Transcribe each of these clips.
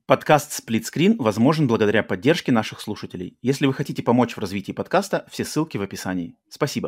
Подкаст «Сплитскрин» возможен благодаря поддержке наших слушателей. Если вы хотите помочь в развитии подкаста, все ссылки в описании. Спасибо.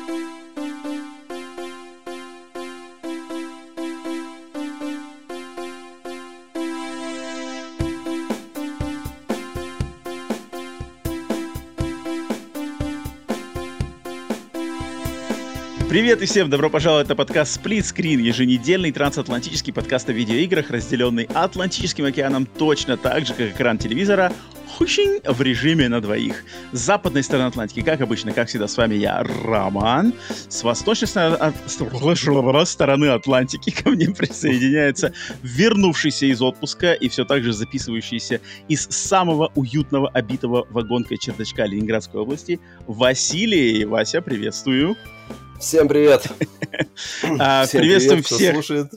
Привет и всем добро пожаловать на подкаст «Сплитскрин», еженедельный трансатлантический подкаст о видеоиграх, разделенный Атлантическим океаном точно так же, как экран телевизора, в режиме на двоих. С западной стороны Атлантики, как обычно, как всегда, с вами я, Роман. С восточной стороны Атлантики ко мне присоединяется вернувшийся из отпуска и все так же записывающийся из самого уютного, обитого вагонкой чердачка Ленинградской области Василий. Вася, приветствую. Всем привет! Приветствуем всех. Кто слушает.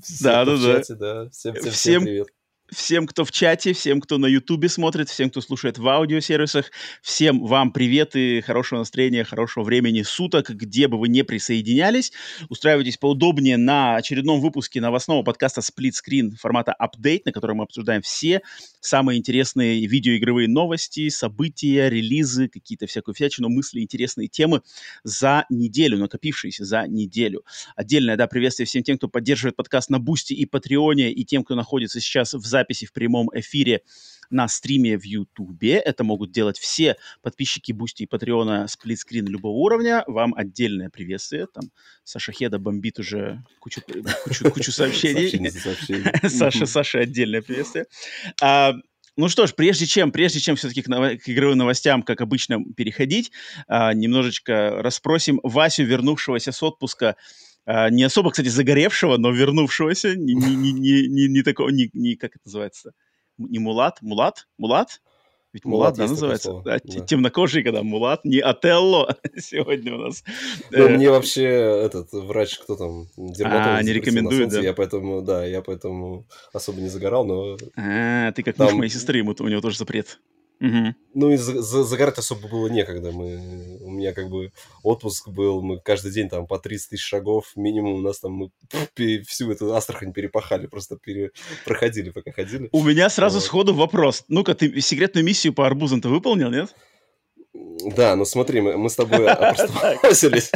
Всем привет. Всем, кто в чате, всем, кто на Ютубе смотрит, всем, кто слушает в аудиосервисах, всем вам привет и хорошего настроения, хорошего времени суток, где бы вы не присоединялись. Устраивайтесь поудобнее на очередном выпуске новостного подкаста «Сплитскрин» формата «Update», на котором мы обсуждаем все самые интересные видеоигровые новости, события, релизы, какие-то всякую всячину, мысли, интересные темы за неделю, накопившиеся за неделю. Отдельное, приветствие всем тем, кто поддерживает подкаст на Бусти и Патреоне, и тем, кто находится сейчас в записи в прямом эфире на стриме в Ютубе. Это могут делать все подписчики Бусти и Патреона «Сплитскрин» любого уровня. Вам отдельное приветствие. Там Саша Хеда бомбит уже кучу сообщений. Саша, отдельное приветствие. Ну что ж, прежде чем все-таки к игровым новостям, как обычно, переходить, немножечко расспросим Васю, вернувшегося с отпуска, не особо, кстати, загоревшего, но вернувшегося, не такого, как это называется, не мулат? Ведь мулат, да, называется? Да. Темнокожий, когда мулат, не Отелло сегодня у нас. Ну, мне вообще этот врач, кто там, дерматолог, не рекомендует, да? Я поэтому особо не загорал, но... Ты как муж моей сестры, у него тоже запрет. Угу. Ну, и загорать особо было некогда. У меня как бы отпуск был, мы каждый день там по 30 тысяч шагов минимум, у нас там мы всю эту Астрахань перепахали, просто проходили, пока ходили. У меня сразу сходу вопрос. Ну-ка, ты секретную миссию по арбузам-то выполнил, нет? Да, ну смотри, мы с тобой опростоволосились,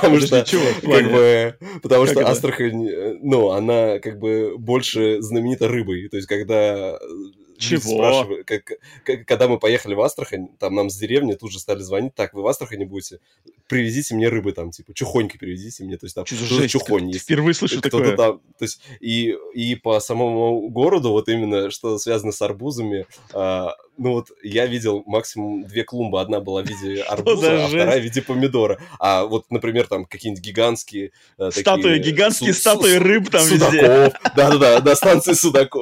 потому что Астрахань, ну, она как бы больше знаменита рыбой, то есть когда... Чего? Когда мы поехали в Астрахань, там нам с деревни тут же стали звонить, так, вы в Астрахани будете, привезите мне рыбы там, типа, чухоньки привезите мне, то есть там чухонь есть. Впервые слышу такое. Там, то есть, и по самому городу, вот именно, что связано с арбузами, ну вот я видел максимум 2 клумбы, одна была в виде арбуза, а вторая в виде помидора. А вот, например, там какие-нибудь гигантские... Гигантские статуи рыб там судаков, везде. Да-да-да, на станции судаков,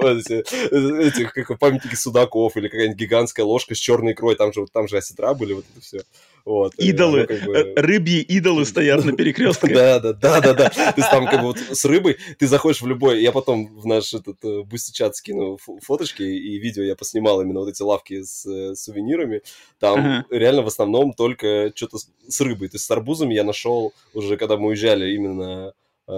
этих, как памятники судаков, или какая-нибудь гигантская ложка с черной икрой, там же осетра были, вот это все. Вот, идолы, рыбьи идолы стоят на перекрестках. Да. То есть там как бы вот с рыбой ты заходишь в любой... Я потом в наш бусти-чат скину фоточки и видео я поснимал именно вот эти лавки с сувенирами. Там реально в основном только что-то с рыбой. То есть с арбузами я нашел уже, когда мы уезжали именно...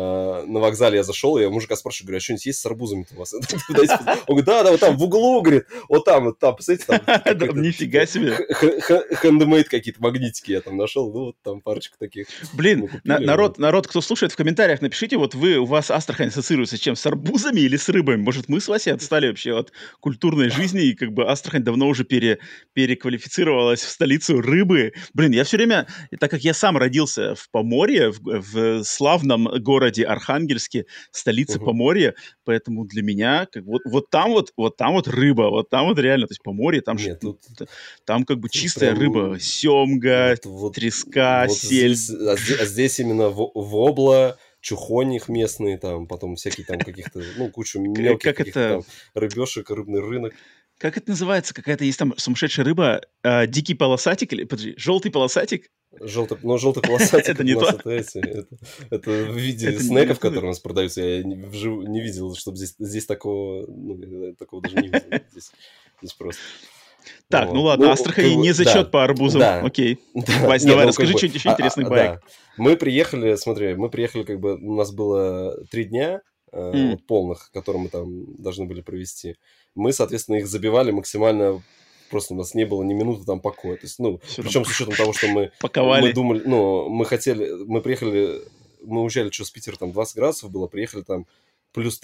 на вокзале я зашел, и я мужика спрашиваю, говорю, а что-нибудь есть с арбузами-то у вас? Он говорит, да, вот там в углу, говорит, вот там, посмотрите, там... Нифига себе. Хендмейд какие-то магнитики я там нашел, ну вот там парочку таких. Блин, народ, кто слушает, в комментариях напишите, вот у вас Астрахань ассоциируется с чем, с арбузами или с рыбами? Может, мы с Васей отстали вообще от культурной жизни, и как бы Астрахань давно уже переквалифицировалась в столицу рыбы. Блин, я все время, так как я сам родился в Поморье, в славном городе Архангельске, столице Поморья, поэтому для меня как вот там рыба, вот там вот реально, то есть Поморье, там там как бы чистая рыба, семга, треска, сель. Здесь именно вобла, чухонь их местные, там, потом всякие там каких-то, ну, кучу мелких каких-то там рыбешек, рыбный рынок. Как это называется? Какая-то есть там сумасшедшая рыба, дикий полосатик, или, подожди, желтый полосатик? Желтый полосатик это не то. Это в виде снеков, которые у нас продаются. Я не видел, чтобы здесь такого даже не видел. Здесь просто. Так, ну ладно, Астрахани не зачет по арбузам. Окей. Вась, давай расскажи что-нибудь еще интересных баек. Мы приехали, как бы, у нас было 3 дня, вот полных, которые мы там должны были провести. Мы, соответственно, их забивали максимально. Просто у нас не было ни минуты там покоя. То есть, ну, Всё причем там с учетом того, что мы паковали. думали, ну, мы приехали, мы уезжали, что с Питера там 20 градусов было, приехали там плюс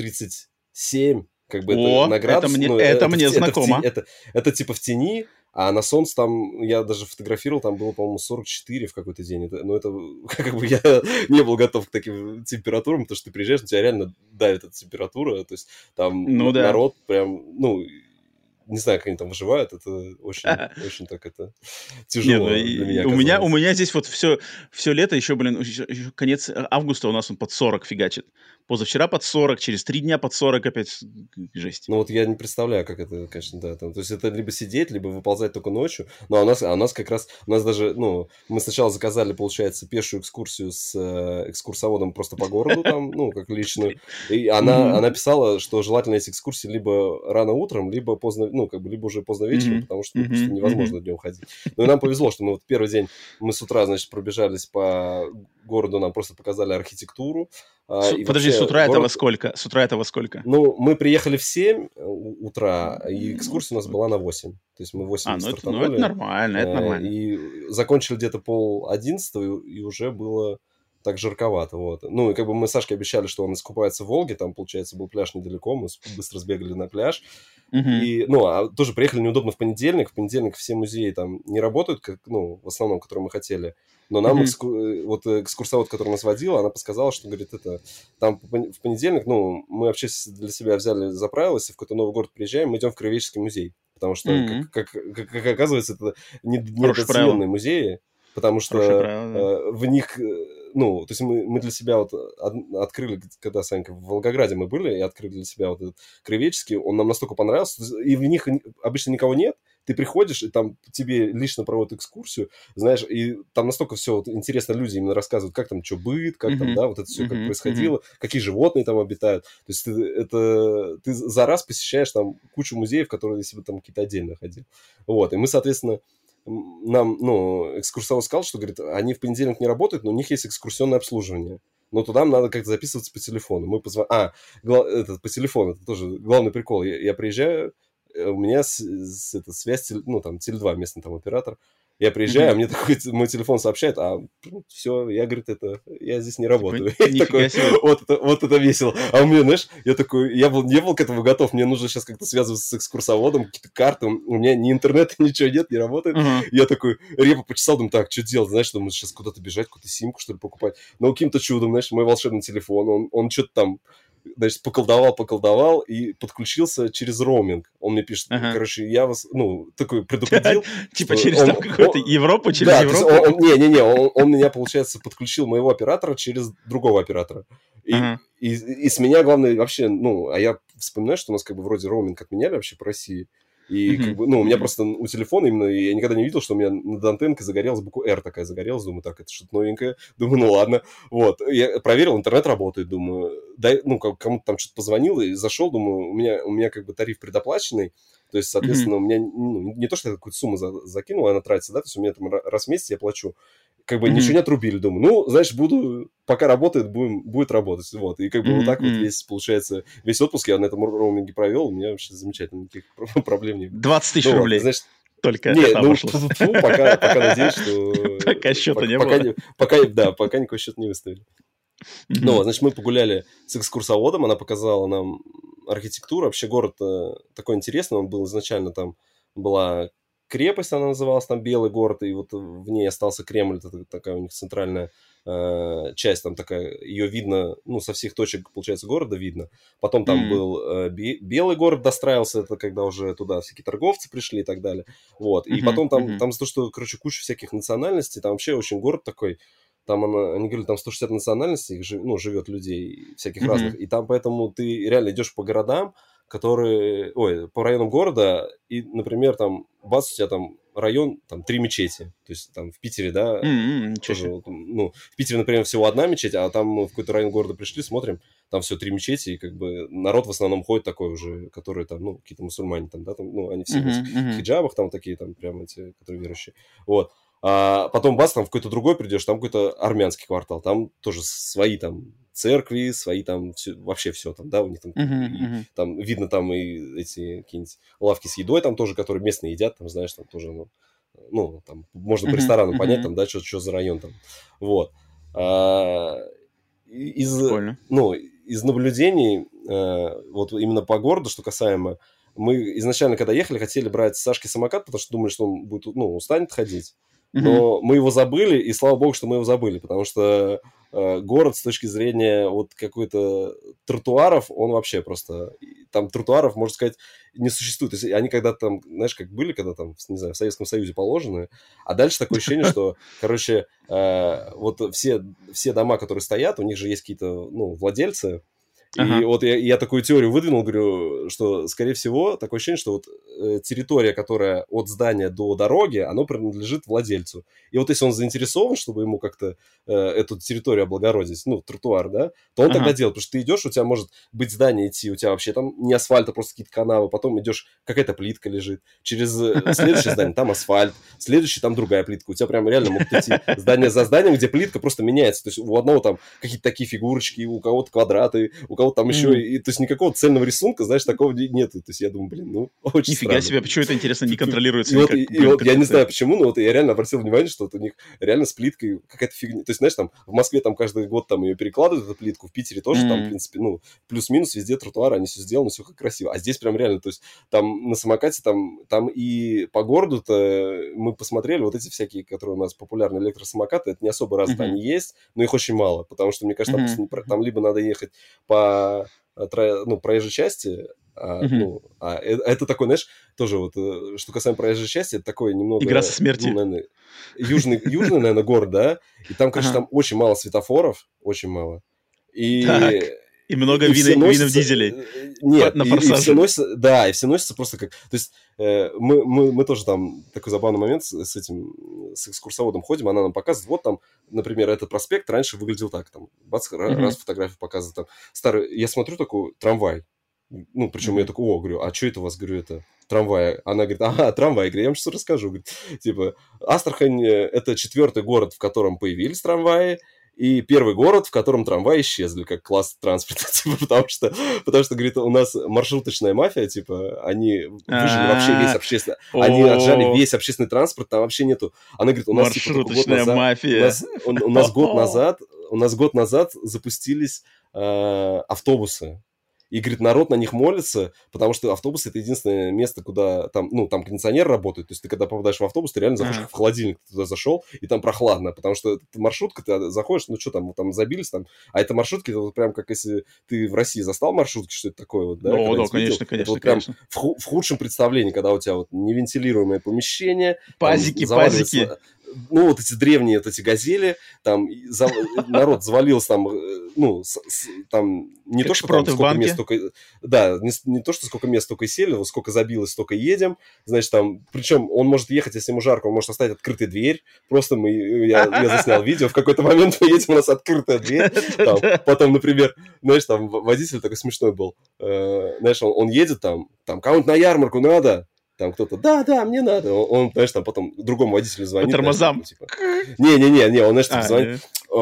37, как бы это на градус. Это мне знакомо. Это типа в тени, а на солнце там, я даже фотографировал, там было, по-моему, 44 в какой-то день. Но это как бы я не был готов к таким температурам, потому что ты приезжаешь, на тебя реально давит эта температура, то есть там народ прям, ну, не знаю, как они там выживают, это очень, очень так это тяжело для меня оказалось. У меня здесь вот все лето, еще конец августа у нас он под 40 фигачит. Позавчера под 40, через 3 дня под 40 опять, жесть. Ну вот я не представляю, как это, конечно, да. То есть это либо сидеть, либо выползать только ночью. Но у нас как раз, у нас даже, ну, мы сначала заказали, получается, пешую экскурсию с экскурсоводом просто по городу там, ну, как личную. И она писала, что желательно эти экскурсии либо рано утром, либо поздно, ну, как бы, либо уже поздно вечером, потому что просто невозможно днем ходить. Ну и нам повезло, что мы вот первый день, мы с утра, значит, пробежались по городу, нам просто показали архитектуру. Подожди, с утра это во сколько? С утра это во сколько? Ну, мы приехали в 7 утра, и экскурсия у нас была на 8. То есть мы в 8 стартанули. Ну, это нормально, это нормально. И закончили где-то 10:30, и уже было так жарковато, вот. Ну, и как бы мы с Сашкой обещали, что он искупается в Волге, там, получается, был пляж недалеко, мы быстро сбегали на пляж. И, ну, а тоже приехали неудобно в понедельник все музеи там не работают, как, ну, в основном, которые мы хотели. Но нам вот экскурсовод, который нас водил, она подсказала, что, говорит, это там в понедельник, ну, мы вообще для себя взяли за правило, если в какой-то новый город приезжаем, мы идем в Краеведческий музей. Потому что, как оказывается, это недооцененные музеи, потому что в них, ну, то есть мы для себя вот открыли, когда, Санька, в Волгограде мы были, и открыли для себя вот этот Краеведческий, он нам настолько понравился, и в них обычно никого нет, ты приходишь, и там тебе лично проводят экскурсию, знаешь, и там настолько все вот интересно, люди именно рассказывают, как там что быт, как там, да, вот это все как происходило, какие животные там обитают. То есть ты за раз посещаешь там кучу музеев, которые если бы там какие-то отдельно ходили. Вот, и мы, соответственно, нам, ну, экскурсовод сказал, что, говорит, они в понедельник не работают, но у них есть экскурсионное обслуживание. Но туда надо как-то записываться по телефону. Мы по телефону, это тоже главный прикол. Я приезжаю, у меня связь, ну, там, Теле2, местный там оператор. Я приезжаю, а мне такой мой телефон сообщает, все, я, говорит, я здесь не работаю. Такой, вот это весело. А у меня, знаешь, я такой, не был к этому готов, мне нужно сейчас как-то связываться с экскурсоводом, какие-то карты, у меня ни интернета, ничего нет, не работает. Я такой репу почесал, думаю, так, что делать, знаешь, думаю, сейчас куда-то бежать, какую-то симку, что ли, покупать. Но каким-то чудом, знаешь, мой волшебный телефон, он что-то там, значит, поколдовал и подключился через роуминг. Он мне пишет, короче, я вас, ну, такой предупредил. Типа через там какую-то Европу, через Европу? Он меня, получается, подключил моего оператора через другого оператора. И с меня, главное, вообще, ну, а я вспоминаю, что у нас как бы вроде роуминг отменяли вообще по России. И как бы, ну, у меня просто у телефона именно, я никогда не видел, что у меня над антенкой загорелась буква R такая загорелась, думаю, так, это что-то новенькое, думаю, ну ладно, вот, я проверил, интернет работает, думаю, дай, ну, кому-то там что-то позвонил и зашел, думаю, у меня как бы тариф предоплаченный, то есть, соответственно, у меня, ну, не то, что я какую-то сумму закинул, она тратится, да, то есть у меня там раз в месяц я плачу, как бы ничего не отрубили, думаю, ну, знаешь, пока работает, будет работать, вот, и как бы вот так вот получается, весь отпуск я на этом роуминге провел, у меня вообще замечательно, никаких проблем не было. 20 тысяч рублей. Значит, только это пошло. Пока надеюсь, что... Пока счета не было. Пока никакой счет не выставили. Ну, значит, мы погуляли с экскурсоводом, она показала нам архитектуру, вообще город такой интересный, он был изначально там, была... крепость, она называлась, там Белый город, и вот в ней остался Кремль, это такая у них центральная часть, там такая, ее видно, ну, со всех точек, получается, города видно. Потом там был Белый город достраивался, это когда уже туда всякие торговцы пришли и так далее. Вот, и потом там за то, что, короче, куча всяких национальностей, там вообще очень город такой, там они говорили, там 160 национальностей, живет людей всяких разных, и там поэтому ты реально идешь по городам, по районам города, и, например, там, бац, у тебя там район, там, 3 мечети. То есть, там, в Питере, да, тоже, ну, в Питере, например, всего одна мечеть, а там мы в какой-то район города пришли, смотрим, там все 3 мечети, и, как бы, народ в основном ходит такой уже, которые там, ну, какие-то мусульмане там, да, там, ну, они все в хиджабах там такие, там, прям эти, которые верующие. Вот. А потом, бац, там в какой-то другой придешь, там какой-то армянский квартал, там тоже свои там церкви, свои там, вообще все там, да, у них там, там видно там и эти какие-нибудь лавки с едой там тоже, которые местные едят, там, знаешь, там тоже, ну там можно по ресторанам понять, там, да, что за район там, вот. Из наблюдений, вот именно по городу, что касаемо, мы изначально, когда ехали, хотели брать Сашке самокат, потому что думали, что он будет, устанет ходить. Но мы его забыли, и слава богу, что мы его забыли, потому что город с точки зрения вот какой-то тротуаров, он вообще просто... Там тротуаров, можно сказать, не существует. То есть они когда-то там, знаешь, как были, когда там, не знаю, в Советском Союзе положены, а дальше такое ощущение, что, короче, вот все дома, которые стоят, у них же есть какие-то, владельцы. И вот я такую теорию выдвинул, говорю, что, скорее всего, такое ощущение, что вот территория, которая от здания до дороги, она принадлежит владельцу. И вот если он заинтересован, чтобы ему как-то эту территорию облагородить, тротуар, да, то он тогда делает. Потому что ты идешь, у тебя может быть здание идти, у тебя вообще там не асфальт, а просто какие-то канавы, потом идешь, какая-то плитка лежит. Через следующее здание там асфальт, следующий там другая плитка. У тебя прям реально могут идти здание за зданием, где плитка просто меняется. То есть у одного там какие-то такие фигурочки, у кого-то квадраты, у кого-то там еще, то есть никакого цельного рисунка, знаешь, такого нету. То есть я думаю, очень Нифига странно. себе, почему это, интересно, не контролируется никак? И вот я не знаю почему, но вот я реально обратил внимание, что вот у них реально с плиткой какая-то фигня. То есть, знаешь, там в Москве там каждый год там ее перекладывают, эту плитку, в Питере тоже там, в принципе, плюс-минус везде тротуары, они все сделаны, все как красиво. А здесь прям реально, то есть там на самокате там и по городу-то мы посмотрели вот эти всякие, которые у нас популярны электросамокаты, это не особо развито, они есть, но их очень мало, потому что, мне кажется, там либо надо ехать по проезжей части, это такой, знаешь, тоже вот, что касаемо проезжей части, это такой немного... Игра со смертью. Наверное, южный, наверное, город, да? И там, конечно, там очень мало светофоров, очень мало. И много винов дизелей. Нет, и все носятся, да, и все носятся просто как... То есть мы тоже там такой забавный момент с экскурсоводом ходим, она нам показывает, вот там, например, этот проспект раньше выглядел так, там, бац, раз фотографию показывает, там, старый, я смотрю такой трамвай, причем я такой, говорю, а что это у вас, говорю, это трамвай? Она говорит, трамвай, говорю, я вам сейчас расскажу, говорит, типа, Астрахань – это 4-й город, в котором появились трамваи, и 1-й город, в котором трамваи исчезли как класс транспорта, типа, потому что, говорит, у нас маршруточная мафия, типа, они выжили вообще весь общественный, они отжали весь общественный транспорт, там вообще нету. Она говорит, у нас маршруточная мафия. У нас год назад запустились автобусы. И, говорит, народ на них молится, потому что автобус – это единственное место, куда там кондиционер работает. То есть ты, когда попадаешь в автобус, ты реально заходишь как в холодильник, ты туда зашел, и там прохладно, потому что маршрутка, ты заходишь, что там забились там. А это маршрутки, это вот прям как если ты в России застал маршрутки, что это такое вот, да? Да, конечно. Это вот прям в худшем представлении, когда у тебя вот невентилируемое помещение. Пазики. Вот эти древние вот эти газели, там народ завалился там, там не то, что там сколько мест, только... Да, не то, что сколько мест, только и сели, вот сколько забилось, столько и едем. Значит, там, причем он может ехать, если ему жарко, он может оставить открытой дверь. Просто я заснял видео, в какой-то момент мы едем, у нас открытая дверь. Потом, например, знаешь, там водитель такой смешной был. Знаешь, он едет там кому-нибудь на ярмарку надо. Там кто-то, да, мне надо. Он, знаешь, там потом другому водителю звонит. По тормозам. Не, он, знаешь, звонит.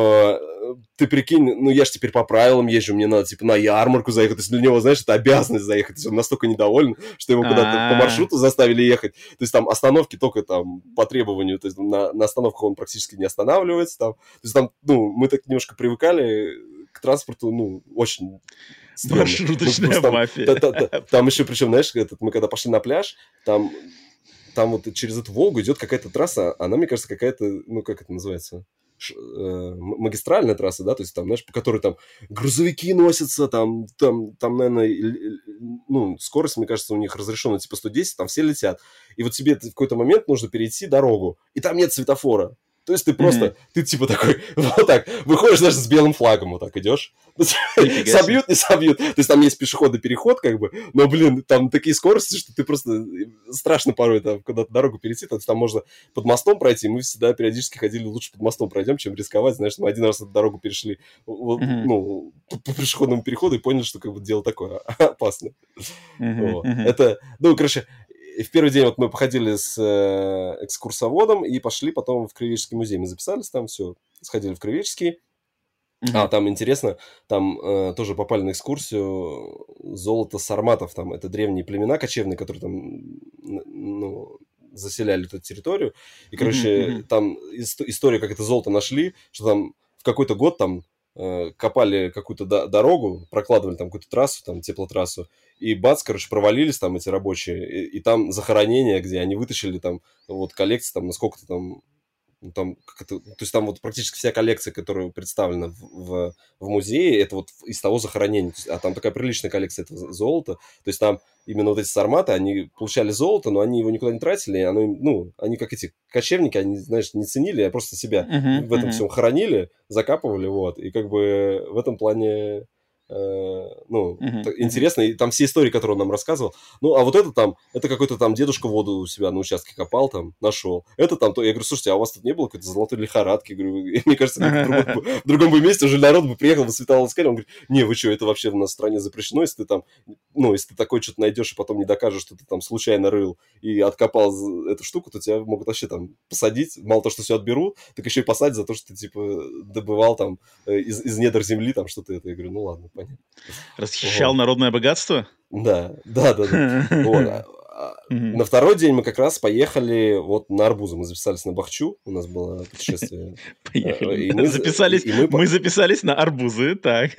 Ты прикинь, я же теперь по правилам езжу, мне надо, типа, на ярмарку заехать. То есть для него, знаешь, это обязанность заехать. То есть он настолько недоволен, что его куда-то по маршруту заставили ехать. То есть там остановки только там по требованию. То есть на остановках он практически не останавливается. Там. То есть там, мы так немножко привыкали к транспорту, очень... Странно. Маршруточная мафия. Там еще, причем, знаешь, мы когда пошли на пляж, там вот через эту Волгу идет какая-то трасса, она, мне кажется, какая-то, как это называется, магистральная трасса, да, то есть там, знаешь, по которой там грузовики носятся, там, наверное, скорость, мне кажется, у них разрешена типа 110, там все летят. И вот тебе в какой-то момент нужно перейти дорогу, и там нет светофора. То есть ты просто, ты типа такой, вот так, выходишь даже с белым флагом, вот так идешь. Собьют, не собьют. То есть там есть пешеходный переход, как бы, но, блин, там такие скорости, что ты просто страшно порой там куда-то дорогу перейти. То есть там можно под мостом пройти. Мы всегда периодически ходили, лучше под мостом пройдем, чем рисковать. Знаешь, мы один раз эту дорогу перешли, по пешеходному переходу и поняли, что как бы дело такое опасное. Это, короче... И в первый день вот мы походили с экскурсоводом и пошли потом в Кривический музей. Мы записались там, все, сходили в Кривический. Там интересно, там тоже попали на экскурсию золото сарматов, там это древние племена кочевные, которые там, ну, заселяли эту территорию. И, короче, там история, как это золото нашли, что там в какой-то год там копали какую-то дорогу, прокладывали там какую-то трассу, там теплотрассу, и бац, короче, провалились там эти рабочие, и там захоронение, где они вытащили там вот коллекции, там, насколько-то там, ну, там, то есть там вот практически вся коллекция, которая представлена в музее, это вот из того захоронения. А там такая приличная коллекция этого золота. То есть там именно вот эти сарматы, они получали золото, но они его никуда не тратили. Оно, ну, они как эти кочевники, они, знаешь, не ценили, а просто себя в этом всем хоронили, закапывали, вот. И как бы в этом плане... интересно, и там все истории, которые он нам рассказывал. Ну, а вот это там, это какой-то там дедушка воду у себя на участке копал, там, нашел. Это там, то я говорю, слушайте, а у вас тут не было какой-то золотой лихорадки? Говорю, мне кажется, в другом бы месте уже народ бы приехал, бы светал искали. Он говорит, не, вы что, это вообще у нас в стране запрещено, если ты там, ну, если ты такое что-то найдешь и потом не докажешь, что ты там случайно рыл и откопал эту штуку, то тебя могут вообще там посадить. Мало того, что все отберут, так еще и посадить за то, что ты, типа, добывал там из недр земли там что-то это. Я говорю, ну ладно, понятно. Расхищал народное богатство? Да. Вот. На второй день мы как раз поехали вот на арбузы. Мы записались на Бахчу, у нас было путешествие. Поехали. Мы записались на арбузы, так.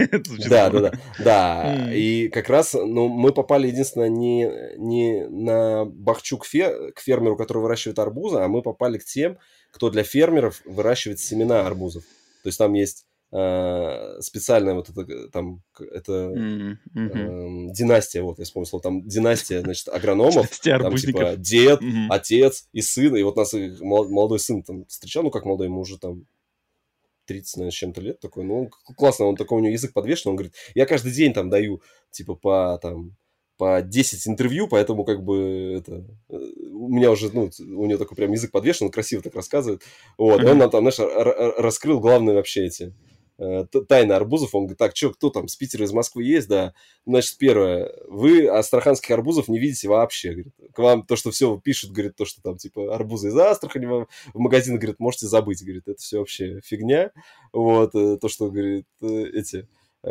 Да. И как раз, ну, мы попали, единственное, не на Бахчу к фермеру, который выращивает арбузы, а мы попали к тем, кто для фермеров выращивает семена арбузов. То есть там есть специальная вот это там это династия, вот я вспомнил слово, там династия, значит, агрономов, там типа дед, отец и сын, и вот нас молодой сын там встречал, ну как молодой, ему уже там 30, наверное, с чем-то лет такой, ну классно, он такой, у него язык подвешен, он говорит, я каждый день там даю типа по 10 интервью, поэтому как бы это... У меня уже, ну, у него такой прям язык подвешен, он красиво так рассказывает. Вот, и он нам там, знаешь, раскрыл главные вообще эти тайны арбузов. Он говорит, так, что, кто там с Питера, из Москвы есть, да? Значит, первое, вы астраханских арбузов не видите вообще, говорит. К вам то, что все пишут, говорит, то, что там, типа, арбузы из Астрахани в магазинах, говорит, можете забыть, говорит, это все вообще фигня. Вот, то, что, говорит, эти...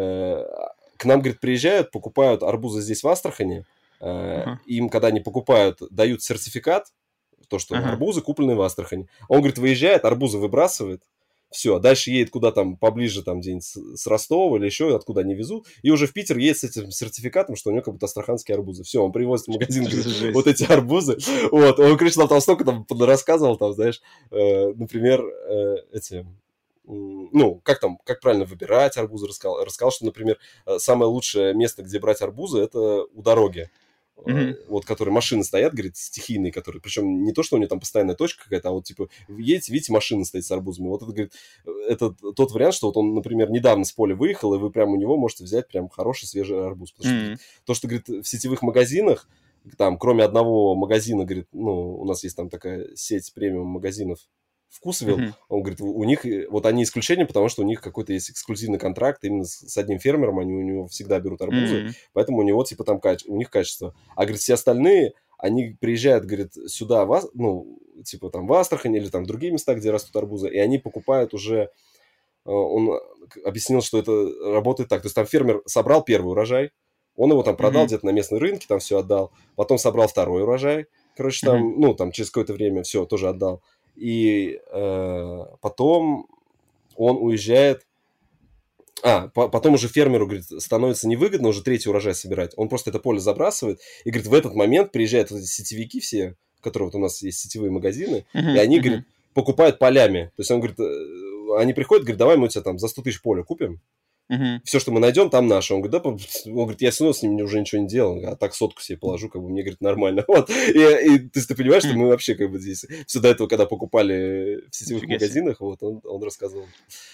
К нам, говорит, приезжают, покупают арбузы здесь в Астрахани, им, когда они покупают, дают сертификат, то, что арбузы куплены в Астрахани. Он, говорит, выезжает, арбузы выбрасывает, все, дальше едет куда там поближе, там где-нибудь с Ростова или еще, откуда они везут, и уже в Питер едет с этим сертификатом, что у него как будто астраханские арбузы. Все, он привозит в магазин, говорит, вот эти арбузы. Вот, он, конечно, там столько там рассказывал, там, знаешь, например, эти... Ну, как правильно выбирать арбузы, рассказал, что, например, самое лучшее место, где брать арбузы, это у дороги. Вот, которые машины стоят, говорит, стихийные, которые, причем не то, что у нее там постоянная точка какая-то, а вот, типа, едете, видите, машина стоит с арбузами. Вот это, говорит, это тот вариант, что вот он, например, недавно с поля выехал, и вы прямо у него можете взять прям хороший свежий арбуз. Потому что то, что, говорит, в сетевых магазинах, там, кроме одного магазина, говорит, ну, у нас есть там такая сеть премиум-магазинов, Вкусвилл, он говорит, у них, вот они исключение, потому что у них какой-то есть эксклюзивный контракт именно с одним фермером, они у него всегда берут арбузы, поэтому у него, типа, там у них качество. А, говорит, все остальные, они приезжают, говорит, сюда, ну, типа, там, в Астрахань или там в другие места, где растут арбузы, и они покупают уже, он объяснил, что это работает так, то есть там фермер собрал первый урожай, он его там продал где-то на местной рынке, там все отдал, потом собрал второй урожай, короче, там, ну, там, через какое-то время все тоже отдал. И потом он уезжает, потом уже фермеру, говорит, становится невыгодно уже третий урожай собирать. Он просто это поле забрасывает. И, говорит, в этот момент приезжают вот эти сетевики все, которые вот у нас есть сетевые магазины, и они, говорит, покупают полями. То есть он говорит, они приходят, говорит, давай мы у тебя там за 100 тысяч поля купим. Все, что мы найдем, там наше. Он говорит, он говорит, я все равно с ними уже ничего не делал, а так 100 себе положу, как бы мне, говорит, нормально. Вот. И то есть ты понимаешь, что мы вообще как бы здесь все до этого, когда покупали в сетевых магазинах, вот он рассказывал,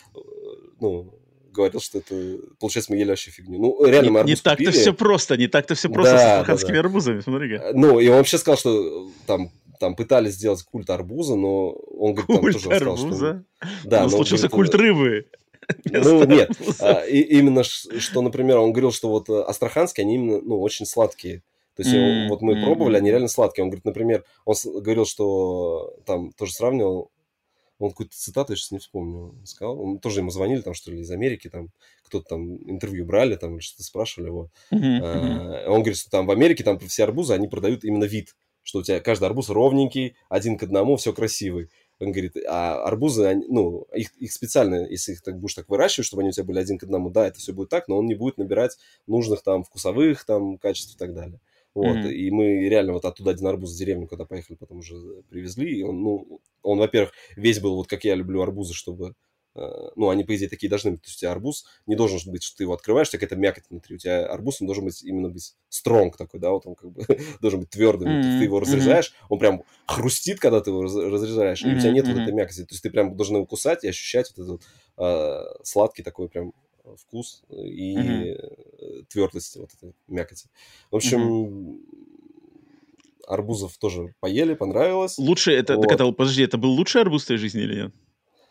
ну, говорил, что это, получается, мы ели вообще фигню. Ну, реально мы арбуз купили. Не так-то все просто с астраханскими арбузами, смотри-ка. Ну, и он вообще сказал, что там пытались сделать культ арбуза, но он, говорит, там тоже рассказал, что... Да, но случился культ рыбы. Ну, нет, именно что, например, он говорил, что вот астраханские, они именно, ну, очень сладкие. То есть вот мы пробовали, они реально сладкие. Он говорит, например, он говорил, что там тоже сравнивал, Он какую-то цитату, я сейчас не вспомню, сказал. Он тоже ему звонили, там, что ли, из Америки, там, кто-то там интервью брали, там, или что-то спрашивали его. Он говорит, что там в Америке там все арбузы, они продают именно вид, что у тебя каждый арбуз ровненький, 1 к 1, все красивый. Он говорит, а арбузы, их специально, если их так будешь так выращивать, чтобы они у тебя были 1 к 1, да, это все будет так, но он не будет набирать нужных там вкусовых там качеств и так далее. Вот, и мы реально вот оттуда 1 арбуз в деревню, когда поехали, потом уже привезли, и он, во-первых, весь был вот как я люблю арбузы, чтобы, они, по идее, такие должны быть, то есть у тебя арбуз не должен быть, что ты его открываешь, так это мякоть внутри, у тебя арбуз, он должен быть именно быть strong такой, да, вот он как бы должен быть твердым, ты его разрезаешь, он прям хрустит, когда ты его разрезаешь, и у тебя нет вот этой мякоти, то есть ты прям должен его кусать и ощущать вот этот сладкий такой прям вкус и твердость вот этой мякоти. В общем, арбузов тоже поели, понравилось. Лучше, подожди, это был лучший арбуз в твоей жизни или нет?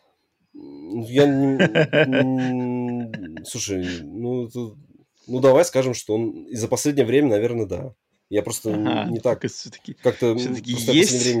Слушай, давай скажем, что он и за последнее время, наверное, да. Я просто не так... Как-то просто в последнее время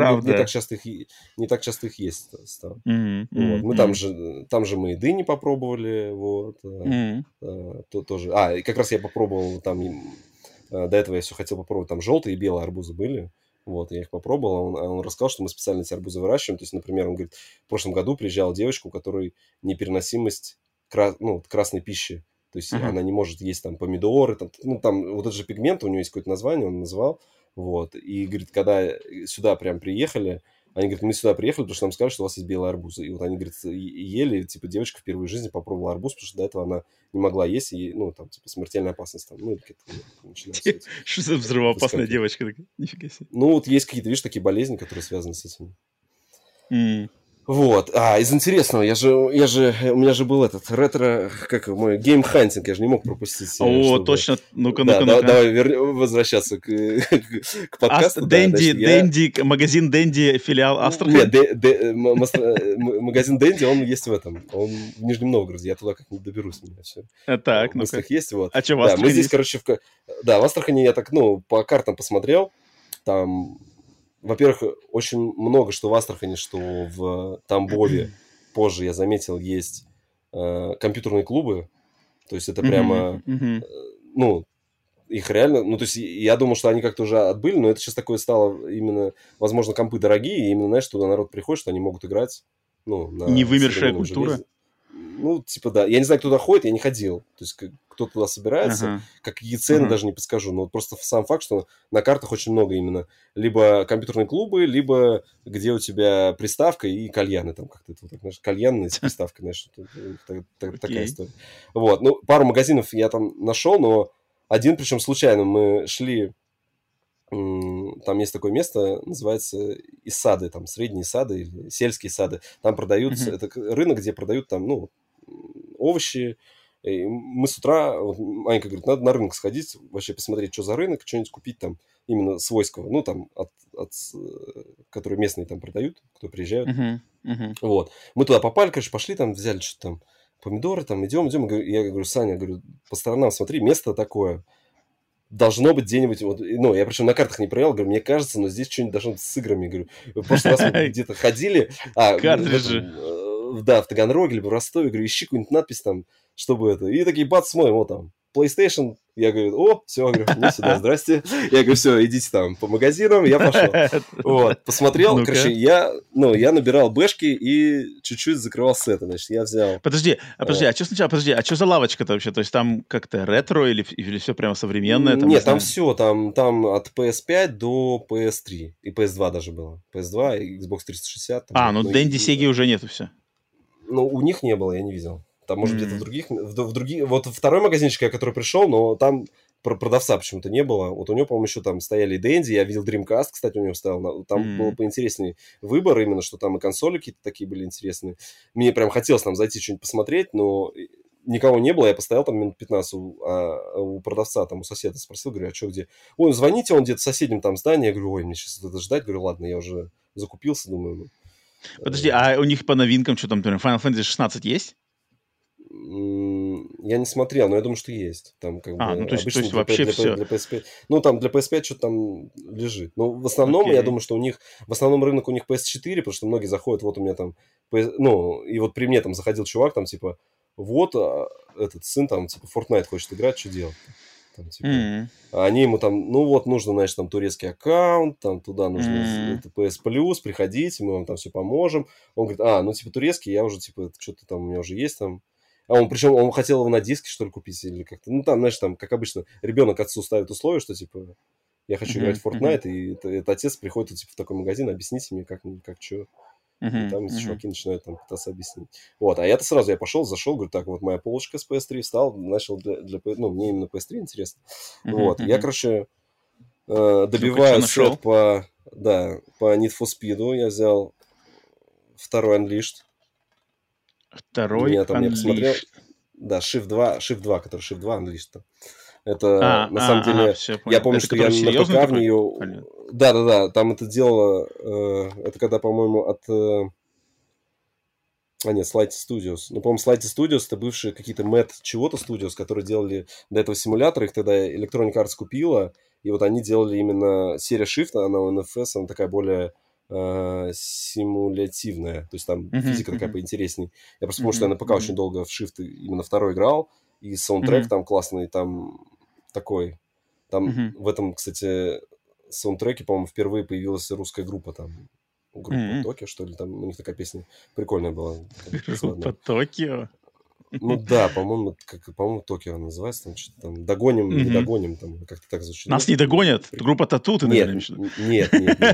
не так часто их есть стало. Мы там же мы и дыни попробовали, вот. Тоже. И как раз я попробовал там... До этого я все хотел попробовать. Там желтые и белые арбузы были. Вот, я их попробовал. Он рассказал, что мы специально эти арбузы выращиваем. То есть, например, он говорит, в прошлом году приезжала девочка, у которой непереносимость красной пищи. То есть она не может есть там помидоры, там вот этот же пигмент, у него есть какое-то название, он назвал. Вот. И, говорит, когда сюда прям приехали, они говорят, мы сюда приехали, потому что нам сказали, что у вас есть белые арбузы. И вот они, говорит, ели, типа, девочка впервые в жизни попробовала арбуз, потому что до этого она не могла есть, и, там, типа, смертельная опасность там, или какие-то начинаются. Что за взрывоопасная девочка? Нифига себе. Вот есть какие-то, видишь, такие болезни, которые связаны с этим. Вот. Из интересного, у меня же был этот ретро, мой гейм-хантинг, я же не мог пропустить. Точно. Ну-ка. Давай возвращаться к подкасту. Дэнди, магазин Дэнди, филиал Астрахань. Нет, магазин Дэнди, он есть в этом, он в Нижнем Новгороде, я туда как-нибудь доберусь. У меня все. Так, в мыслях есть, вот. А что в Астрахани? Мы здесь, короче, в Астрахани я так, по картам посмотрел, там... Во-первых, очень много, что в Астрахани, что в Тамбове, позже я заметил, есть компьютерные клубы. То есть это прямо, их реально... то есть я думал, что они как-то уже отбыли, но это сейчас такое стало именно... Возможно, компы дорогие, и именно, знаешь, туда народ приходит, что они могут играть, на невымершая культура. железе. Типа, да. Я не знаю, кто туда ходит, я не ходил. То есть, кто туда собирается, какие цены даже не подскажу. Но вот просто сам факт, что на картах очень много именно либо компьютерные клубы, либо где у тебя приставка и кальяны. Там как-то это, знаешь, кальяны с приставкой, знаешь, такая история. Вот. Пару магазинов я там нашел, но один, причем случайно, мы шли... Там есть такое место, называется Иссады, там средние сады или сельские сады. Там продаются, это рынок, где продают там, овощи. И мы с утра, вот Анька говорит, надо на рынок сходить, вообще посмотреть, что за рынок, что-нибудь купить там именно свойского, там которые местные там продают, кто приезжают. Вот. Мы туда попали, конечно, пошли там, взяли что-то там, помидоры, там идем. Я говорю, Саня, по сторонам смотри, место такое. Должно быть где-нибудь, я причем на картах не проверял, говорю, мне кажется, но здесь что-нибудь должно быть с играми, говорю. В прошлый раз мы где-то ходили, в Таганроге, либо в Ростове, говорю, ищи какую-нибудь надпись там, чтобы это, и такие, бац, смотрим, вот там, PlayStation, я говорю, все, говорю, не сюда, здрасте. Я говорю, все, идите там по магазинам, я пошел. Вот, посмотрел, короче, я набирал бэшки и чуть-чуть закрывал сеты, значит, я взял. Подожди, а что за лавочка-то вообще? То есть там как-то ретро или все прямо современное? Нет, там все, там от PS5 до PS3, и PS2 даже было. PS2 и Xbox 360. Дэнди Сеги уже нету все. У них не было, я не видел. Там, может, где-то в других... Вот второй магазинчик, я который пришел, но там продавца почему-то не было. Вот у него, по-моему, еще там стояли Дэнди. Я видел Dreamcast, кстати, у него стоял. Там был поинтереснее выбор именно, что там и консоли какие-то такие были интересные. Мне прям хотелось там зайти что-нибудь посмотреть, но никого не было. Я постоял там минут 15 у продавца, там у соседа спросил, говорю, а что, где? Ой, звоните, он где-то в соседнем там здании. Я говорю, ой, мне сейчас это ждать. Говорю, ладно, я уже закупился, думаю. Подожди, а у них по новинкам что там, например, Final Fantasy 16 есть? Я не смотрел, но я думаю, что есть. Там как бы Ну то обычно есть вообще все. для PS5. Ну, там для PS5 что-то там лежит. Но в основном, я Окей. думаю, что у них... В основном рынок у них PS4, потому что многие заходят, вот у меня там... Ну, и вот при мне там заходил чувак, там типа, вот этот сын там типа Fortnite хочет играть, что делать? Там типа... А они ему там, ну вот, нужно, значит, там турецкий аккаунт, там туда нужно это PS Plus, приходите, мы вам там все поможем. Он говорит, ну типа турецкий, я уже типа, что-то там у меня уже есть там. Причем он хотел его на диске, что ли, купить или как-то. Ну, там, знаешь, там, как обычно, ребенок отцу ставит условие, что, типа, я хочу играть в Fortnite, и это отец приходит, типа, в такой магазин, объясните мне, как что. И там эти чуваки начинают там пытаться объяснить. Вот, а я-то сразу, я пошел, зашел, говорю, так, вот моя полочка с PS3 встал, начал ну, мне именно PS3 интересно. Вот, я, короче, добиваю сет по Need for Speed, я взял второй Unleashed. Второй я посмотрел, Unleashed. да, Shift 2, который Shift 2 Unleashed. Это, на самом деле, все, я помню, это что я на ПК в нее... Да, там это делало... это когда, по-моему, от... нет, Slight Studios. Ну, по-моему, Slight Studios это бывшие какие-то Mad чего-то Studios, которые делали до этого симуляторы. Их тогда Electronic Arts купила. И вот они делали именно серия Shift, она у NFS, она такая более симулятивная. То есть там физика такая поинтересней. Я просто помню, что я на ПК очень долго в Shift именно второй играл. И саундтрек там классный, там такой. Там в этом, кстати, саундтреке, по-моему, впервые появилась русская группа там. Группа Токио, что ли, там у них такая песня прикольная была. Группа Токио? Ну да, по-моему, Токио называется, там что-то там догоним, не догоним, там как-то так звучит. Нас не догонят? Группа Тату, ты, наверное, нет,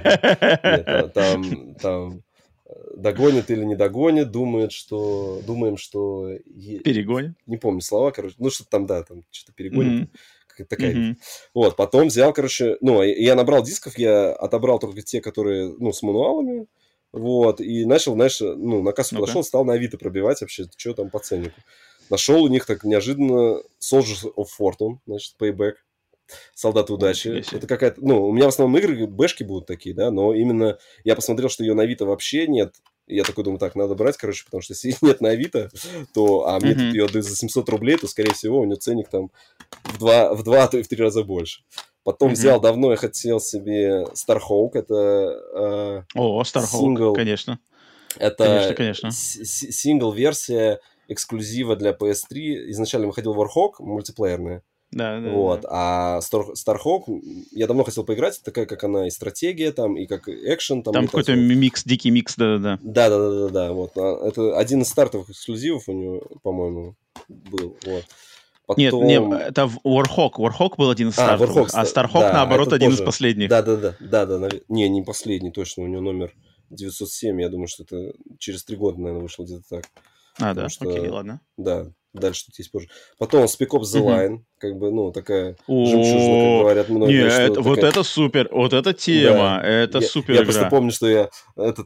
там догонит или не догонит, думаем, что... Перегонит? Не помню слова, короче, ну что-то там, да, там что-то перегонит. Такая. Вот, потом взял, короче, ну, я набрал дисков, я отобрал только те, которые, ну, с мануалами, вот, и начал, знаешь, ну, на кассу подошел, стал на Авито пробивать вообще, что там по ценнику. Нашел у них так неожиданно Soldiers of Fortune, значит, Payback, Солдаты удачи. Это какая-то... Ну, у меня в основном игры, бэшки будут такие, да, но именно я посмотрел, что ее на Авито вообще нет. И я такой думаю, так, надо брать, короче, потому что если нет на Авито, то... А мне тут ее отдают за 700 рублей, то, скорее всего, у нее ценник там в 2, а то и в 3 раза больше. Потом взял, давно я хотел себе Starhawk, это Starhawk, сингл, конечно. Это конечно. сингл-версия эксклюзива для PS3. Изначально выходил Warhawk, мультиплеерная. Да. Вот. А Starhawk, я давно хотел поиграть, такая, как она и стратегия, там, и как экшен. Там какой-то микс, дикий микс, да. Да. Вот. Это один из стартовых эксклюзивов у него, по-моему, был. Вот. Потом... Нет, это Warhawk. Warhawk был один из стартовых, а Starhawk, наоборот, один из последних. Да. Не последний, точно, у него номер 907, я думаю, что это через 3 года, наверное, вышло где-то так. Да? Окей, ладно. Да, дальше тут есть позже. Потом Spec Ops The Line, как бы, ну, такая жемчужина, как говорят многие. Нет, вот это супер, вот эта тема, это супер игра. Я просто помню, что я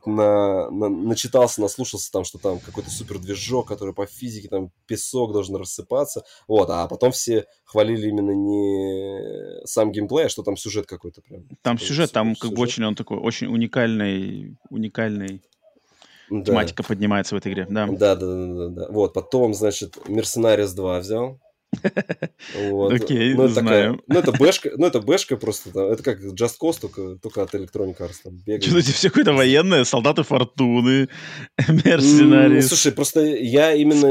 начитался, наслушался там, что там какой-то супер движок, который по физике, там, песок должен рассыпаться. Вот, а потом все хвалили именно не сам геймплей, а что там сюжет какой-то прям. Там сюжет, там как бы очень он такой, очень уникальный. Тематика поднимается в этой игре, да. Да. Вот, потом, значит, Mercenaries 2 взял. Вот. Окей, знаю. Это бэшка просто. Это как Just Cause, только от Electronic Arts. Там бегает. Что-то все какое-то военное, солдаты фортуны, Mercenaries. Слушай, просто я именно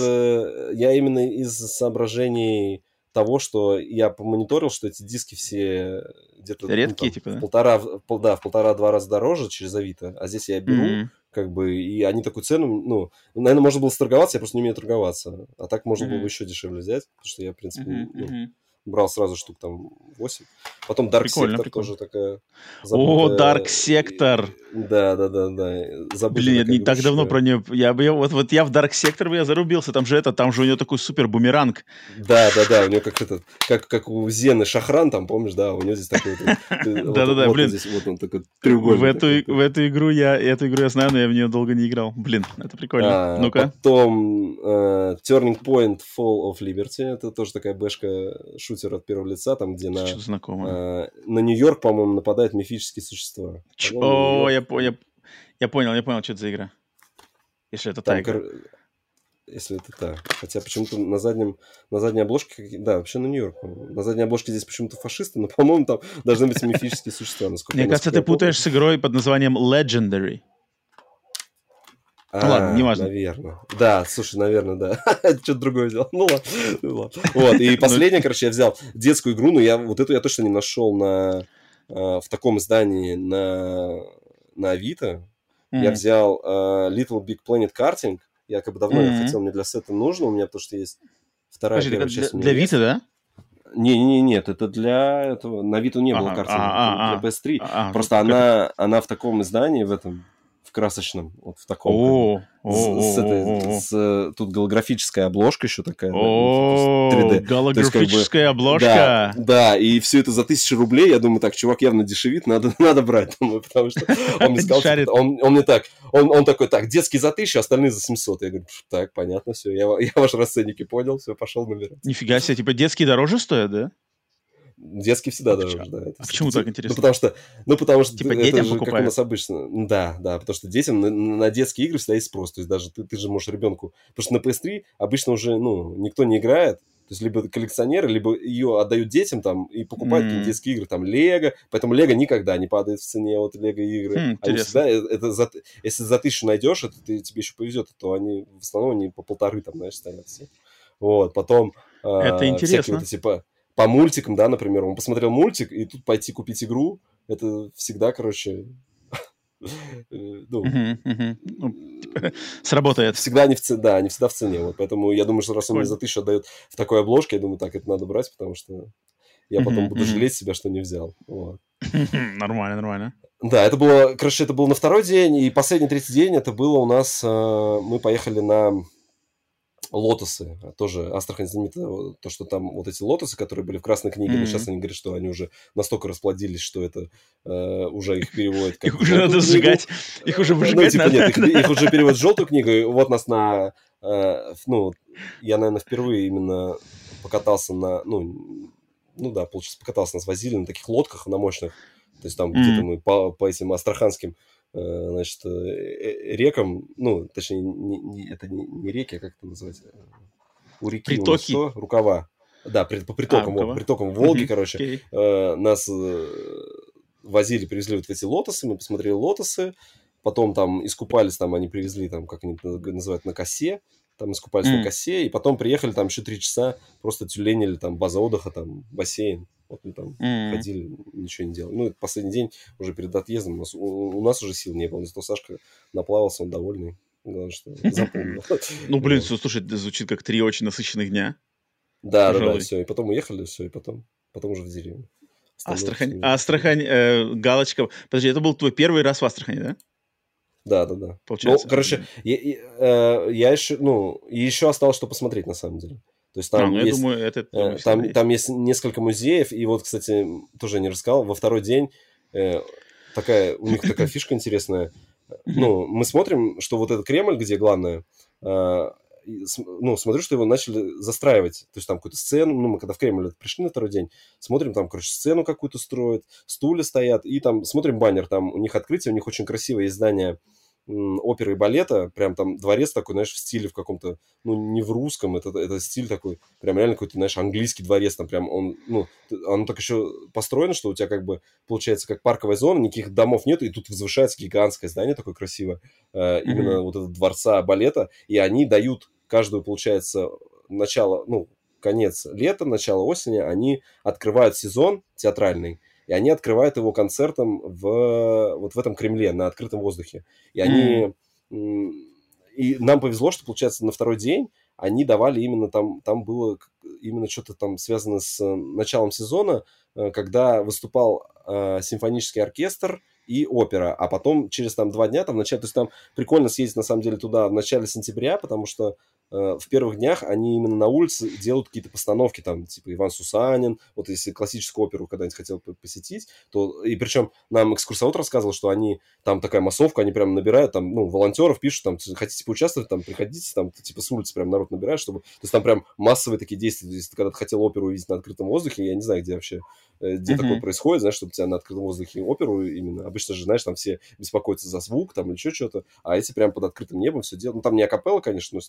из соображений того, что я помониторил, что эти диски все где-то редкие, в 1,5-2 раза дороже через Авито, а здесь я беру, как бы, и они такую цену, ну, наверное, можно было сторговаться, я просто не умею торговаться, а так можно было бы еще дешевле взять, потому что я, в принципе, брал сразу штук там 8. Потом Dark Sector тоже такая забытая. О, Dark Sector! Да. Блин, я не так давно про нее... Вот я в Dark Sector я зарубился, там же у нее такой супер бумеранг. Да, у нее как у Зены Шахран, там, помнишь, да, у нее здесь такой... Да, блин. Здесь вот он такой треугольник. В эту игру я знаю, но я в нее долго не играл. Блин, это прикольно. Ну-ка. Потом Turning Point Fall of Liberty, это тоже такая бэшка, шутер от первого лица, там, где на Нью-Йорк, по-моему, нападают мифические существа. О, я понял, что это за игра. Если это та игра. Если это так. Хотя почему-то на задней обложке... Да, вообще на Нью-Йорк. На задней обложке здесь почему-то фашисты, но, по-моему, там должны быть мифические существа, Мне кажется, ты путаешь с игрой под названием Legendary. Ну ладно, неважно. Наверное. Да, слушай, наверное, да. Что-то другое взял. Ну ладно. Вот, и последнее, короче, я взял детскую игру, но вот эту я точно не нашел в таком издании на Авито. Я взял Little Big Planet Karting. Я как бы давно я хотел, мне для сета нужно, у меня потому что есть первая часть у меня для Vita, да? Нет, это для этого. На Vita не было картинки, для PS3. Просто она в таком издании, в красочном, вот в таком. Тут голографическая обложка еще такая. О, 3D. Голографическая обложка. Да, и все это за 1000 рублей. Я думаю, так, чувак явно дешевит, надо брать. Потому что он мне сказал, он мне так, он такой, так, детский за 1000, остальные за 700. Я говорю, так, понятно, все, я ваши расценники понял, все, пошел набирать. Нифига себе, типа детские дороже стоят, да? Детские всегда дороже, да. А почему так интересно? Потому что типа это детям же покупают? как у нас обычно. Да, потому что детям на детские игры всегда есть спрос. То есть даже ты же можешь ребенку... Потому что на PS3 обычно уже, никто не играет. То есть либо коллекционеры, либо ее отдают детям там и покупают какие-то детские игры, там Лего. Поэтому Лего никогда не падает в цене, вот Лего игры. А всегда если за 1000 найдешь, это тебе еще повезет, то они в основном по 1500 там, знаешь, стоят все. Вот, потом это интересно. всякие вот эти по мультикам, да, например, он посмотрел мультик, и тут пойти купить игру, это всегда, короче, сработает. Всегда не всегда в цене. Вот, поэтому я думаю, что раз он мне за 1000 отдает в такой обложке, я думаю, так, это надо брать, потому что я потом буду жалеть себя, что не взял. Вот. Нормально. Да, это было на второй день, и последний третий день это было у нас, мы поехали на лотосы, тоже Астрахань знаменита, то, что там вот эти лотосы, которые были в Красной книге, но сейчас они говорят, что они уже настолько расплодились, что это уже их переводят как их уже надо сжигать, их уже выжигать надо. Нет, их уже переводят в желтую книгу, вот нас я, наверное, впервые именно покатался получается, покатался, нас возили на таких лодках, на мощных, то есть там где-то мы по этим астраханским рекам, точнее, это не реки, а как это называется? У реки притоки. У нас что? Рукава. Да, по притокам, притокам Волги, короче, нас возили, привезли вот в эти лотосы, мы посмотрели лотосы, потом там искупались, там они привезли, там, как они это называют, на косе, там искупались на косе, и потом приехали, там еще 3 часа, просто тюленили, там, база отдыха, там, бассейн. Вот мы там ходили, ничего не делали. Это последний день уже перед отъездом. У нас уже сил не было. Зато Сашка наплавался, он довольный. Главное, что запомнил. Слушай, это звучит как 3 очень насыщенных дня. Да, все. И потом уехали, все, и потом уже в деревню. Астрахань, галочка. Подожди, это был твой первый раз в Астрахани, да? Да. Получается. Короче, я еще осталось что посмотреть, на самом деле. То есть там есть, я думаю, там есть несколько музеев, и вот, кстати, тоже не рассказал, во второй день у них такая фишка интересная. Мы смотрим, что вот этот Кремль, где главное, смотрю, что его начали застраивать. То есть там какую-то сцену, мы когда в Кремль пришли на второй день, смотрим, там, короче, сцену какую-то строят, стулья стоят, и там смотрим баннер, там у них открытие, у них очень красивое издание оперы и балета, прям там дворец такой, знаешь, в стиле в каком-то, не в русском, это стиль такой, прям реально какой-то, знаешь, английский дворец, там прям оно так еще построено, что у тебя как бы получается как парковая зона, никаких домов нет, и тут возвышается гигантское здание такое красивое, именно вот этого дворца балета, и они дают каждую, получается, конец лета, начало осени, они открывают сезон театральный, и они открывают его концертом вот в этом Кремле, на открытом воздухе. И они... И нам повезло, что, получается, на второй день они давали именно там было именно что-то там связано с началом сезона, когда выступал симфонический оркестр и опера, а потом через 2 дня, то есть там прикольно съездить, на самом деле, туда в начале сентября, потому что в первых днях они именно на улице делают какие-то постановки, там, типа Иван Сусанин, вот если классическую оперу когда-нибудь хотел посетить, то, и причем нам экскурсовод рассказывал, что они, там такая массовка, они прям набирают, там, волонтеров пишут, там, хотите поучаствовать, там, приходите, там, типа с улицы прям народ набирают, чтобы, то есть там прям массовые такие действия, если ты когда-то хотел оперу увидеть на открытом воздухе, я не знаю, где вообще, где такое происходит, знаешь, чтобы тебя на открытом воздухе оперу именно, обычно же, знаешь, там все беспокоятся за звук, там, или еще что-то, а эти прям под открытым небом все делают, там не акапелла, конечно, но все равно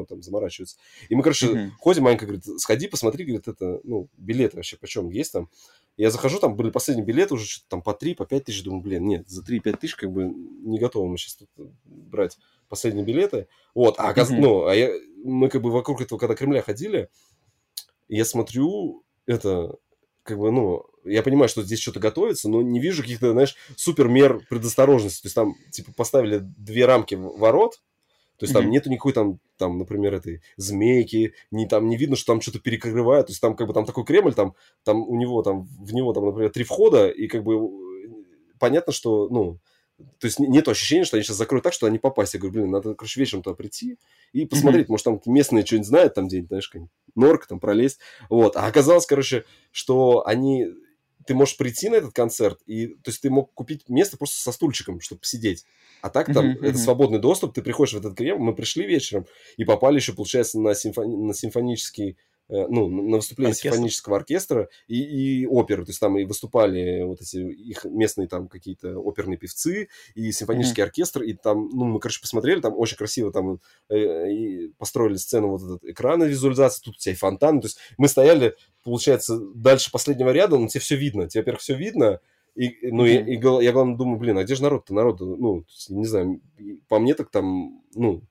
мало там заморачиваются. И мы, короче, ходим, Анька говорит, сходи, посмотри, говорит, это, ну, билеты вообще почем есть там. Я захожу, там были последние билеты уже что-то там по 3, по 5 тысяч. Думаю, блин, нет, за 3-5 тысяч как бы не готовы мы сейчас тут брать последние билеты. Вот, мы как бы вокруг этого, когда Кремля ходили, я смотрю, это, как бы, ну, я понимаю, что здесь что-то готовится, но не вижу каких-то, знаешь, супер мер предосторожности. То есть там, типа, поставили 2 рамки ворот, то есть там нету никакой там, например, этой змейки, там не видно, что там что-то перекрывает. То есть там как бы там такой Кремль, там у него там, в него там, например, 3 входа, и как бы понятно, что, ну, то есть нет ощущения, что они сейчас закроют так, что они попасть. Я говорю, блин, надо, короче, вечером туда прийти и посмотреть, может, там местные что-нибудь знают, там где-нибудь, знаешь, какая-нибудь норка там пролезть. Вот. А оказалось, короче, что ты можешь прийти на этот концерт, и, то есть ты мог купить место просто со стульчиком, чтобы посидеть. А так там это свободный доступ, ты приходишь в этот Кремль, мы пришли вечером и попали еще, получается, на симфонический, на выступление симфонического оркестра и оперы. То есть там и выступали вот эти их местные там какие-то оперные певцы и симфонический оркестр. И там, ну, мы, короче, посмотрели, там очень красиво там и построили сцену, вот этот экран визуализации, тут у тебя и фонтан. То есть мы стояли, получается, дальше последнего ряда, но тебе все видно. Тебе, во-первых, все видно. Я, главное, думаю, блин, а где же народ-то? Ну, не знаю, по мне так там, ну,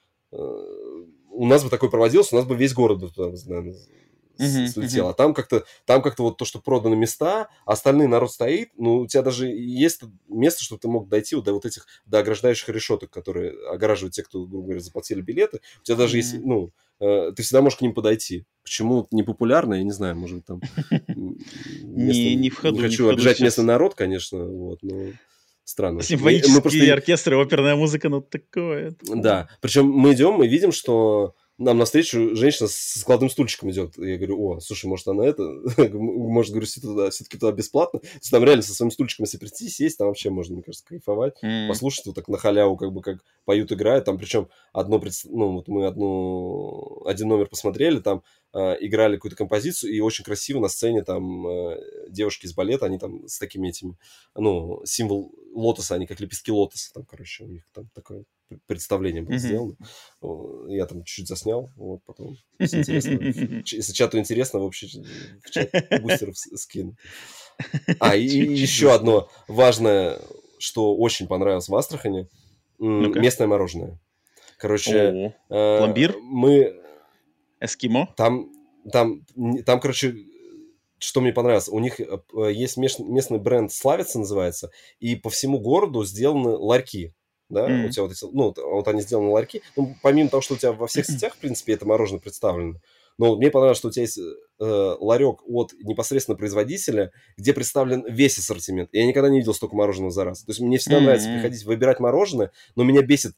у нас бы такой проводился, у нас бы весь город бы туда, наверное, слетел. А там как-то вот то, что проданы места, остальный народ стоит, ну, у тебя даже есть место, чтобы ты мог дойти вот до ограждающих решеток, которые огораживают те, кто, грубо говоря, заплатили билеты. У тебя даже есть, ну, ты всегда можешь к ним подойти. Почему не популярно, я не знаю, может быть, там... Не в ходу. Не хочу обижать местный народ, конечно, вот, но... Странно. Симфонические оркестры, оперная музыка, ну такое. Да. Причем мы идем, мы видим, что нам навстречу женщина с складным стульчиком идет. Я говорю, слушай, может, она может, говорю, все-таки туда бесплатно. То есть там реально со своим стульчиком, если прийти, сесть, там вообще можно, мне кажется, кайфовать, послушать вот так на халяву, как бы, как поют, играют. Там причем вот мы один номер посмотрели, там играли какую-то композицию, и очень красиво на сцене там девушки из балета, они там с такими этими, ну, символ лотоса, они как лепестки лотоса, там, короче, у них там такое представление было сделано. Я там чуть-чуть заснял, вот, потом, если интересно, если чату интересно, вообще в чат бустеров скину. И еще одно важное, что очень понравилось в Астрахани, местное мороженое. Короче, пломбир? Эскимо? Там, короче, что мне понравилось, у них есть местный бренд «Славица» называется, и по всему городу сделаны ларьки, да, у тебя вот эти, ну, вот они сделаны ларьки, ну, помимо того, что у тебя во всех сетях, в принципе, это мороженое представлено, но мне понравилось, что у тебя есть ларек от непосредственно производителя, где представлен весь ассортимент. Я никогда не видел столько мороженого за раз. То есть мне всегда нравится приходить выбирать мороженое, но меня бесит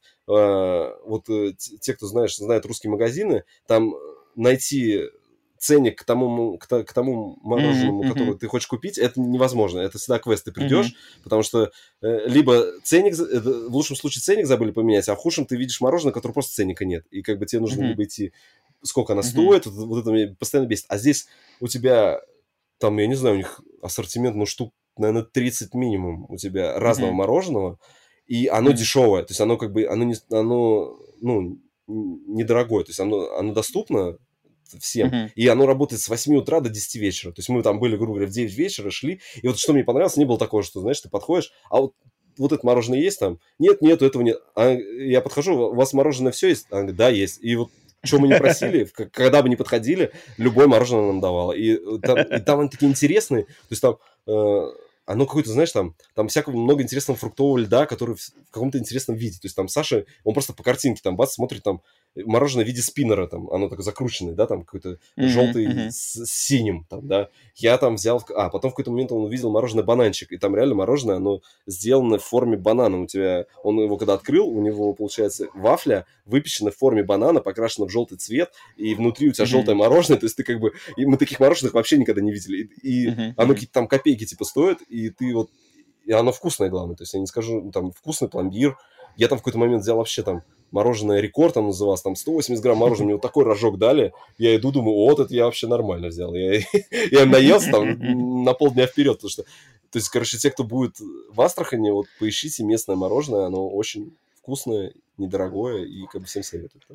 те, кто знает русские магазины, там найти ценник к тому мороженому, которое ты хочешь купить, это невозможно. Это всегда квест. Ты придешь, потому что либо ценник, в лучшем случае ценник забыли поменять, а в худшем ты видишь мороженое, которое просто ценника нет. И как бы тебе нужно либо идти, сколько она стоит, вот это меня постоянно бесит. А здесь у тебя, там, я не знаю, у них ассортимент, ну, штук, наверное, 30 минимум у тебя разного мороженого, и оно дешевое. То есть оно как бы, оно недорогое. То есть оно доступно всем. И оно работает с 8 утра до 10 вечера. То есть мы там были, грубо говоря, в 9 вечера, шли. И вот что мне понравилось, не было такого, что, знаешь, ты подходишь, а вот это мороженое есть там? Нет, этого нет. А я подхожу, у вас мороженое все есть? Она говорит, да, есть. И вот что мы не просили, когда бы не подходили, любое мороженое нам давало. И там они такие интересные. То есть там... оно какое-то, знаешь, там всякого много интересного фруктового льда, который в каком-то интересном виде. То есть там Саша, он просто по картинке там бац, смотрит там мороженое в виде спиннера, там оно так закрученное, да, там какой-то желтый с синим, там, да. Я там взял, потом в какой-то момент он увидел мороженое бананчик, и там реально мороженое, оно сделано в форме банана. У тебя, он его когда открыл, у него, получается, вафля выпечена в форме банана, покрашена в желтый цвет, и внутри у тебя желтое мороженое, то есть ты как бы, и мы таких мороженых вообще никогда не видели, и оно какие-то там копейки типа стоит, и ты вот, и оно вкусное, главное, то есть я не скажу, там, вкусный пломбир, я там в какой-то момент взял вообще там мороженое «Рекорд», там называлось, там 180 грамм мороженого, мне вот такой рожок дали, я иду, думаю, вот это я вообще нормально взял, я наелся там на полдня вперед, потому что, то есть, короче, те, кто будет в Астрахани, вот поищите местное мороженое, оно очень вкусное, недорогое, и как бы всем советую.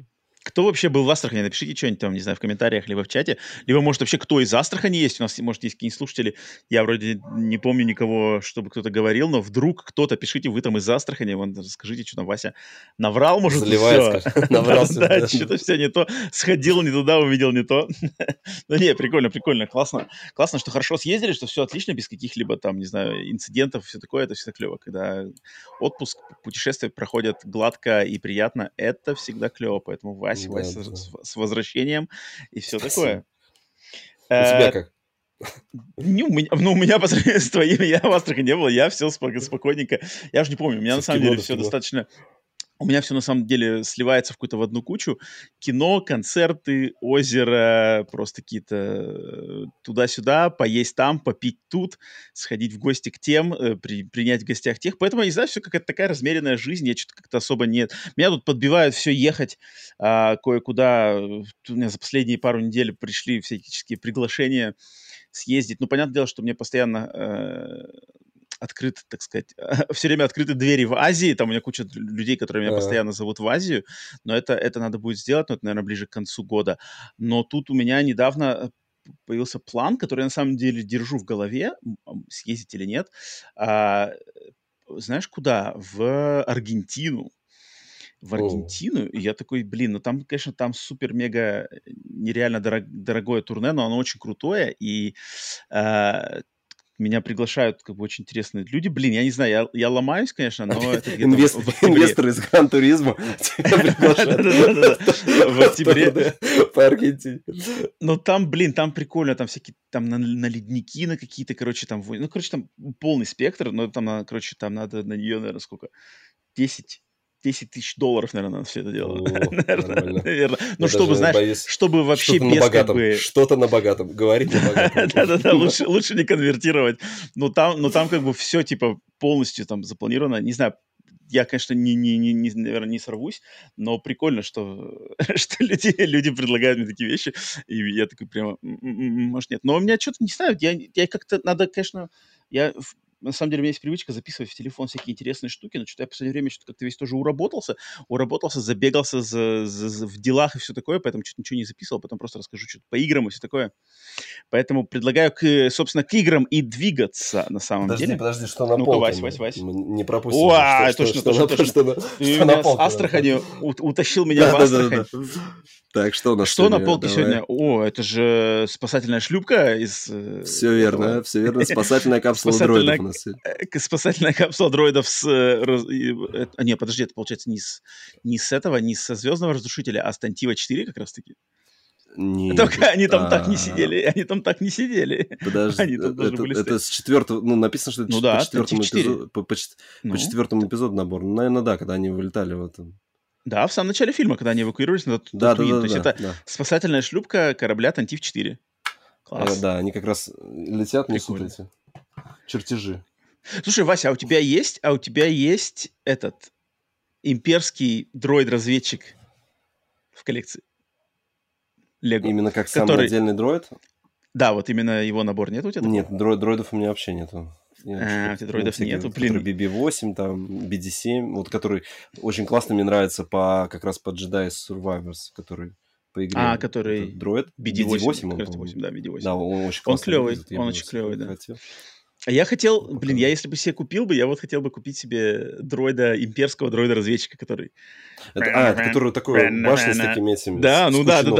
Кто вообще был в Астрахани? Напишите что-нибудь там, не знаю, в комментариях, либо в чате. Либо, может, вообще кто из Астрахани есть? У нас, может, есть какие-нибудь слушатели. Я вроде не помню никого, чтобы кто-то говорил, но вдруг кто-то, пишите, вы там из Астрахани, вон, расскажите, что там Вася наврал, может, Заливает, все. наврал. Да, что-то все не то. Сходил не туда, увидел не то. Ну, не, прикольно, классно. Классно, что хорошо съездили, что все отлично, без каких-либо там, не знаю, инцидентов, все такое, это всегда клево. Когда отпуск, путешествия проходят гладко и приятно, это всегда клево. Поэтому, Вася, с возвращением и все такое. У тебя как? У меня по сравнению с твоим, я в Астрахани не был, я все спокойненько. Я уже не помню, у меня на самом деле все достаточно... У меня все на самом деле сливается в одну кучу. Кино, концерты, озеро, просто какие-то туда-сюда, поесть там, попить тут, сходить в гости к тем, принять в гостях тех. Поэтому, я не знаю, все какая-то такая размеренная жизнь, я что-то как-то особо нет. Меня тут подбивают все ехать кое-куда. У меня за последние пару недель пришли всяческие приглашения съездить. Ну, понятное дело, что мне постоянно... открыты, так сказать, все время открыты двери в Азии, там у меня куча людей, которые меня постоянно зовут в Азию, но это надо будет сделать, но это, наверное, ближе к концу года. Но тут у меня недавно появился план, который я на самом деле держу в голове, съездить или нет. Знаешь, куда? В Аргентину. И я такой, блин, ну там, конечно, там супер-мега нереально дорогое турне, но оно очень крутое, и меня приглашают как бы очень интересные люди. Блин, я не знаю, я ломаюсь, конечно, но это где-то инвесторы из Гран-туризма тебя приглашают в октябре по Аргентине. Ну там, блин, там прикольно, там всякие, там на ледники, на какие-то, короче, там, ну, короче, там полный спектр, но там, короче, там надо на нее, наверное, сколько? 10 тысяч долларов, наверное, на все это дело. Наверное. Ну, чтобы, знаешь, чтобы вообще без как бы... Что-то на богатом. Говорить на богатом. Да-да-да, лучше не конвертировать. Но там как бы все, типа, полностью там запланировано. Не знаю, я, конечно, наверное, не сорвусь, но прикольно, что люди предлагают мне такие вещи, и я такой прямо, может, нет. Но у меня что-то, не знаю, я как-то надо, конечно... На самом деле, у меня есть привычка записывать в телефон всякие интересные штуки, но что-то я в последнее время что-то как-то весь тоже уработался, забегался в делах и все такое, поэтому что-то ничего не записывал, потом просто расскажу что-то по играм и все такое. Поэтому предлагаю, собственно, к играм и двигаться на самом деле. Подожди, что на полке? Вась. Не пропустим. О, точно. Ты меня с Астрахани утащил меня в Астрахань. Так, что у нас Что на полке сегодня? О, это же спасательная шлюпка из... Все верно. Спасательная капсула дроидов у нас. Спасательная капсула дроидов с... Не, подожди, это получается не со Звездного Разрушителя, а с Тантива 4 как раз-таки. Нет, только они там так не сидели. Подожди, они там должны были это с четвертого... Ну, написано, что это по четвертому эпизоду набор. Ну, наверное, да, когда они вылетали в этом. Да, в самом начале фильма, когда они эвакуировались на Татуин. То есть это спасательная шлюпка корабля Тантив-4. Класс. Да, они как раз летят, несут эти чертежи. Слушай, Вася, а у тебя есть этот имперский дроид-разведчик в коллекции? Лего. Именно как самый отдельный дроид? Да, вот именно его набор нет у тебя? Нет, дроидов у меня вообще нету. У тебя дроидов нету? Блин. BB-8, там, BD-7, вот который очень классно мне нравится как раз по Jedi Survivors, который по игре. Который дроид. BD-8, да, BD-8. Да, он очень классный. Он очень клевый, да. А я хотел, я если бы себе купил бы, я вот хотел бы купить себе имперского дроида-разведчика, который... Это который такой башня с такими этими... Да,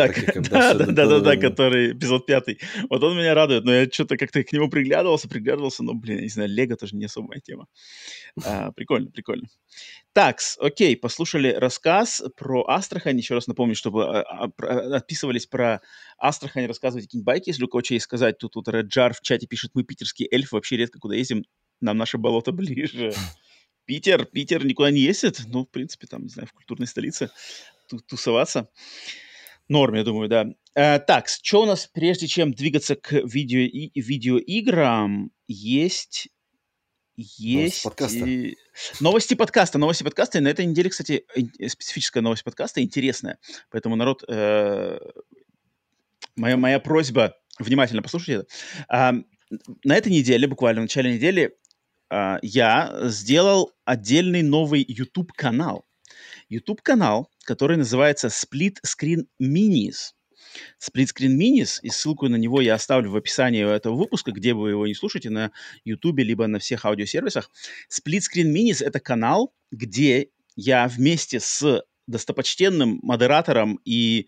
да, который эпизод 5. Вот он меня радует, но я что-то как-то к нему приглядывался, но, блин, я не знаю, Лего тоже не особо моя тема. Прикольно. Такс, окей, послушали рассказ про Астрахань. Еще раз напомню, чтобы отписывались про Астрахань, рассказывайте какие-нибудь байки, если у кого что есть сказать. Тут Реджар в чате пишет, мы питерские эльфы, вообще редко куда ездим, нам наше болото ближе. Питер никуда не ездит, ну, в принципе, там, не знаю, в культурной столице тусоваться. Норм, я думаю, да. Так, что у нас, прежде чем двигаться к видеоиграм, есть новости подкаста. И на этой неделе, кстати, специфическая новость подкаста, интересная. Поэтому, народ, моя просьба, внимательно послушайте это. На этой неделе, буквально в начале недели, я сделал отдельный новый YouTube-канал. YouTube-канал, который называется Split Screen Minis. Split Screen Minis, и ссылку на него я оставлю в описании этого выпуска, где вы его не слушаете, на YouTube, либо на всех аудиосервисах. Split Screen Minis — это канал, где я вместе с достопочтенным модератором и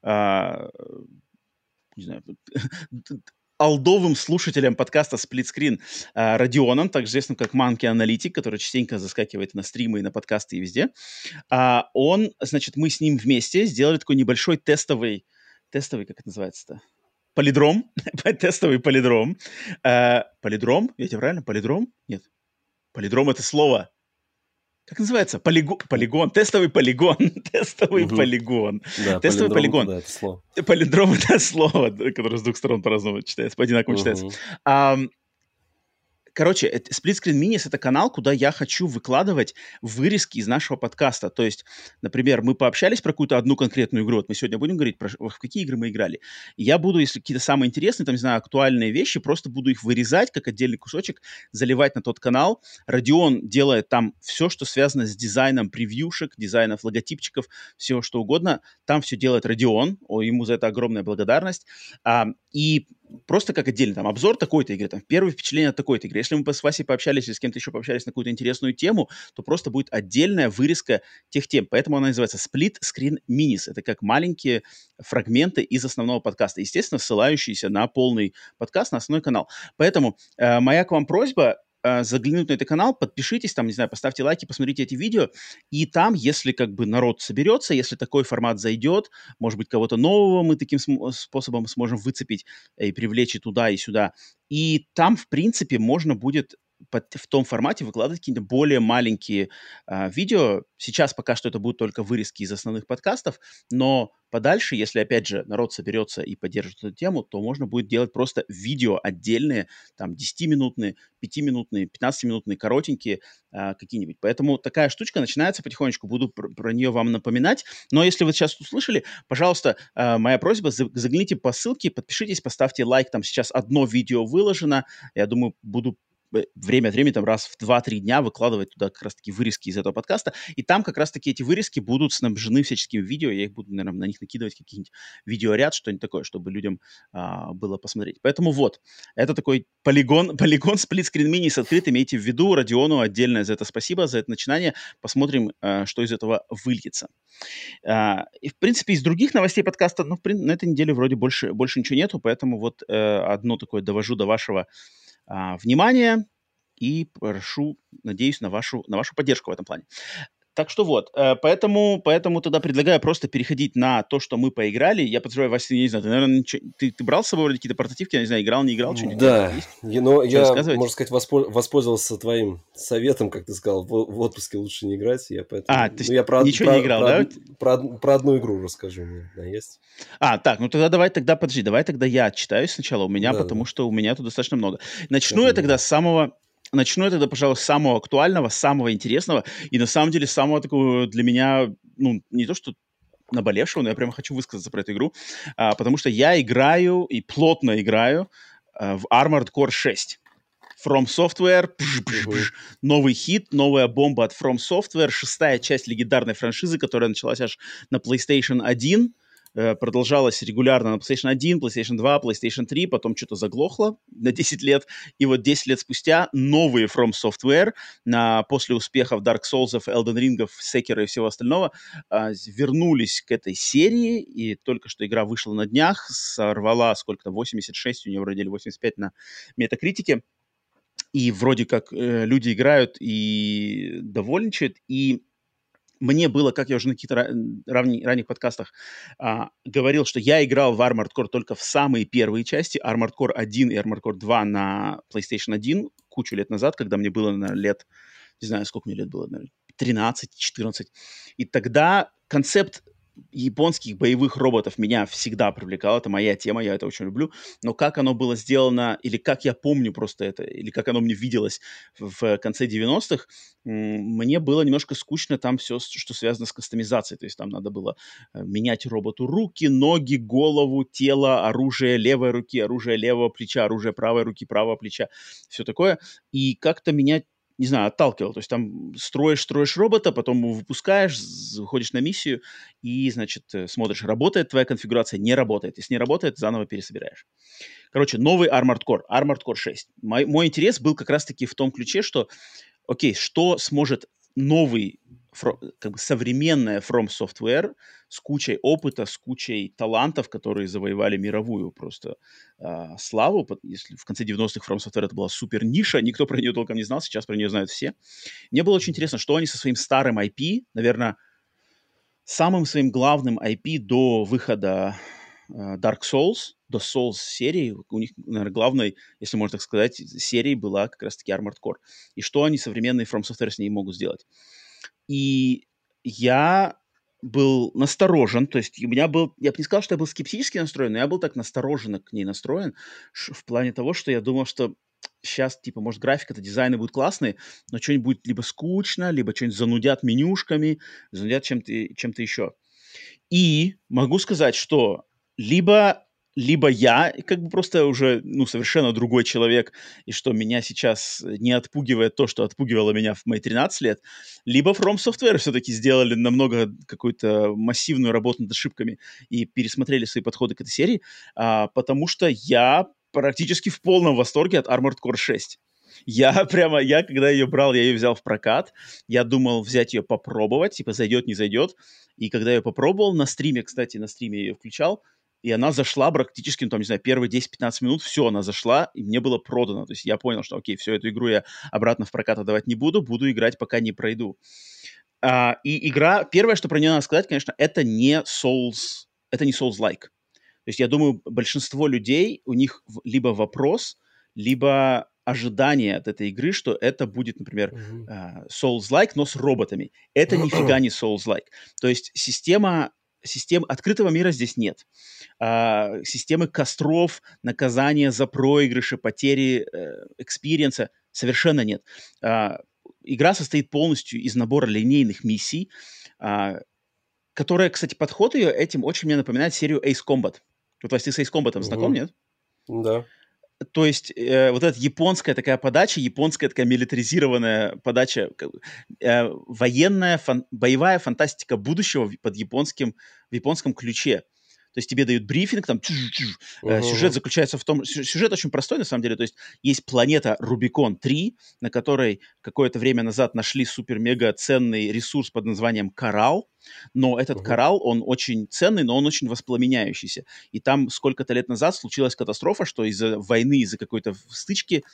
не знаю, олдовым слушателем подкаста Split Screen Родионом, также известным как Monkey Analytic, который частенько заскакивает на стримы и на подкасты и везде. Значит, мы с ним вместе сделали такой небольшой тестовый, как это называется-то? Полидром. Тестовый полидром. Полидром? Я тебе правильно? Полидром? Нет. Полидром — это слово. Как называется? Полигон. Тестовый полигон. Тестовый полигон. Да, тестовый полигон. Да, это слово. Полидром — это слово, которое с двух сторон по-разному читается, по-одинаковому читается. Короче, Split Screen Minis — это канал, куда я хочу выкладывать вырезки из нашего подкаста. То есть, например, мы пообщались про какую-то одну конкретную игру. Вот мы сегодня будем говорить, в какие игры мы играли. И я буду, если какие-то самые интересные, там, не знаю, актуальные вещи, просто буду их вырезать, как отдельный кусочек, заливать на тот канал. Родион делает там все, что связано с дизайном превьюшек, дизайнов логотипчиков, всего что угодно. Там все делает Родион. Ему за это огромная благодарность. И просто как отдельный там обзор такой-то игры, там первое впечатление от такой-то игры. Если мы с Васей пообщались или с кем-то еще пообщались на какую-то интересную тему, то просто будет отдельная вырезка тех тем. Поэтому она называется Split Screen Minis. Это как маленькие фрагменты из основного подкаста, естественно, ссылающиеся на полный подкаст, на основной канал. Поэтому моя к вам просьба заглянуть на этот канал, подпишитесь, там, не знаю, поставьте лайки, посмотрите эти видео, и там, если как бы народ соберется, если такой формат зайдет, может быть, кого-то нового мы таким способом сможем выцепить и привлечь и туда, и сюда, и там, в принципе, можно будет в том формате выкладывать какие-то более маленькие видео. Сейчас пока что это будут только вырезки из основных подкастов, но подальше, если, опять же, народ соберется и поддержит эту тему, то можно будет делать просто видео отдельные, там, 10-минутные, 5-минутные, 15-минутные, коротенькие какие-нибудь. Поэтому такая штучка начинается потихонечку, буду про нее вам напоминать. Но если вы сейчас услышали, пожалуйста, моя просьба, загляните по ссылке, подпишитесь, поставьте лайк, там сейчас одно видео выложено, я думаю, буду время от времени, там, раз в 2-3 дня выкладывать туда как раз-таки вырезки из этого подкаста, и там как раз-таки эти вырезки будут снабжены всяческими видео, я их буду, наверное, на них накидывать какие-нибудь видеоряд, что-нибудь такое, чтобы людям было посмотреть. Поэтому вот, это такой полигон Split Screen Mini открыт, имейте в виду, Родиону отдельное за это спасибо, за это начинание, посмотрим, что из этого выльется. И, в принципе, из других новостей подкаста, ну, на этой неделе вроде больше ничего нету, поэтому вот одно такое довожу до вашего внимание и прошу, надеюсь, на вашу поддержку в этом плане. Так что вот, поэтому тогда предлагаю просто переходить на то, что мы поиграли. Я подозреваю, Вася, не знаю, ты, наверное, ты брал с собой какие-то портативки, я не знаю, играл, не играл, что-нибудь? Да, но я, можно сказать, воспользовался твоим советом, как ты сказал, в отпуске лучше не играть. Я поэтому, ты ничего не играл, да? Про одну игру расскажу, у меня да, есть. Так, ну тогда давай тогда я отчитаюсь сначала у меня, потому что у меня тут достаточно много. Начну я тогда, пожалуй, с самого актуального, самого интересного и, на самом деле, самого такого для меня, ну, не то что наболевшего, но я прямо хочу высказаться про эту игру, потому что я играю и плотно играю в Armored Core 6. From Software, новый хит, новая бомба от From Software, 6-я часть легендарной франшизы, которая началась аж на PlayStation 1, продолжалась регулярно на PlayStation 1, PlayStation 2, PlayStation 3, потом что-то заглохло на 10 лет, и вот 10 лет спустя новые From Software после успехов Dark Souls, Elden Ring, Sekiro и всего остального вернулись к этой серии, и только что игра вышла на днях, сорвала сколько-то, 86, у нее вроде 85 на Метакритике, и вроде как люди играют и довольничают, и мне было, как я уже на каких-то ранних подкастах говорил, что я играл в Armored Core только в самые первые части, Armored Core 1 и Armored Core 2 на PlayStation 1 кучу лет назад, когда мне было, наверное, лет, не знаю, сколько мне лет было, наверное, 13-14. И тогда концепт японских боевых роботов меня всегда привлекал, это моя тема, я это очень люблю, но как оно было сделано, или как я помню просто это, или как оно мне виделось в конце 90-х, мне было немножко скучно там все, что связано с кастомизацией, то есть там надо было менять роботу руки, ноги, голову, тело, оружие левой руки, оружие левого плеча, оружие правой руки, правого плеча, все такое, и как-то меня не знаю, отталкивало. То есть там строишь робота, потом его выпускаешь, выходишь на миссию и, значит, смотришь, работает твоя конфигурация, не работает. Если не работает, заново пересобираешь. Короче, новый Armored Core 6. Мой интерес был как раз-таки в том ключе, что, окей, что сможет новый, как бы современная From Software с кучей опыта, с кучей талантов, которые завоевали мировую просто славу. Если в конце 90-х From Software это была супер ниша, никто про нее толком не знал, сейчас про нее знают все. Мне было очень интересно, что они со своим старым IP, наверное, самым своим главным IP до выхода Dark Souls, до Souls серии, у них, наверное, главной, если можно так сказать, серией была как раз-таки Armored Core. И что они современные From Software с ней могут сделать. И я был насторожен, то есть у меня был, я бы не сказал, что я был скептически настроен, но я был так настороженно к ней настроен, в плане того, что я думал, что сейчас, типа, может, графика-то, дизайны будут классные, но что-нибудь будет либо скучно, либо что-нибудь занудят менюшками, занудят чем-то еще. И могу сказать, что либо я как бы просто уже, ну, совершенно другой человек, и что меня сейчас не отпугивает то, что отпугивало меня в мои 13 лет, либо From Software все-таки сделали намного какую-то массивную работу над ошибками и пересмотрели свои подходы к этой серии, потому что я практически в полном восторге от Armored Core 6. Я когда ее брал, я ее взял в прокат, я думал взять ее попробовать, типа зайдет, не зайдет, и когда я ее попробовал на стриме, кстати, на стриме я ее включал, и она зашла практически, ну, там, не знаю, первые 10-15 минут, все, она зашла, и мне было продано. То есть я понял, что, окей, все, эту игру я обратно в прокат отдавать не буду, буду играть, пока не пройду. И игра, первое, что про нее надо сказать, конечно, это не Souls-like. То есть я думаю, большинство людей, у них либо вопрос, либо ожидание от этой игры, что это будет, например, Souls-like, но с роботами. Это нифига не Souls-like. То есть систем открытого мира здесь нет. Системы костров, наказания за проигрыши, потери экспириенса совершенно нет. Игра состоит полностью из набора линейных миссий, которая, кстати, подход ее этим очень мне напоминает серию Ace Combat. Вот, Вась, ты с Ace Combat знаком, нет? Да. То есть вот эта японская такая подача, японская такая милитаризированная подача, военная, боевая фантастика будущего в японском ключе. То есть тебе дают брифинг, там сюжет заключается в том... Сюжет очень простой, на самом деле. То есть есть планета Рубикон-3, на которой какое-то время назад нашли супер-мега ценный ресурс под названием коралл. Но этот коралл, он очень ценный, но он очень воспламеняющийся. И там сколько-то лет назад случилась катастрофа, что из-за войны, из-за какой-то стычки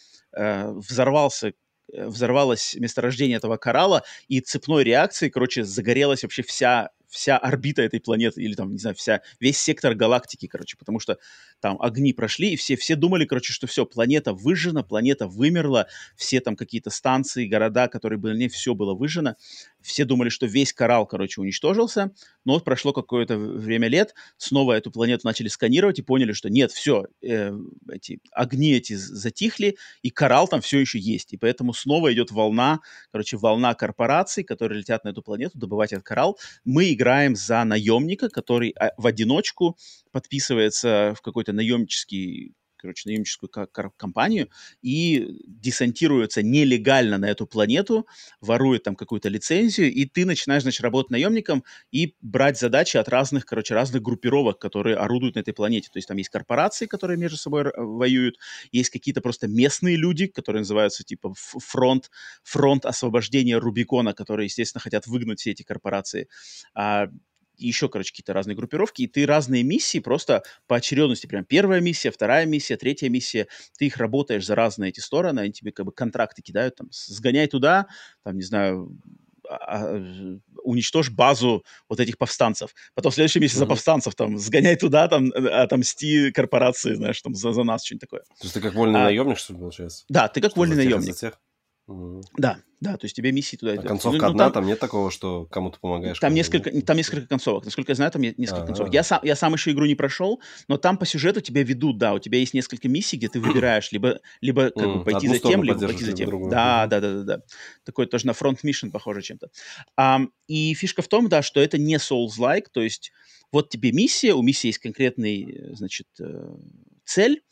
взорвалось месторождение этого коралла, и цепной реакцией, короче, загорелась вообще вся орбита этой планеты, или там, не знаю, весь сектор галактики, короче, потому что там огни прошли, и все думали, короче, что все, планета выжжена, планета вымерла, все там какие-то станции, города, которые были, не, все было выжжено, все думали, что весь коралл, короче, уничтожился, но вот прошло какое-то время лет, снова эту планету начали сканировать и поняли, что нет, все, эти огни эти затихли, и коралл там все еще есть, и поэтому снова идет волна корпораций, которые летят на эту планету добывать этот коралл. Мы играем за наемника, который в одиночку подписывается в какой-то наемническую компанию и десантируется нелегально на эту планету, ворует там какую-то лицензию, и ты начинаешь, значит, работать наемником и брать задачи от разных группировок, которые орудуют на этой планете. То есть там есть корпорации, которые между собой воюют, есть какие-то просто местные люди, которые называются типа фронт освобождения Рубикона, которые, естественно, хотят выгнать все эти корпорации. Еще, короче, какие-то разные группировки, и ты разные миссии просто по очередности, прям первая миссия, вторая миссия, третья миссия, ты их работаешь за разные эти стороны, они тебе как бы контракты кидают, там, сгоняй туда, там, не знаю, уничтожь базу вот этих повстанцев. Потом в следующем месяце за повстанцев, там, сгоняй туда, там, отомсти корпорации, знаешь, там, за нас, что-нибудь такое. То есть ты как вольный наемник, что ли, получается? Да, ты как что вольный наемник. Да, то есть тебе миссии туда... концовка одна, там нет такого, что кому-то помогаешь? Там несколько концовок. Насколько я знаю, там несколько концовок. Я сам еще игру не прошел, но там по сюжету тебя ведут, да, у тебя есть несколько миссий, где ты выбираешь либо как бы пойти за тем, либо пойти за тем. Да. Такое тоже на Front Mission похоже чем-то. И фишка в том, да, что это не Souls-like, то есть вот тебе миссия, у миссии есть конкретный, значит, цель,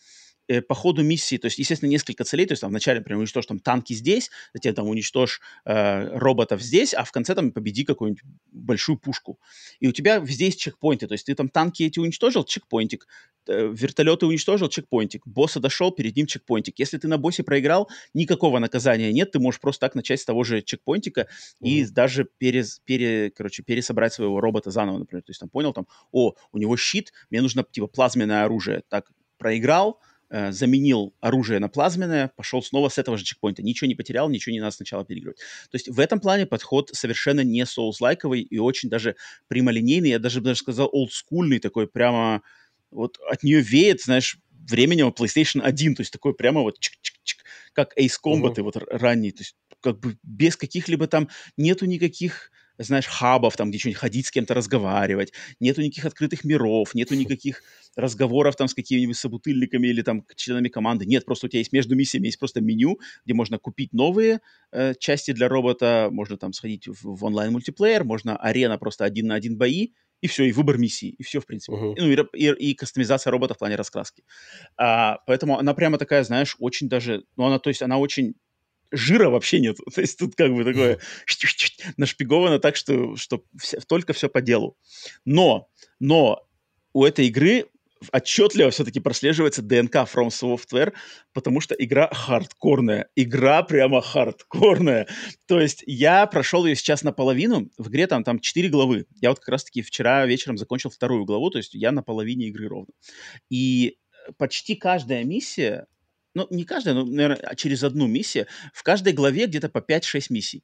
по ходу миссии, то есть, естественно, несколько целей, то есть там вначале, например, уничтожь там танки здесь, затем там уничтожь роботов здесь, а в конце там победи какую-нибудь большую пушку. И у тебя везде есть чекпоинты, то есть ты там танки эти уничтожил, чекпоинтик, вертолеты уничтожил, чекпоинтик, босса дошел, перед ним чекпоинтик. Если ты на боссе проиграл, никакого наказания нет, ты можешь просто так начать с того же чекпоинтика и даже пересобрать своего робота заново, например. То есть там понял, там, у него щит, мне нужно типа плазменное оружие. Так, проиграл, заменил оружие на плазменное, пошел снова с этого же чекпоинта. Ничего не потерял, ничего не надо сначала переигрывать. То есть в этом плане подход совершенно не соус-лайковый и очень даже прямолинейный, я даже сказал олдскульный, такой прямо вот от нее веет, знаешь, временем PlayStation 1, то есть такой прямо вот чик-чик-чик, как Ace Combat, вот ранний, то есть как бы без каких-либо там, нету никаких, знаешь, хабов, там, где что-нибудь ходить с кем-то разговаривать, нету никаких открытых миров, нету никаких разговоров там с какими-нибудь собутыльниками или там членами команды. Нет, просто у тебя есть между миссиями, есть просто меню, где можно купить новые части для робота, можно там сходить в онлайн-мультиплеер, можно арена просто 1 на 1 бои, и все, и выбор миссии, и все, в принципе. Ну, и кастомизация робота в плане раскраски. Поэтому она прямо такая, знаешь, очень даже... Ну, она, то есть, она очень... Жира вообще нет. То есть тут как бы такое нашпиговано так, что только все по делу. Но у этой игры отчетливо все-таки прослеживается ДНК From Software, потому что игра хардкорная. Игра прямо хардкорная. То есть я прошел ее сейчас наполовину. В игре там 4 главы. Я вот как раз-таки вчера вечером закончил 2 главу, то есть я на половине игры ровно. И почти каждая миссия, ну, не каждая, но, наверное, через одну миссию, в каждой главе где-то по 5-6 миссий.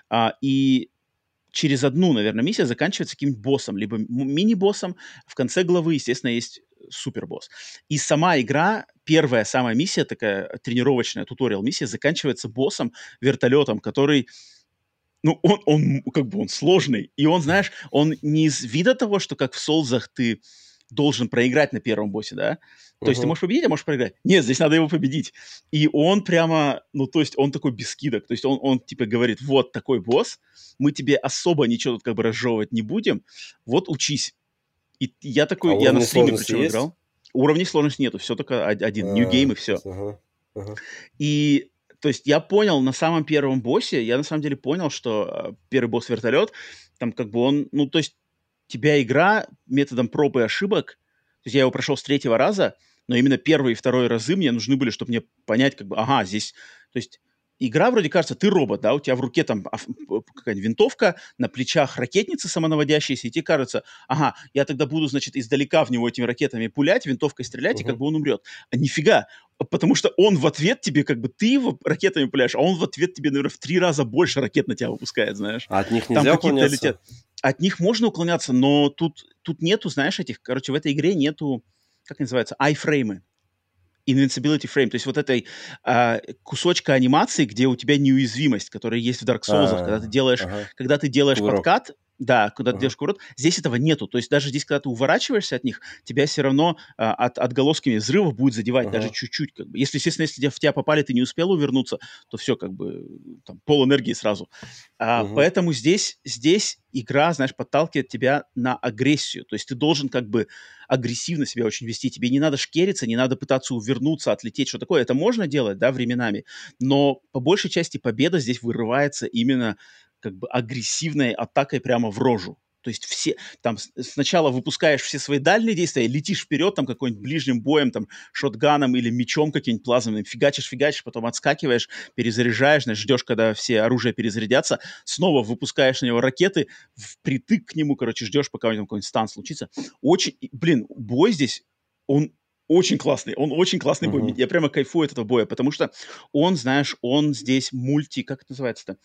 И через одну, наверное, миссия заканчивается каким-нибудь боссом, либо мини-боссом. В конце главы, естественно, есть супербосс. И сама игра, первая самая миссия, такая тренировочная, туториал-миссия, заканчивается боссом, вертолетом, который... Ну, он как бы он сложный. И он, знаешь, он не из вида того, что как в Солзах ты должен проиграть на первом боссе, да? То есть ты можешь победить, а можешь проиграть. Нет, здесь надо его победить. И он прямо, ну, то есть он такой без скидок. То есть он типа говорит, вот такой босс, мы тебе особо ничего тут как бы разжевывать не будем, вот учись. И я такой, я на стриме причем играл. Уровней сложности нету, все только один, New Game и все. И, то есть я понял на самом первом боссе, я на самом деле понял, что первый босс вертолет, там как бы он, ну, то есть тебя игра методом проб и ошибок, то есть я его прошел с 3-го раза, но именно 1-й и 2-й разы мне нужны были, чтобы мне понять, как бы, ага, здесь, то есть игра вроде кажется, ты робот, да, у тебя в руке там какая-нибудь винтовка, на плечах ракетницы самонаводящиеся, и тебе кажется, ага, я тогда буду, значит, издалека в него этими ракетами пулять, винтовкой стрелять, и как бы он умрет. А нифига, потому что он в ответ тебе, как бы, ты его ракетами пуляешь, а он в ответ тебе, наверное, в 3 раза больше ракет на тебя выпускает, знаешь. А от них нельзя уклоняться? От них можно уклоняться, но тут нету, знаешь, этих, короче, в этой игре нету, как называется, iframe, invincibility frame, то есть вот этой кусочка анимации, где у тебя неуязвимость, которая есть в Dark Souls, когда ты делаешь подкат, да, куда ты делаешь курок, здесь этого нету. То есть даже здесь, когда ты уворачиваешься от них, тебя все равно отголосками взрывов будет задевать, даже чуть-чуть. Как бы. Если, естественно, если в тебя попали, ты не успел увернуться, то все, как бы, там, пол энергии сразу. Поэтому здесь игра, знаешь, подталкивает тебя на агрессию. То есть ты должен как бы агрессивно себя очень вести. Тебе не надо шкериться, не надо пытаться увернуться, отлететь, что такое. Это можно делать, да, временами. Но по большей части победа здесь вырывается именно как бы агрессивной атакой прямо в рожу. То есть все, там, сначала выпускаешь все свои дальние действия, летишь вперед, там, какой-нибудь ближним боем, там, шотганом или мечом каким-нибудь плазменным, фигачишь, потом отскакиваешь, перезаряжаешь, знаешь, ждешь, когда все оружия перезарядятся, снова выпускаешь на него ракеты, впритык к нему, короче, ждешь, пока у него какой-нибудь стан случится. Очень, блин, бой здесь, он очень классный бой. Я прямо кайфую от этого боя, потому что он, знаешь, он здесь как это называется-то?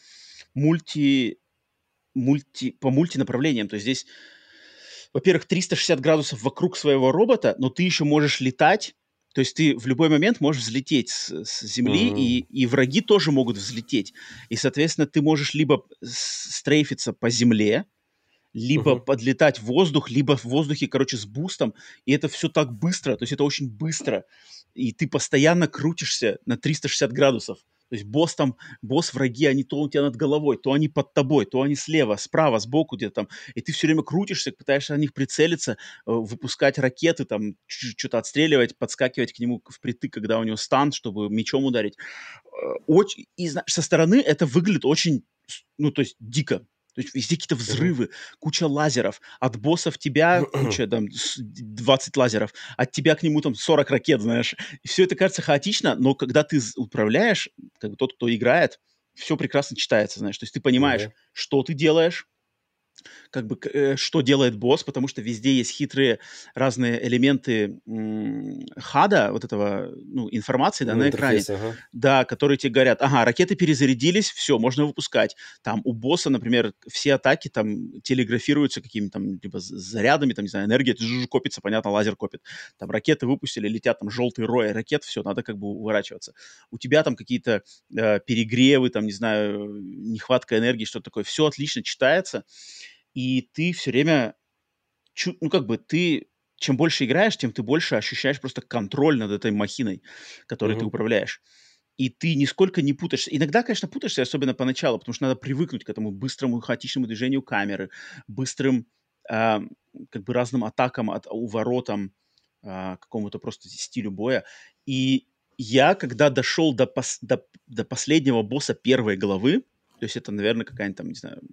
По мультинаправлениям. То есть здесь, во-первых, 360 градусов вокруг своего робота, но ты еще можешь летать. То есть ты в любой момент можешь взлететь с земли, и враги тоже могут взлететь. И, соответственно, ты можешь либо стрейфиться по земле, либо подлетать в воздух, либо в воздухе, короче, с бустом. И это все так быстро, то есть это очень быстро. И ты постоянно крутишься на 360 градусов. То есть босс-враги, они то у тебя над головой, то они под тобой, то они слева, справа, сбоку где-то там. И ты все время крутишься, пытаешься на них прицелиться, выпускать ракеты, там, что-то отстреливать, подскакивать к нему впритык, когда у него стан, чтобы мечом ударить. И со стороны это выглядит очень, ну, то есть дико. То есть везде какие-то взрывы, куча лазеров. От босса в тебя куча, там, 20 лазеров. От тебя к нему там 40 ракет, знаешь. И все это кажется хаотично, но когда ты управляешь, как бы тот, кто играет, все прекрасно читается, знаешь. То есть ты понимаешь, что ты делаешь, как бы, что делает босс, потому что везде есть хитрые разные элементы хада, вот этого, ну, информации, да, на экране, да, которые тебе говорят, ага, ракеты перезарядились, все, можно выпускать. Там у босса, например, все атаки там телеграфируются какими-то там либо зарядами, там, не знаю, энергия копится, понятно, лазер копит. Там ракеты выпустили, летят там желтые рои ракет, все, надо как бы уворачиваться. У тебя там какие-то перегревы, там, не знаю, нехватка энергии, что-то такое, все отлично читается. И ты все время, ну, как бы ты, чем больше играешь, тем ты больше ощущаешь просто контроль над этой махиной, которой ты управляешь. И ты нисколько не путаешься. Иногда, конечно, путаешься, особенно поначалу, потому что надо привыкнуть к этому быстрому хаотичному движению камеры, быстрым как бы разным атакам, уворотам, какому-то просто стилю боя. И я, когда дошел до последнего босса первой главы, то есть это, наверное, какая-нибудь там, не знаю,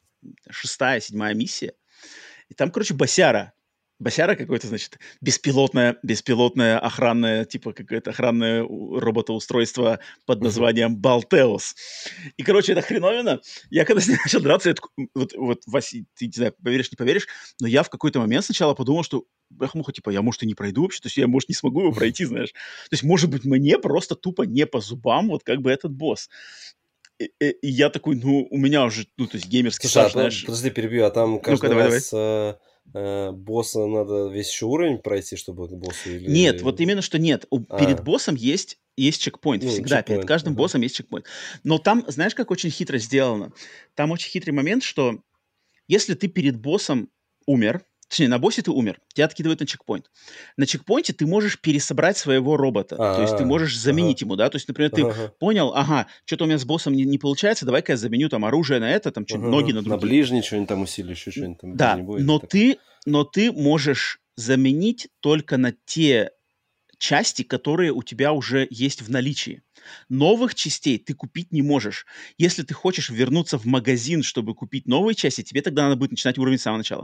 6-7 миссия. И там, короче, босяра. Босяра какое-то, значит, беспилотное охранное, типа какое-то охранное роботоустройство под названием Балтеус. И, короче, это хреновина. Я когда с ним начал драться, я такой, вот, Вася, ты, не знаю, поверишь, не поверишь, но я в какой-то момент сначала подумал, что, бляха-муха, типа, я, может, и не пройду вообще, то есть я, может, не смогу его пройти, знаешь. То есть, может быть, мне просто тупо не по зубам вот как бы этот босс. И я такой, ну, у меня уже, ну, то есть геймерский стаж, знаешь. Подожди, перебью, а там каждый раз босса надо весь еще уровень пройти, чтобы к боссу? Или... Нет, вот именно что нет. Перед боссом есть чекпоинт, всегда. Чекпоинт. Перед каждым боссом есть чекпоинт. Но там, знаешь, как очень хитро сделано? Там очень хитрый момент, что если ты перед боссом умер, точнее, на боссе ты умер, тебя откидывают на чекпоинт. На чекпоинте ты можешь пересобрать своего робота. То есть ты можешь заменить ему, да? То есть, например, ты понял, ага, что-то у меня с боссом не получается, давай-ка я заменю там оружие на это, там ноги на другие. На ближний что-нибудь там усилию, еще что-нибудь там. Да, но ты можешь заменить только на те части, которые у тебя уже есть в наличии. Новых частей ты купить не можешь. Если ты хочешь вернуться в магазин, чтобы купить новые части, тебе тогда надо будет начинать уровень с самого начала.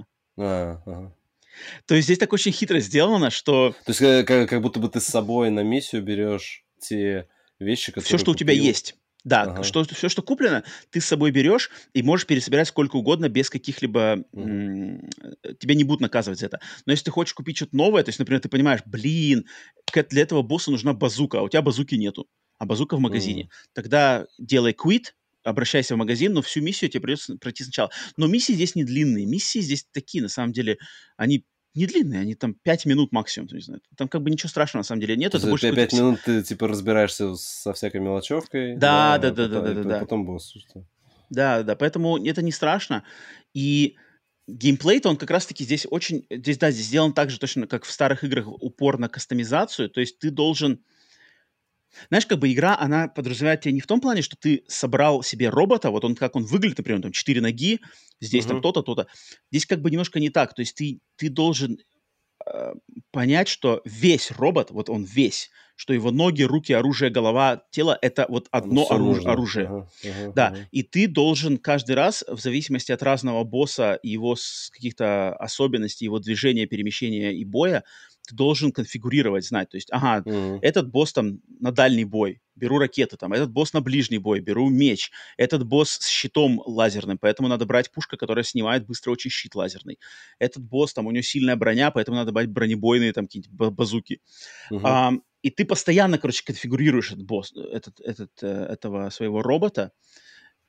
То есть здесь так очень хитро сделано, что... То есть как будто бы ты с собой на миссию берешь те вещи, которые все, что у тебя есть. Да, все, что куплено, ты с собой берешь и можешь пересобирать сколько угодно без каких-либо... Тебя не будут наказывать за это. Но если ты хочешь купить что-то новое, то есть, например, ты понимаешь, блин, для этого босса нужна базука, а у тебя базуки нету, а базука в магазине. Тогда делай quit, обращайся в магазин, но всю миссию тебе придется пройти сначала. Но миссии здесь не длинные. Миссии здесь такие, на самом деле, они не длинные, они там 5 минут максимум, не знаю. Там как бы ничего страшного на самом деле нет. Это больше 5 минут ты типа разбираешься со всякой мелочевкой. Да. Потом босс. Да, поэтому это не страшно. И геймплей-то он как раз-таки здесь сделан так же точно, как в старых играх, упор на кастомизацию. То есть ты должен... Знаешь, как бы игра, она подразумевает тебя не в том плане, что ты собрал себе робота, вот он как он выглядит, например, там 4 ноги, здесь там то-то, то-то. Здесь как бы немножко не так. То есть ты должен понять, что весь робот, вот он весь, что его ноги, руки, оружие, голова, тело — это вот одно оружие. Да, и ты должен каждый раз, в зависимости от разного босса и его каких-то особенностей, его движения, перемещения и боя, ты должен конфигурировать, знать. То есть, этот босс там на дальний бой, беру ракеты там, этот босс на ближний бой, беру меч, этот босс с щитом лазерным, поэтому надо брать пушка, которая снимает быстро очень щит лазерный. Этот босс, там, у него сильная броня, поэтому надо брать бронебойные там какие-нибудь базуки. И ты постоянно, короче, конфигурируешь этого своего робота,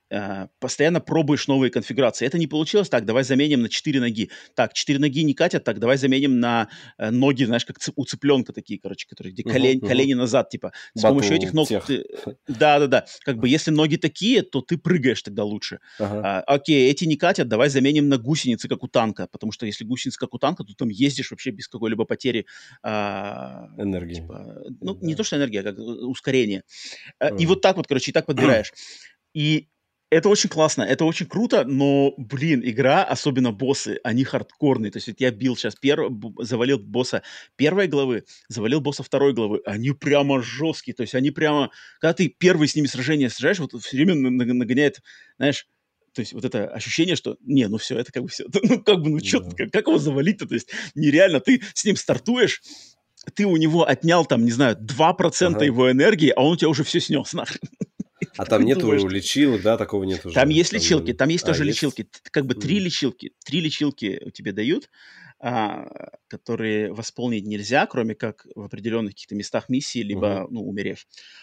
постоянно пробуешь новые конфигурации. Это не получилось, так, давай заменим на 4 ноги. Так, 4 ноги не катят, так, давай заменим на ноги, знаешь, как у цыпленка такие, короче, которые, где колени назад, типа. С помощью этих ног ты... Да-да-да. Как бы, если ноги такие, то ты прыгаешь тогда лучше. Окей, эти не катят, давай заменим на гусеницы, как у танка, потому что если гусеницы, как у танка, то там ездишь вообще без какой-либо потери энергии. Типа, ну, не то, что энергия, а как ускорение. И вот так вот, короче, и так подбираешь. И это очень классно, это очень круто, но, блин, игра, особенно боссы, они хардкорные. То есть вот я бил сейчас, завалил босса первой главы, завалил босса второй главы. Они прямо жесткие, то есть они прямо... Когда ты первый с ними сражаешь, вот все время нагоняет, знаешь, то есть вот это ощущение, что, не, ну все, это как бы все, ну как бы, ну что, как его завалить-то? То есть нереально, ты с ним стартуешь, ты у него отнял там, не знаю, 2% его энергии, а он у тебя уже все снес нахрен. А там нету лечилок, да, такого нет уже? Там есть лечилки, там есть тоже лечилки. Как бы 3 лечилки тебе дают, которые восполнить нельзя, кроме как в определенных каких-то местах миссии, либо, ну, умерев.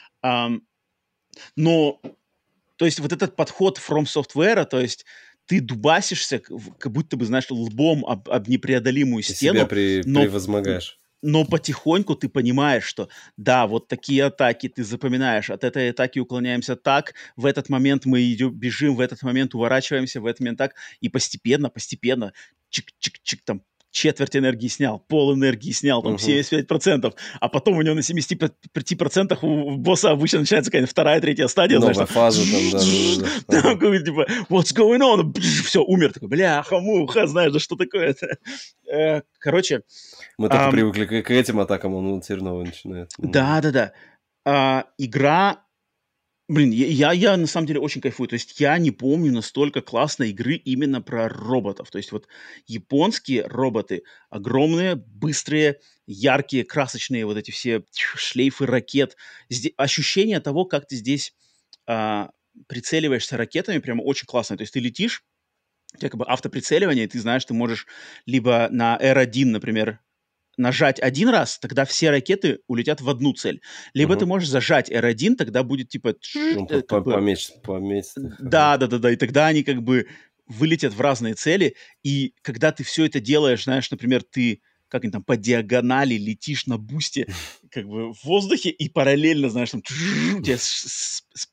Но, то есть вот этот подход From Software, то есть ты дубасишься, как будто бы, знаешь, лбом об непреодолимую стену. Себя превозмогаешь. Но потихоньку ты понимаешь, что да, вот такие атаки ты запоминаешь, от этой атаки уклоняемся так, в этот момент мы бежим, в этот момент уворачиваемся, в этот момент так, и постепенно, чик-чик-чик, там, четверть энергии снял, пол энергии снял, там, 75%, а потом у него на 75% у босса обычно начинается какая-то вторая, третья стадия. Новая знаешь, фаза там, там, типа, what's going on? Все, умер. Такой, бляха-муха, знаешь, да что такое-то? Короче... Мы только привыкли к этим атакам, он теперь новый начинает. Да-да-да. Игра... Блин, я на самом деле очень кайфую. То есть я не помню настолько классной игры именно про роботов. То есть вот японские роботы огромные, быстрые, яркие, красочные, вот эти все шлейфы ракет. Ощущение того, как ты здесь прицеливаешься ракетами, прямо очень классно. То есть ты летишь, у тебя как бы автоприцеливание, и ты знаешь, ты можешь либо на R1, например, нажать один раз, тогда все ракеты улетят в одну цель. Либо ты можешь зажать R1, тогда будет типа... Пометь. Да, и тогда они как бы вылетят в разные цели, и когда ты все это делаешь, знаешь, например, ты как-нибудь там по диагонали летишь на бусте как бы в воздухе, и параллельно, знаешь, там у тебя с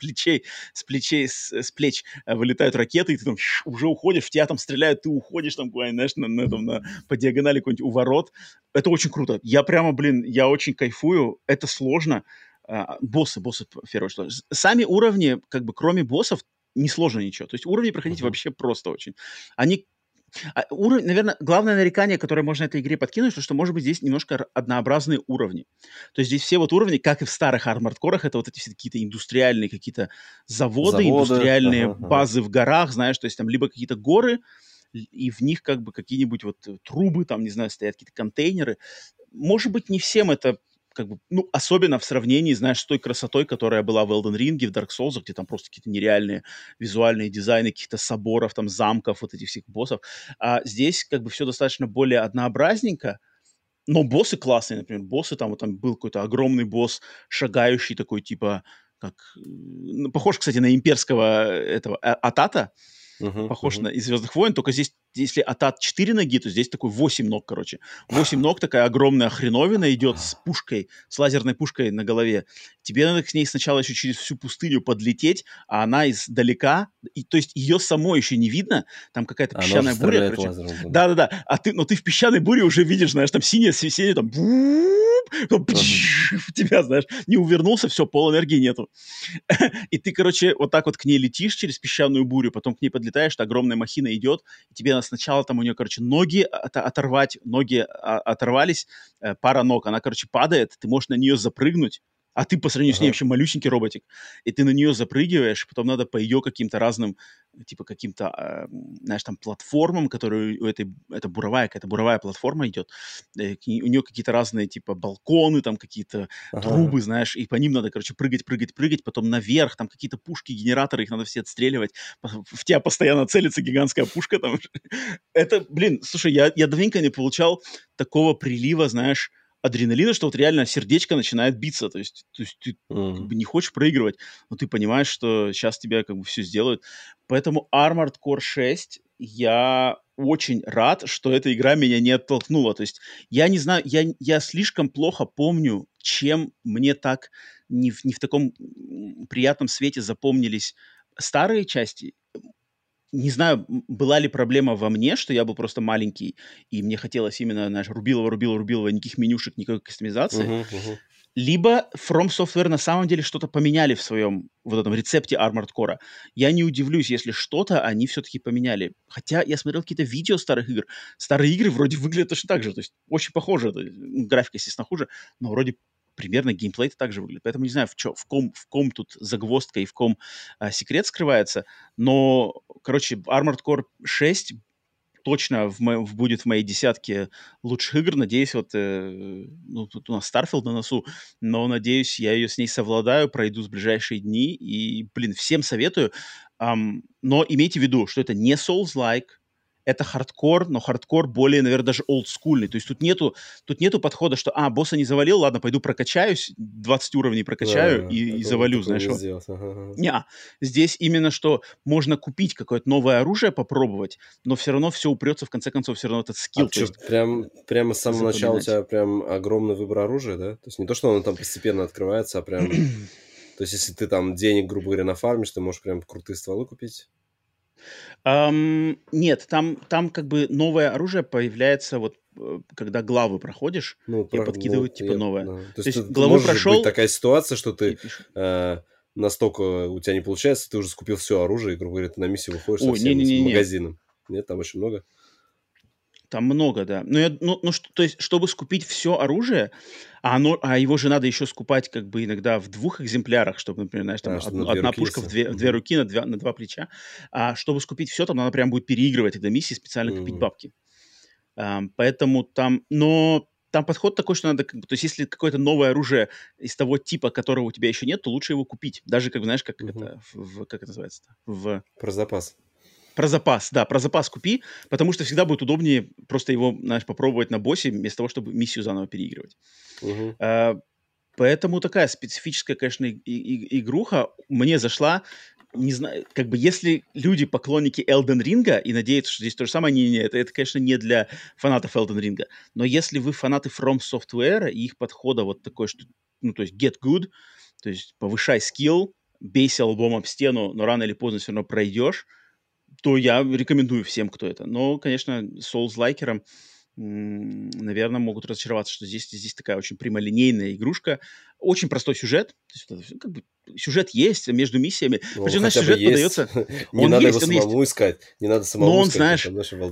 плеч вылетают ракеты, и ты там уже уходишь, в тебя там стреляют, ты уходишь там, знаешь, по диагонали какой-нибудь у ворот. Это очень круто. Я прямо, блин, я очень кайфую. Это сложно. Боссы, в первую очередь. Сами уровни, как бы, кроме боссов, не сложно ничего. То есть уровни проходить вообще просто очень. Они наверное, главное нарекание, которое можно этой игре подкинуть, что, может быть, здесь немножко однообразные уровни. То есть здесь все вот уровни, как и в старых Armored Core, это вот эти все какие-то индустриальные какие-то заводы индустриальные базы в горах, знаешь, то есть там либо какие-то горы, и в них как бы какие-нибудь вот трубы, там, не знаю, стоят какие-то контейнеры. Может быть, не всем это как бы, ну, особенно в сравнении, знаешь, с той красотой, которая была в Elden Ring, в Dark Souls, где там просто какие-то нереальные визуальные дизайны, каких-то соборов, там, замков, вот этих всех боссов. А здесь как бы все достаточно более однообразненько, но боссы классные, например, боссы, там, вот там был какой-то огромный босс, шагающий такой, типа, как, похож, кстати, на имперского этого Атата, похож на из «Звездных войн», только здесь, если Атат 4 ноги, то здесь такой 8 ног, короче. 8 ног, такая огромная хреновина идет с пушкой, с лазерной пушкой на голове. Тебе надо к ней сначала еще через всю пустыню подлететь, а она издалека, то есть ее самой еще не видно, там какая-то песчаная буря, короче. Да-да-да, но ты в песчаной буре уже видишь, знаешь, там синее свечение, там тебя, знаешь, не увернулся, все, пол энергии нету. И ты, короче, вот так вот к ней летишь через песчаную бурю, потом к ней подлетаешь, огромная махина идет, и тебе надо сначала там у нее, короче, ноги оторвать, ноги оторвались, пара ног, она, короче, падает, ты можешь на нее запрыгнуть, а ты по сравнению с ней вообще малюсенький роботик, и ты на нее запрыгиваешь, потом надо по ее каким-то разным, типа каким-то, знаешь, там платформам, которые это какая-то буровая платформа идет, у нее какие-то разные, типа, балконы, там какие-то трубы, знаешь, и по ним надо, короче, прыгать, потом наверх, там какие-то пушки, генераторы, их надо все отстреливать, в тебя постоянно целится гигантская пушка там. Это, блин, слушай, я давненько не получал такого прилива, знаешь, адреналина, что вот реально сердечко начинает биться, то есть ты как бы не хочешь проигрывать, но ты понимаешь, что сейчас тебя как бы все сделают. Поэтому Armored Core 6 я очень рад, что эта игра меня не оттолкнула. То есть я не знаю, я слишком плохо помню, чем мне так не в таком приятном свете запомнились старые части. Не знаю, была ли проблема во мне, что я был просто маленький, и мне хотелось именно, знаешь, рубилова, никаких менюшек, никакой кастомизации. Либо From Software на самом деле что-то поменяли в своем вот этом рецепте Armored Core. Я не удивлюсь, если что-то они все-таки поменяли. Хотя я смотрел какие-то видео старых игр. Старые игры вроде выглядят точно так же. То есть очень похоже. Графика, естественно, хуже, но вроде примерно геймплей так же выглядит. Поэтому не знаю, в ком тут загвоздка и в ком секрет скрывается. Но, короче, Armored Core 6 точно будет в моей десятке лучших игр. Надеюсь, ну, тут у нас Starfield на носу, но, надеюсь, я с ней совладаю, пройду в ближайшие дни. И, блин, всем советую. Но имейте в виду, что это не Souls-like, это хардкор, но хардкор более, наверное, даже олдскульный. То есть тут нету подхода, что, босса не завалил, ладно, пойду прокачаюсь, 20 уровней прокачаю и завалю, знаешь. Не, здесь именно, что можно купить какое-то новое оружие, попробовать, но все равно все упрется, в конце концов, все равно этот скилл. А что, прямо с самого начала у тебя прям огромный выбор оружия, да? То есть не то, что оно там постепенно открывается, а прям... То есть если ты там денег, грубо говоря, нафармишь, ты можешь прям крутые стволы купить? Нет, там как бы новое оружие появляется вот когда главы проходишь, тебе подкидывают типа новое. То есть главу прошел... быть такая ситуация, что ты настолько у тебя не получается, ты уже скупил все оружие, и, грубо говоря, ты на миссию выходишь со всем этим магазином. Нет, там очень много? Там много, да. То есть, чтобы скупить все оружие, а его же надо еще скупать как бы иногда в 2 экземплярах, чтобы, например, знаешь, там одна пушка в 2 руки на 2 плеча. А чтобы скупить все, там надо прям будет переигрывать эти миссии, специально копить бабки. Поэтому там... Но там подход такой, что надо... То есть, если какое-то новое оружие из того типа, которого у тебя еще нет, то лучше его купить. Даже, как знаешь, как это... Как это называется-то? Про запас. Про запас купи, потому что всегда будет удобнее просто его, знаешь, попробовать на боссе, вместо того, чтобы миссию заново переигрывать. Поэтому такая специфическая, конечно, игруха мне зашла. Не знаю, как бы если люди поклонники Elden Ring и надеются, что здесь то же самое, это, конечно, не для фанатов Elden Ring. Но если вы фанаты From Software и их подхода вот такой, что, ну, то есть get good, то есть повышай скилл, бейся лбом об стену, но рано или поздно все равно пройдешь, то я рекомендую всем, кто это. Но, конечно, Souls-лайкерам, наверное, могут разочароваться, что здесь такая очень прямолинейная игрушка. Очень простой сюжет. То есть, как бы, сюжет есть между миссиями. Причем, знаешь, сюжет подается... Не надо его самому искать. Не надо самому искать.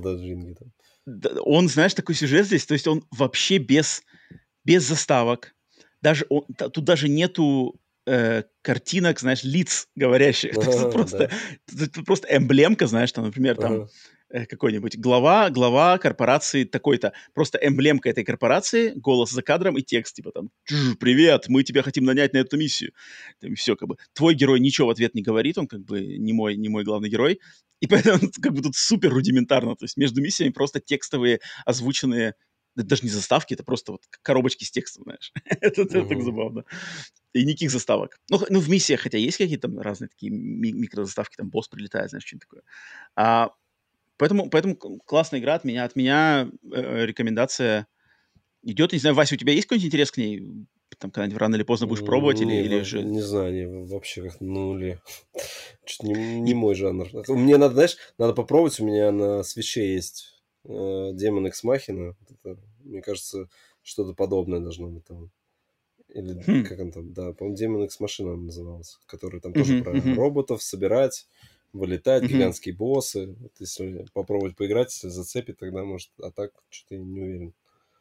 Он, знаешь, такой сюжет здесь, то есть он вообще без заставок. Тут даже нету картинок, знаешь, лиц говорящих. Тут просто эмблемка, знаешь, там, например, там какой-нибудь глава корпорации такой-то. Просто эмблемка этой корпорации, голос за кадром и текст, типа там, привет, мы тебя хотим нанять на эту миссию. И все, как бы. Твой герой ничего в ответ не говорит, он как бы не мой главный герой. И поэтому как бы тут супер рудиментарно. То есть между миссиями просто текстовые, озвученные, даже не заставки, это просто вот коробочки с текстом, знаешь. Это так забавно. И никаких заставок. Ну, в миссиях, хотя есть какие-то там разные такие микрозаставки, там босс прилетает, знаешь, что-нибудь такое. Поэтому классная игра от меня рекомендация идет. Не знаю, Вася, у тебя есть какой-нибудь интерес к ней? Там когда-нибудь рано или поздно будешь пробовать или же... Не знаю, вообще как нули. Что-то не мой жанр. Мне надо, знаешь, надо попробовать. У меня на свитче есть Demon X Machina. Мне кажется, что-то подобное должно быть там. Или как он там, да, по-моему, Demon X Machina он назывался. Который там тоже про роботов собирать, вылетать, гигантские боссы. Вот если попробовать поиграть, если зацепит, тогда может. А так, что-то я не уверен.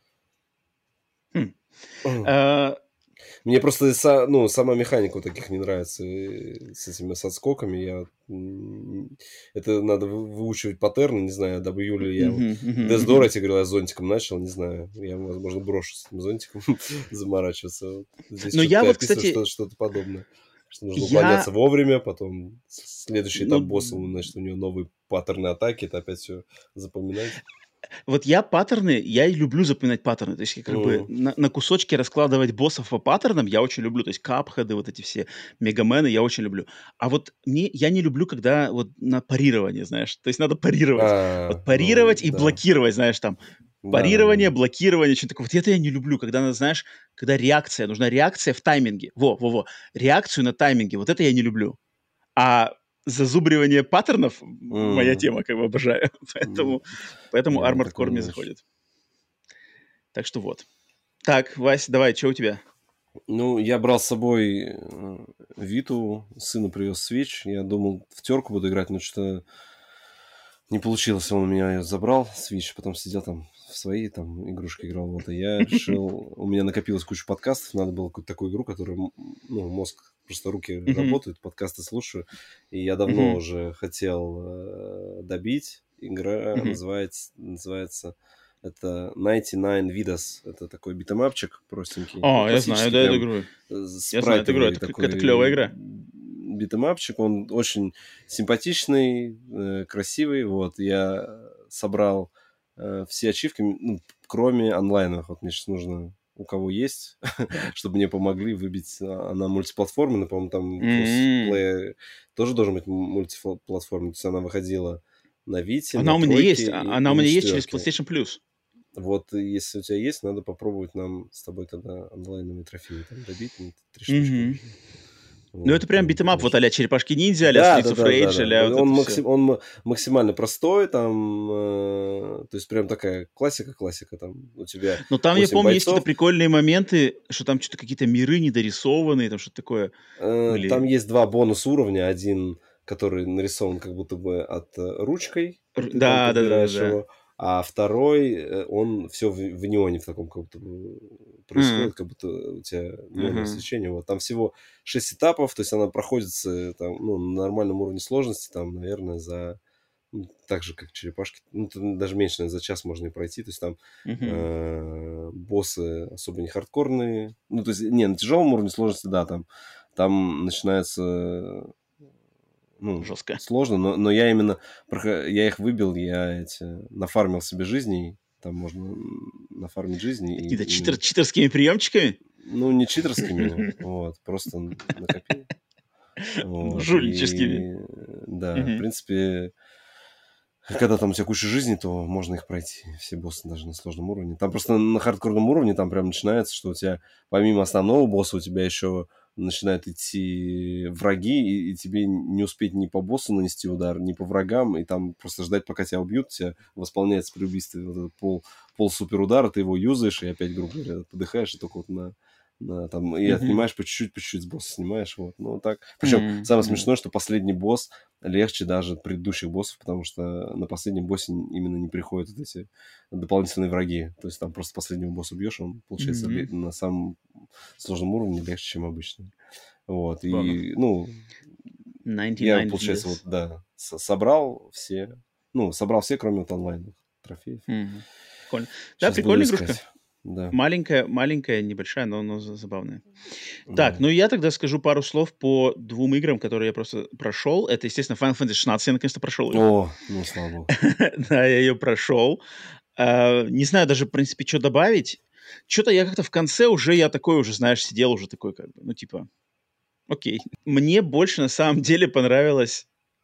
Мне просто сама механика вот таких не нравится с этими отскоками. Это надо выучивать паттерны, не знаю, W или я Death Door, я тебе говорил, я зонтиком начал, не знаю. Я, возможно, брошу с этим зонтиком заморачиваться. Здесь что-то описано, что-то подобное. Что нужно уклоняться вовремя, потом следующий этап босса, значит, у него новые паттерны атаки, это опять все запоминать. Вот я паттерны, я и люблю запоминать паттерны. То есть я как бы на кусочки раскладывать боссов по паттернам я очень люблю. То есть капхеды, вот эти все мегамены я очень люблю. А вот я не люблю, когда вот на парирование, знаешь. То есть надо парировать. Вот парировать и Да. блокировать, знаешь, там. Парирование, блокирование, что-то такое. Вот это я не люблю, когда, знаешь, когда реакция, нужна реакция в тайминге. Во. Реакцию на тайминге. Вот это я не люблю. А зазубривание паттернов моя тема, как бы обожаю. Поэтому Armored Core мне заходит. Так что вот. Так, Вась, давай, что у тебя? Ну, я брал с собой Виту, сыну привез Switch. Я думал, в терку буду играть, но что-то не получилось. Он у меня ее забрал, Switch, потом сидел там в свои там игрушки играл. Вот, и я решил... У меня накопилась куча подкастов, надо было какую-то такую игру, которая, ну, мозг, просто руки работают, подкасты слушаю. И я давно уже хотел добить. Игра называется... Это 99 Vidas. Это такой битэмапчик простенький. Я знаю, да, эту игру. Я знаю эту игру, это клевая игра. Битэмапчик, он очень симпатичный, красивый. Вот, я собрал все ачивки, ну, кроме онлайновых. Вот мне сейчас нужно, у кого есть, чтобы мне помогли выбить. Она мультиплатформенная, по-моему, там кроссплей тоже должен быть мультиплатформенный. То есть она выходила на Вите, она на у меня тройке есть, она у меня есть через PlayStation Plus. Вот, если у тебя есть, надо попробовать нам с тобой тогда онлайновые трофеи там добить. 3 штучки. Вот, ну, это прям битэмап, вот а-ля Черепашки-ниндзя, а-ля Streets of Rage, а-ля вот это он максимально простой, там, то есть прям такая классика там у тебя. Но там, я помню, есть какие-то прикольные моменты, что там что-то какие-то миры недорисованные, там что-то такое. Там есть 2 бонус-уровня, один, который нарисован как будто бы от ручкой, ты там подбираешь его. А второй, он все в неоне в таком как будто происходит, как будто у тебя неоновое свечение. Вот. Там всего 6 этапов, то есть она проходится там, ну, на нормальном уровне сложности, там, наверное, за... Ну, так же, как черепашки. Ну, даже меньше, наверное, за час можно и пройти. То есть там боссы особо не хардкорные. Ну, то есть, не, на тяжелом уровне сложности, да, там начинается... Ну, жестко. Сложно, но я именно... Я их выбил, я нафармил себе жизней. Там можно нафармить жизни. Какими-то читерскими приемчиками? Ну, не читерскими, вот, просто накопил. Жульническими. Да, в принципе, когда там у тебя куча жизней, то можно их пройти. Все боссы даже на сложном уровне. Там просто на хардкорном уровне там прям начинается, что у тебя помимо основного босса у тебя еще начинают идти враги, и тебе не успеть ни по боссу нанести удар, ни по врагам, и там просто ждать, пока тебя убьют, тебя восполняется при убийстве вот этот пол суперудара, ты его юзаешь, и опять, грубо говоря, подыхаешь, и только вот там, и отнимаешь по чуть-чуть с босса снимаешь, вот, ну, так. Причем самое смешное, что последний босс легче даже предыдущих боссов, потому что на последнем боссе именно не приходят вот эти дополнительные враги, то есть там просто последнего босса бьешь, он, получается, на самом сложном уровне легче, чем обычно. Вот, и, ну, я, получается, вот, да, собрал все, кроме вот онлайновых трофеев. Прикольно. Да, прикольная игрушка. Да. Маленькая, небольшая, но забавная. Так, ну я тогда скажу пару слов по 2 играм, которые я просто прошел. Это, естественно, Final Fantasy 16 я наконец-то прошел. О, ну, слава богу. Да, я ее прошел. Не знаю даже, в принципе, что добавить. Что-то я как-то в конце я такой уже, знаешь, сидел уже такой как бы, ну, типа, окей. Мне больше на самом деле понравились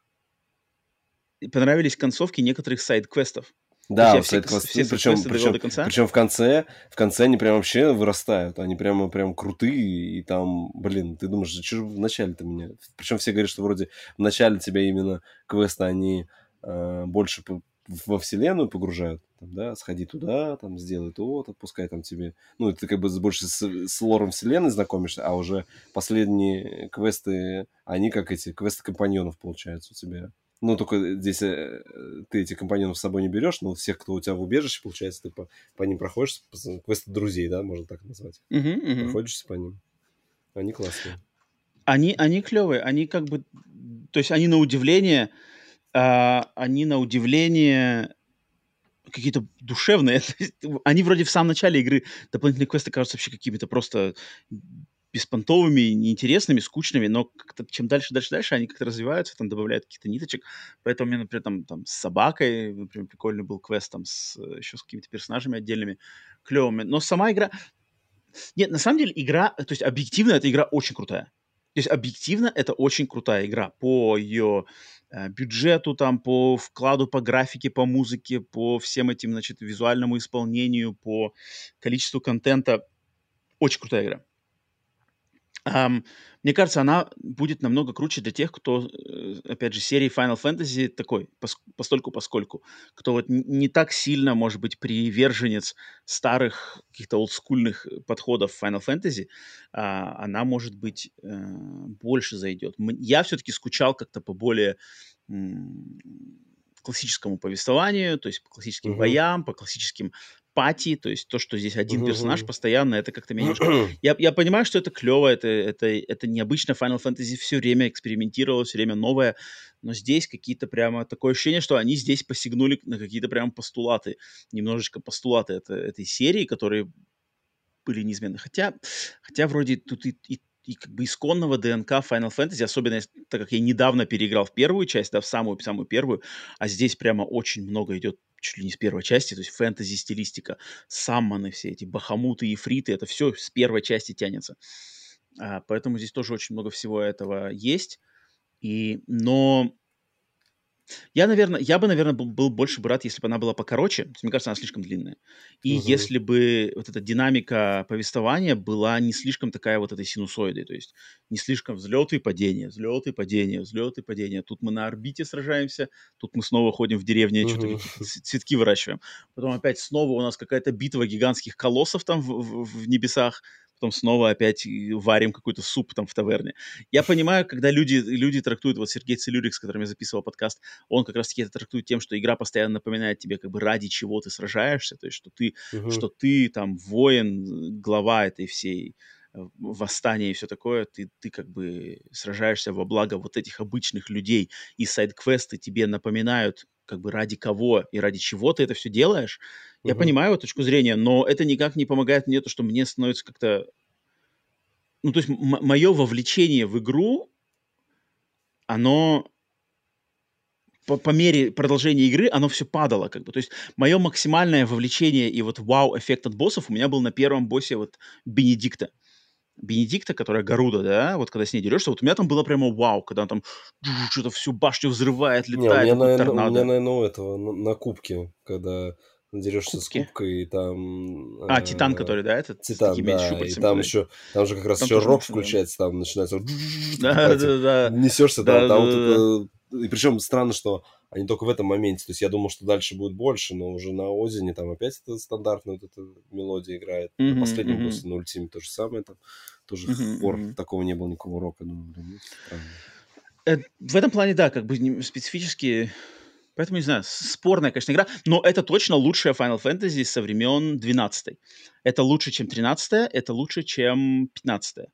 концовки некоторых сайд-квестов. Да, сайд-квесты, причем в конце они прям вообще вырастают, они прям крутые, и там, блин, ты думаешь, что же в начале-то меня... Причем все говорят, что вроде в начале тебя именно квесты, они больше во вселенную погружают, там, да, сходи туда, там, сделай то, пускай там тебе... Ну, ты как бы больше с лором вселенной знакомишься, а уже последние квесты, они как эти квесты компаньонов, получаются у тебя. Ну, только здесь ты этих компаньонов с собой не берешь, но всех, кто у тебя в убежище, получается, ты по ним проходишь, квесты друзей, да, можно так назвать. Проходишься по ним. Они классные. Они клевые, они как бы... То есть они на удивление какие-то душевные. Они вроде в самом начале игры дополнительные квесты кажутся вообще какими-то просто беспонтовыми, неинтересными, скучными, но как-то чем дальше, они как-то развиваются, там добавляют каких-то ниточек. Поэтому мне, например, там с собакой, например, прикольный был квест там еще с какими-то персонажами отдельными, клевыми. Но сама игра... Нет, на самом деле игра, то есть объективно эта игра очень крутая. То есть объективно это очень крутая игра по ее бюджету, там, по вкладу, по графике, по музыке, по всем этим, значит, визуальному исполнению, по количеству контента. Очень крутая игра. Мне кажется, она будет намного круче для тех, кто, опять же, серии Final Fantasy такой, постольку-поскольку, кто вот не так сильно, может быть, приверженец старых каких-то олдскульных подходов Final Fantasy, она, может быть, больше зайдет. Я все-таки скучал как-то по более классическому повествованию, то есть по классическим боям, по классическим пати, то есть то, что здесь один персонаж постоянно, это как-то меня немножко... Я понимаю, что это клево, это необычно. Final Fantasy все время экспериментировало, все время новое, но здесь какие-то прямо... Такое ощущение, что они здесь посягнули на какие-то прямо постулаты, немножечко постулаты этой серии, которые были неизменны. Хотя вроде тут и как бы исконного ДНК Final Fantasy, особенно так как я недавно переиграл в первую часть, да, в самую первую, а здесь прямо очень много идет чуть ли не с первой части, то есть фэнтези-стилистика, саммоны все эти, бахамуты, ифриты, это все с первой части тянется. Поэтому здесь тоже очень много всего этого есть. Но я бы, наверное, был больше бы рад, если бы она была покороче. То есть, мне кажется, она слишком длинная. И если бы вот эта динамика повествования была не слишком такая вот этой синусоидой. То есть не слишком взлеты и падения, взлеты и падения, взлеты и падения. Тут мы на орбите сражаемся, тут мы снова ходим в деревню, что-то какие-то цветки выращиваем. Потом опять снова у нас какая-то битва гигантских колоссов там в небесах. Потом снова опять варим какой-то суп там в таверне. Я понимаю, когда люди трактуют, вот Сергей Целюрик, с которым я записывал подкаст, он как раз-таки это трактует тем, что игра постоянно напоминает тебе, как бы ради чего ты сражаешься, то есть что ты там воин, глава этой всей восстания и все такое, ты как бы сражаешься во благо вот этих обычных людей, и сайд-квесты тебе напоминают, как бы ради кого и ради чего ты это все делаешь. Я понимаю его точку зрения, но это никак не помогает мне, то, что мне становится как-то... Ну, то есть мое вовлечение в игру, оно по мере продолжения игры, оно все падало, как бы. То есть мое максимальное вовлечение и вот вау-эффект от боссов у меня был на первом боссе вот Бенедикта. Бенедикта, которая Гаруда, да, вот когда с ней дерешься, вот у меня там было прямо вау, когда она там что-то всю башню взрывает, Не, у летает, меня, такой у меня, торнадо. наверное, у этого, на кубке, когда дерешься с Кубки. кубкой, и там Титан, который, да, этот, с Титан, такими да, и щупальцами, там который... еще, там же как раз Там еще тоже рок мощно, да. включается, там начинается такой Да, пати, да, да. несешься Да, там да, вот да. это... И причем странно, что они только в этом моменте, то есть я думал, что дальше будет больше, но уже на Одине там опять эта стандартная вот эта мелодия играет, на последнем боссе, на ультиме то же самое, там тоже хор, такого не было, никакого рока, думаю, блин, странно. В этом плане, да, как бы специфически... Поэтому, не знаю, спорная, конечно, игра, но это точно лучшая Final Fantasy со времен 12-й. Это лучше, чем 13-я, это лучше, чем 15-я.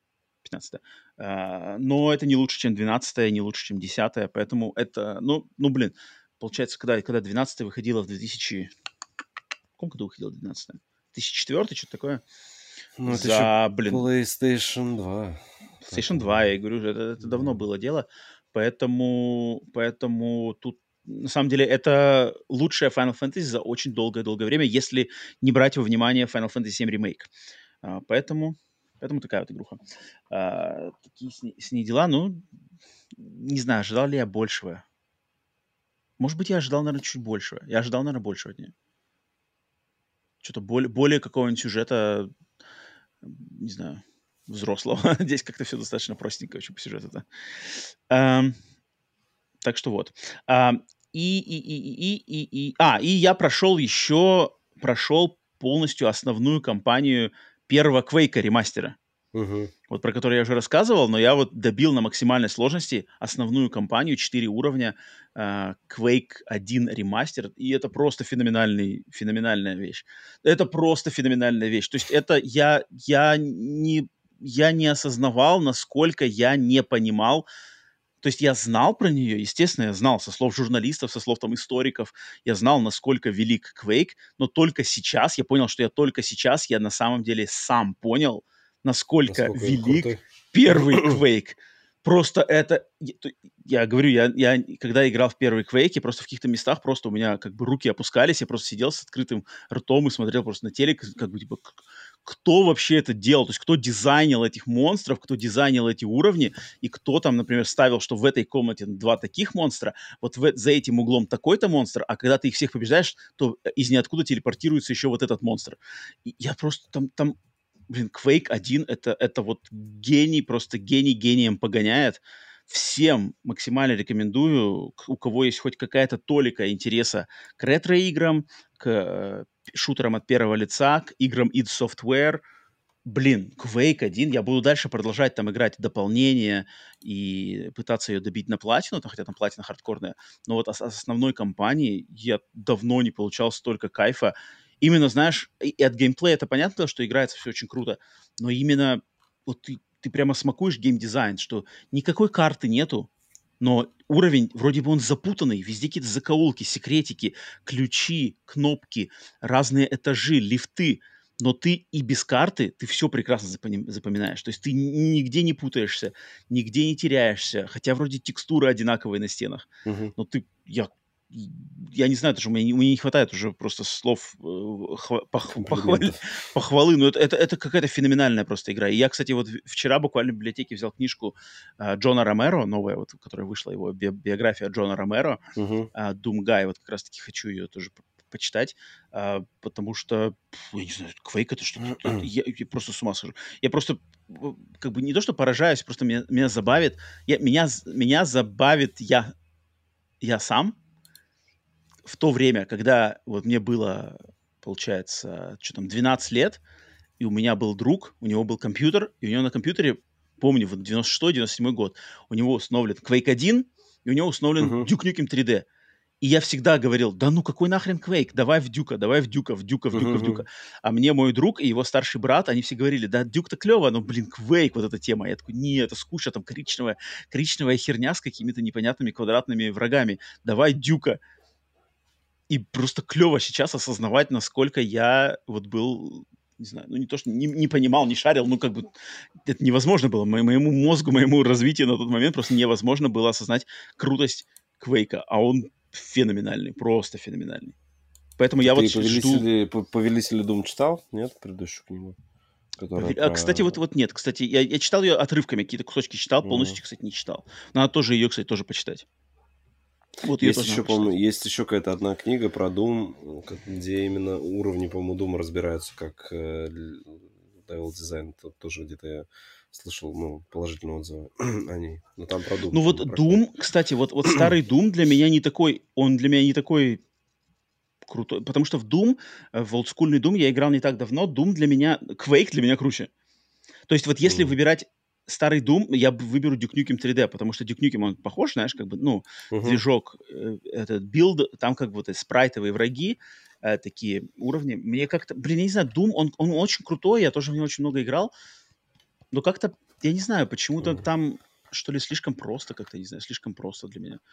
15-я. Но это не лучше, чем 12-я, не лучше, чем 10-я, поэтому это, блин, получается, когда 12-я выходила в 2000... В каком году выходила 12-я? 2004, что-то такое? Ну, это еще PlayStation 2. PlayStation 2, я говорю, это давно было дело, поэтому тут на самом деле это лучшая Final Fantasy за очень долгое-долгое время, если не брать во внимание Final Fantasy VII Remake. Поэтому такая вот игруха. Такие с ней дела. Ну, не знаю, ожидал ли я большего. Может быть, я ожидал, наверное, чуть большего. Я ожидал, наверное, большего от нее. Что-то более какого-нибудь сюжета, не знаю, взрослого. Здесь как-то все достаточно простенько очень по сюжету-то. Так что вот. И я прошел полностью основную кампанию первого Квейка ремастера. Вот про который я уже рассказывал, но я вот добил на максимальной сложности основную кампанию, 4 уровня, Quake 1 ремастер, и это просто феноменальная вещь. Это просто феноменальная вещь. То есть это я не осознавал, насколько я не понимал. То есть я знал про нее, естественно, я знал со слов журналистов, со слов там историков, я знал, насколько велик Quake, но только сейчас, я понял, что я на самом деле сам понял, насколько Насколько велик крутой. первый Quake. Просто это... Я говорю, я когда играл в первый Quake, просто в каких-то местах просто у меня как бы руки опускались, я просто сидел с открытым ртом и смотрел просто на телек, как бы, типа, кто вообще это делал? То есть кто дизайнил этих монстров, кто дизайнил эти уровни, и кто там, например, ставил, что в этой комнате 2 таких монстра, вот за этим углом такой-то монстр, а когда ты их всех побеждаешь, то из ниоткуда телепортируется еще вот этот монстр. И я просто там блин, Quake 1 это вот гений, просто гений гением погоняет. Всем максимально рекомендую, у кого есть хоть какая-то толика интереса к ретро-играм, к шутерам от первого лица, к играм id Software. Блин, Quake 1, я буду дальше продолжать там играть дополнения и пытаться ее добить на платину, хотя там платина хардкорная, но вот с основной кампании я давно не получал столько кайфа. Именно, знаешь, и от геймплея это понятно, что играется все очень круто, но именно вот ты прямо смакуешь геймдизайн, что никакой карты нету, но уровень, вроде бы он запутанный, везде какие-то закоулки, секретики, ключи, кнопки, разные этажи, лифты, но ты и без карты, ты все прекрасно запоминаешь. То есть ты нигде не путаешься, нигде не теряешься, хотя вроде текстуры одинаковые на стенах, Мгм. но я не знаю, даже у меня не хватает уже просто слов Комплиментов. похвалы, но это какая-то феноменальная просто игра. И я, кстати, вот вчера буквально в библиотеке взял книжку Джона Ромеро, новая, вот, которая вышла, его биография Джона Ромеро, Мгм. Doom Guy, вот как раз-таки хочу ее тоже почитать, потому что, я не знаю, Quake это что-то, я просто с ума схожу. Я просто как бы не то, что поражаюсь, просто меня забавит, меня забавит я сам, в то время, когда вот мне было, получается, что там, 12 лет, и у меня был друг, у него был компьютер, и у него на компьютере, помню, вот 96-97 год, у него установлен Quake 1, и у него установлен Мгм. Duke Nukem 3D. И я всегда говорил, да ну какой нахрен Quake, давай в Дюка, давай в Дюка, в Дюка, в Дюка, в Дюка. Мгм. А мне мой друг и его старший брат, они все говорили, да Дюк-то клево, но, блин, Quake, вот эта тема. Я такой, не, это скучно, там коричневая херня с какими-то непонятными квадратными врагами. Давай Дюка. И просто клево сейчас осознавать, насколько я вот был, не знаю, ну не то, что не понимал, не шарил, ну как бы это невозможно было. Моему мозгу, моему развитию на тот момент просто невозможно было осознать крутость Квейка, а он феноменальный, просто феноменальный. Поэтому я вот Ты жду... Повелители Дум читал? Нет, предыдущую книгу, которая Кстати, про... вот нет. Кстати, я читал ее отрывками, какие-то кусочки читал, Мгм. полностью, кстати, не читал. Надо тоже ее, кстати, тоже почитать. Вот ее Есть тоже еще, надо по-моему, почитать. есть еще какая-то одна книга про Doom, где именно уровни, по-моему, Дума разбираются, как level дизайн. Тут тоже где-то я слышал, ну, положительные отзывы о ней. Но там про Doom Ну вот именно проходит. Doom, кстати, вот старый Doom для меня не такой, он для меня не такой крутой, потому что в Doom, в олдскульный Doom я играл не так давно, Doom для меня, Quake для меня круче. То есть вот если М. выбирать старый Doom, я выберу Duke Nukem 3D, потому что Duke Nukem, он похож, знаешь, как бы, ну, Мгм. движок, этот билд, там как бы вот эти спрайтовые враги, такие уровни. Мне как-то, блин, я не знаю, Doom, он очень крутой, я тоже в него очень много играл, но как-то, я не знаю, почему-то М. там, что ли, слишком просто, как-то, не знаю, слишком просто для меня.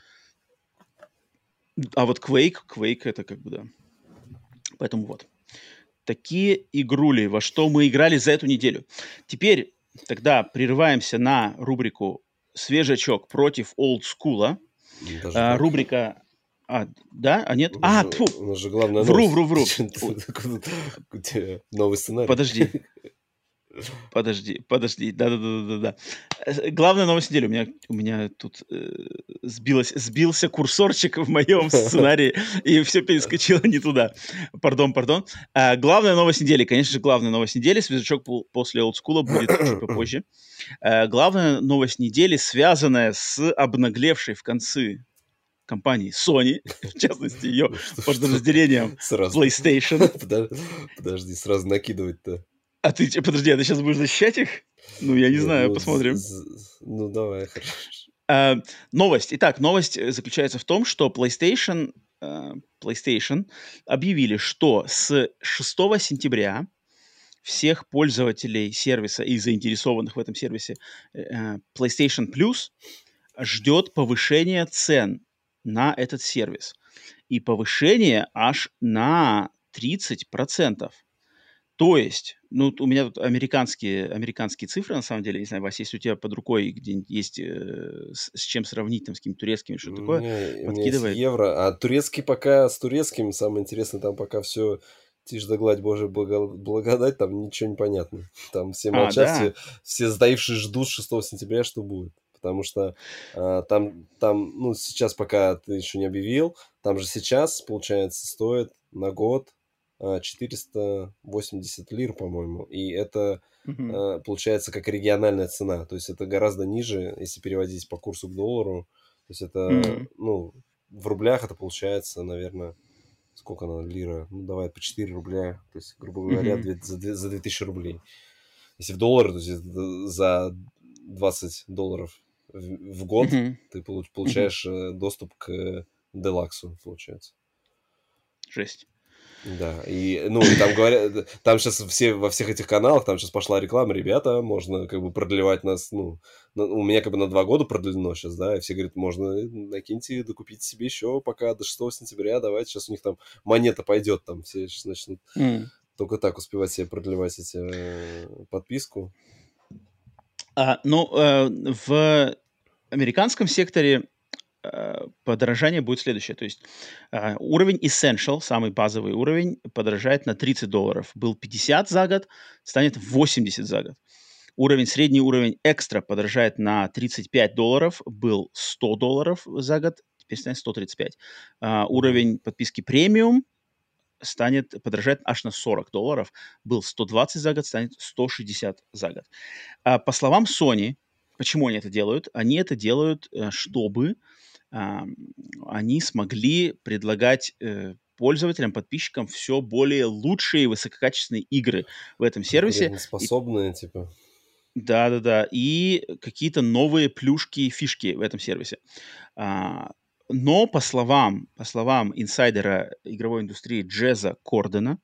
А вот Quake это как бы, да. Поэтому вот. Такие игрули, во что мы играли за эту неделю. Теперь тогда прерываемся на рубрику «Свежачок против олдскула». Даже так? Рубрика... Да? А нет? У нас же главная Вру, новость. вру, Ты вру. чё, Ой, у тебя новый сценарий. подожди. Подожди. Да-да-да-да-да. Главная новость недели. У меня тут сбился курсорчик в моем сценарии, и все перескочило не туда. Пардон. Главная новость недели. Конечно же, главная новость недели. Свежачок после олдскула будет чуть попозже. Главная новость недели, связанная с обнаглевшей в конце компании Sony, в частности, ее Что подразделением сразу? PlayStation. Подожди, сразу накидывать-то. Подожди, а ты сейчас будешь защищать их? Ну, я не Нет, знаю, ну, посмотрим. ну давай, хорошо. Новость. Итак, новость заключается в том, что PlayStation объявили, что с 6 сентября всех пользователей сервиса и заинтересованных в этом сервисе PlayStation Plus ждет повышение цен на этот сервис. И повышение аж на 30%. То есть, ну, у меня тут американские цифры, на самом деле, не знаю, Вася, если у тебя под рукой где-нибудь есть с чем сравнить, там, с какими-то турецкими, что такое, У меня есть подкидывай. евро, а турецкий пока, с турецким, самое интересное, там пока все тишь да гладь, Божья благодать, там ничего не понятно. Там все молчат, Да. все сдаившие ждут 6 сентября, что будет. Потому что там, ну, сейчас пока ты еще не объявил, там же сейчас, получается, стоит на год 480 лир, по-моему. И это Мгм. получается как региональная цена. То есть это гораздо ниже, если переводить по курсу к доллару. То есть это, Мгм. ну, в рублях это получается, наверное, сколько она лира? Ну, давай по 4 рубля. То есть, грубо говоря, Мгм. за 2000 рублей. Если в доллары, то есть за 20 долларов в год Мгм. ты Мгм. получаешь доступ к Делаксу, получается. Жесть. Да, и, ну, и там говорят, там сейчас во всех этих каналах, там сейчас пошла реклама, ребята, можно как бы продлевать нас, ну, у меня как бы на 2 года продлено сейчас, да, и все говорят, можно накиньте, докупите себе еще пока до 6 сентября, давайте, сейчас у них там монета пойдет, там все сейчас начнут М. только так успевать себе продлевать эти подписку. Ну, в американском секторе подорожание будет следующее. То есть уровень Essential, самый базовый уровень, подорожает на $30. Был 50 за год, станет 80 за год. Средний уровень Extra подорожает на $35, был $100 за год, теперь станет 135. Мгм. Уровень подписки премиум подорожает аж на $40, был 120 за год, станет 160 за год. По словам Sony, почему они это делают? Они это делают, чтобы ам, они смогли предлагать пользователям, подписчикам все более лучшие высококачественные игры в этом сервисе. И Конкурентоспособные, типа. да-да-да, и какие-то новые плюшки и фишки в этом сервисе. А, но по словам инсайдера игровой индустрии Джеза Кордена,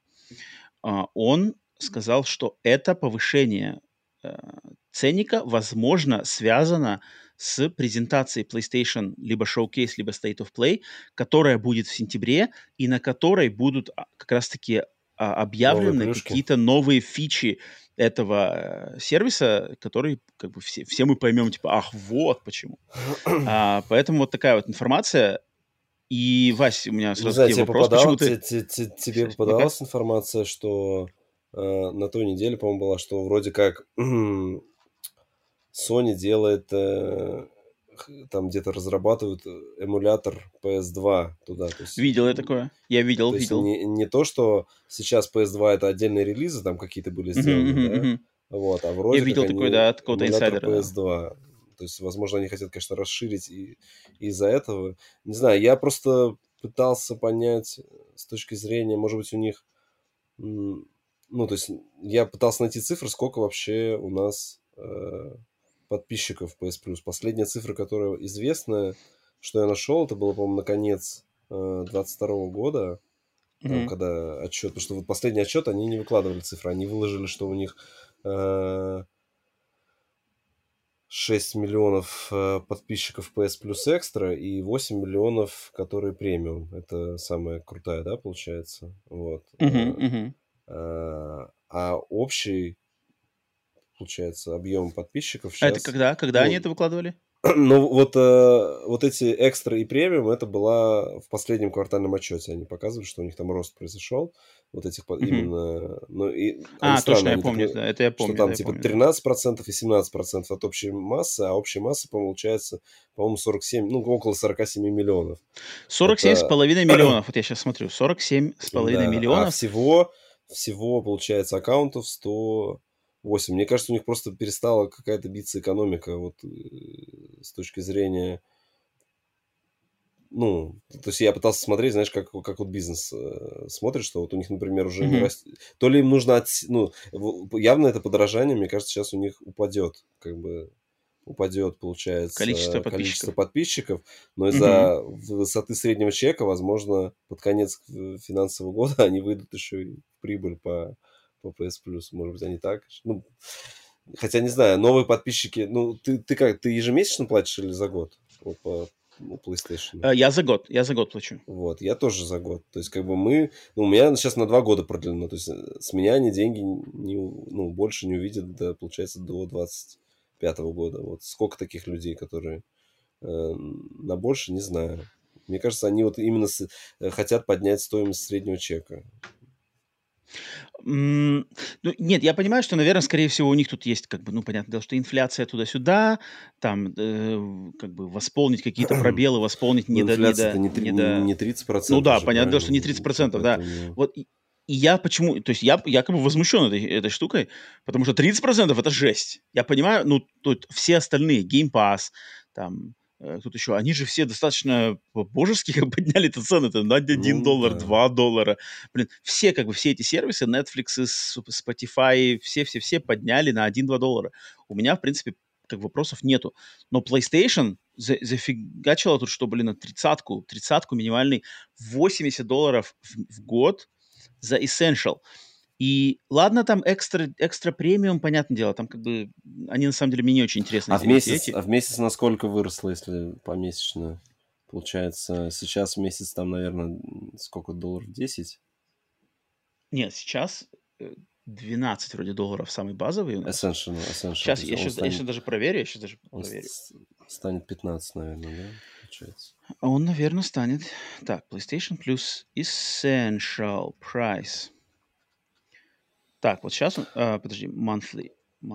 он сказал, что это повышение э, ценника, возможно, связано с презентацией PlayStation либо Showcase, либо State of Play, которая будет в сентябре, и на которой будут как раз-таки Новые объявлены плюшки. какие-то новые фичи этого сервиса, которые как бы все мы поймем, типа, ах, вот почему. Поэтому вот такая вот информация. И, Вась, у меня Не сразу к знаю, тебе вопрос, почему ты... тебе Ну-ка. попадалась информация, что на той неделе, по-моему, была, что вроде как Sony делает, там где-то разрабатывают эмулятор PS2 туда. Видел я такое. Я видел, То есть видел. не то, что сейчас PS2 это отдельные релизы, там какие-то были Мгм, сделаны, мгм, да, мгм. вот, а Я вроде как видел такой, они да, от какого-то эмулятор инсайдера, да. PS2. То есть, возможно, они хотят, конечно, расширить и из-за этого. Не знаю, я просто пытался понять с точки зрения, может быть, у них... Ну, то есть, я пытался найти цифры, сколько вообще у нас подписчиков PS Plus. Последняя цифра, которая известна, что я нашел, это было, по-моему, на конец 22 года, там, Мгм. когда отчет, потому что вот последний отчет они не выкладывали цифры, они выложили, что у них э, 6 миллионов подписчиков PS Plus Extra и 8 миллионов, которые премиум. Это самая крутая, да, получается? Вот. Мгм, мгм. А общий, получается, объем подписчиков А это сейчас, когда они ну, это выкладывали? ну, вот эти экстра и премиум, это было в последнем квартальном отчете. Они показывают, что у них там рост произошел. Вот этих Мгм. именно... Ну, и они Точно, странно, я они так... помню, да, это я Что помню, да, там я типа помню, да. 13% и 17% от общей массы, а общая масса, получается, по-моему, 47, ну, около 47 миллионов. Сорок семь с Это, половиной миллионов, вот я сейчас смотрю, 47,5 да, а миллионов. всего, получается, аккаунтов 108. Мне кажется, у них просто перестала какая-то биться экономика вот с точки зрения... Ну, то есть я пытался смотреть, знаешь, как вот бизнес смотрит, что вот у них, например, уже не Мгм. растет. То ли им нужно... Ну, явно это подорожание, мне кажется, сейчас у них упадет. Как бы упадет, Количество получается, количество подписчиков. подписчиков, но Мгм. из-за высоты среднего чека, возможно, под конец финансового года они выйдут еще и в прибыль по PS Plus. Может быть, они так. Ну, хотя, не знаю, новые подписчики... Ну, ты как, ты ежемесячно платишь или за год? Вот PlayStation? Я за год плачу. Вот, я тоже за год. То есть, как бы у меня сейчас на 2 года продлено. То есть, с меня они деньги больше не увидят, получается, до 25-го года. Вот сколько таких людей, которые на больше, не знаю. Мне кажется, они вот именно хотят поднять стоимость среднего чека. Нет, я понимаю, что, наверное, скорее всего, у них тут есть, понятное дело, что инфляция туда-сюда, там, восполнить какие-то пробелы, восполнить инфляция-то не 30%. Ну да, понятное дело, что не 30%, да. Вот, и я почему... То есть я возмущен этой штукой, потому что 30% это жесть. Я понимаю, тут все остальные, Game Pass, там... Тут еще, они же все достаточно божески подняли эту цену, на $1, да. $2. Блин, все эти сервисы, Netflix, Spotify, все подняли на $1-2. У меня, в принципе, вопросов нету. Но PlayStation зафигачила тут, что, на тридцатку минимальный $80 в год за Essential. И ладно, там экстра премиум, понятное дело, там они на самом деле мне не очень интересны. А в месяц насколько выросло, если помесячно? Получается, сейчас в месяц там, наверное, сколько долларов? 10? Нет, сейчас 12 вроде долларов самый базовый у нас. Essential. Сейчас я сейчас даже проверю, станет 15, наверное, да? Получается. Он, наверное, станет... Так, PlayStation Plus Essential Price. Так, вот сейчас он... подожди, month.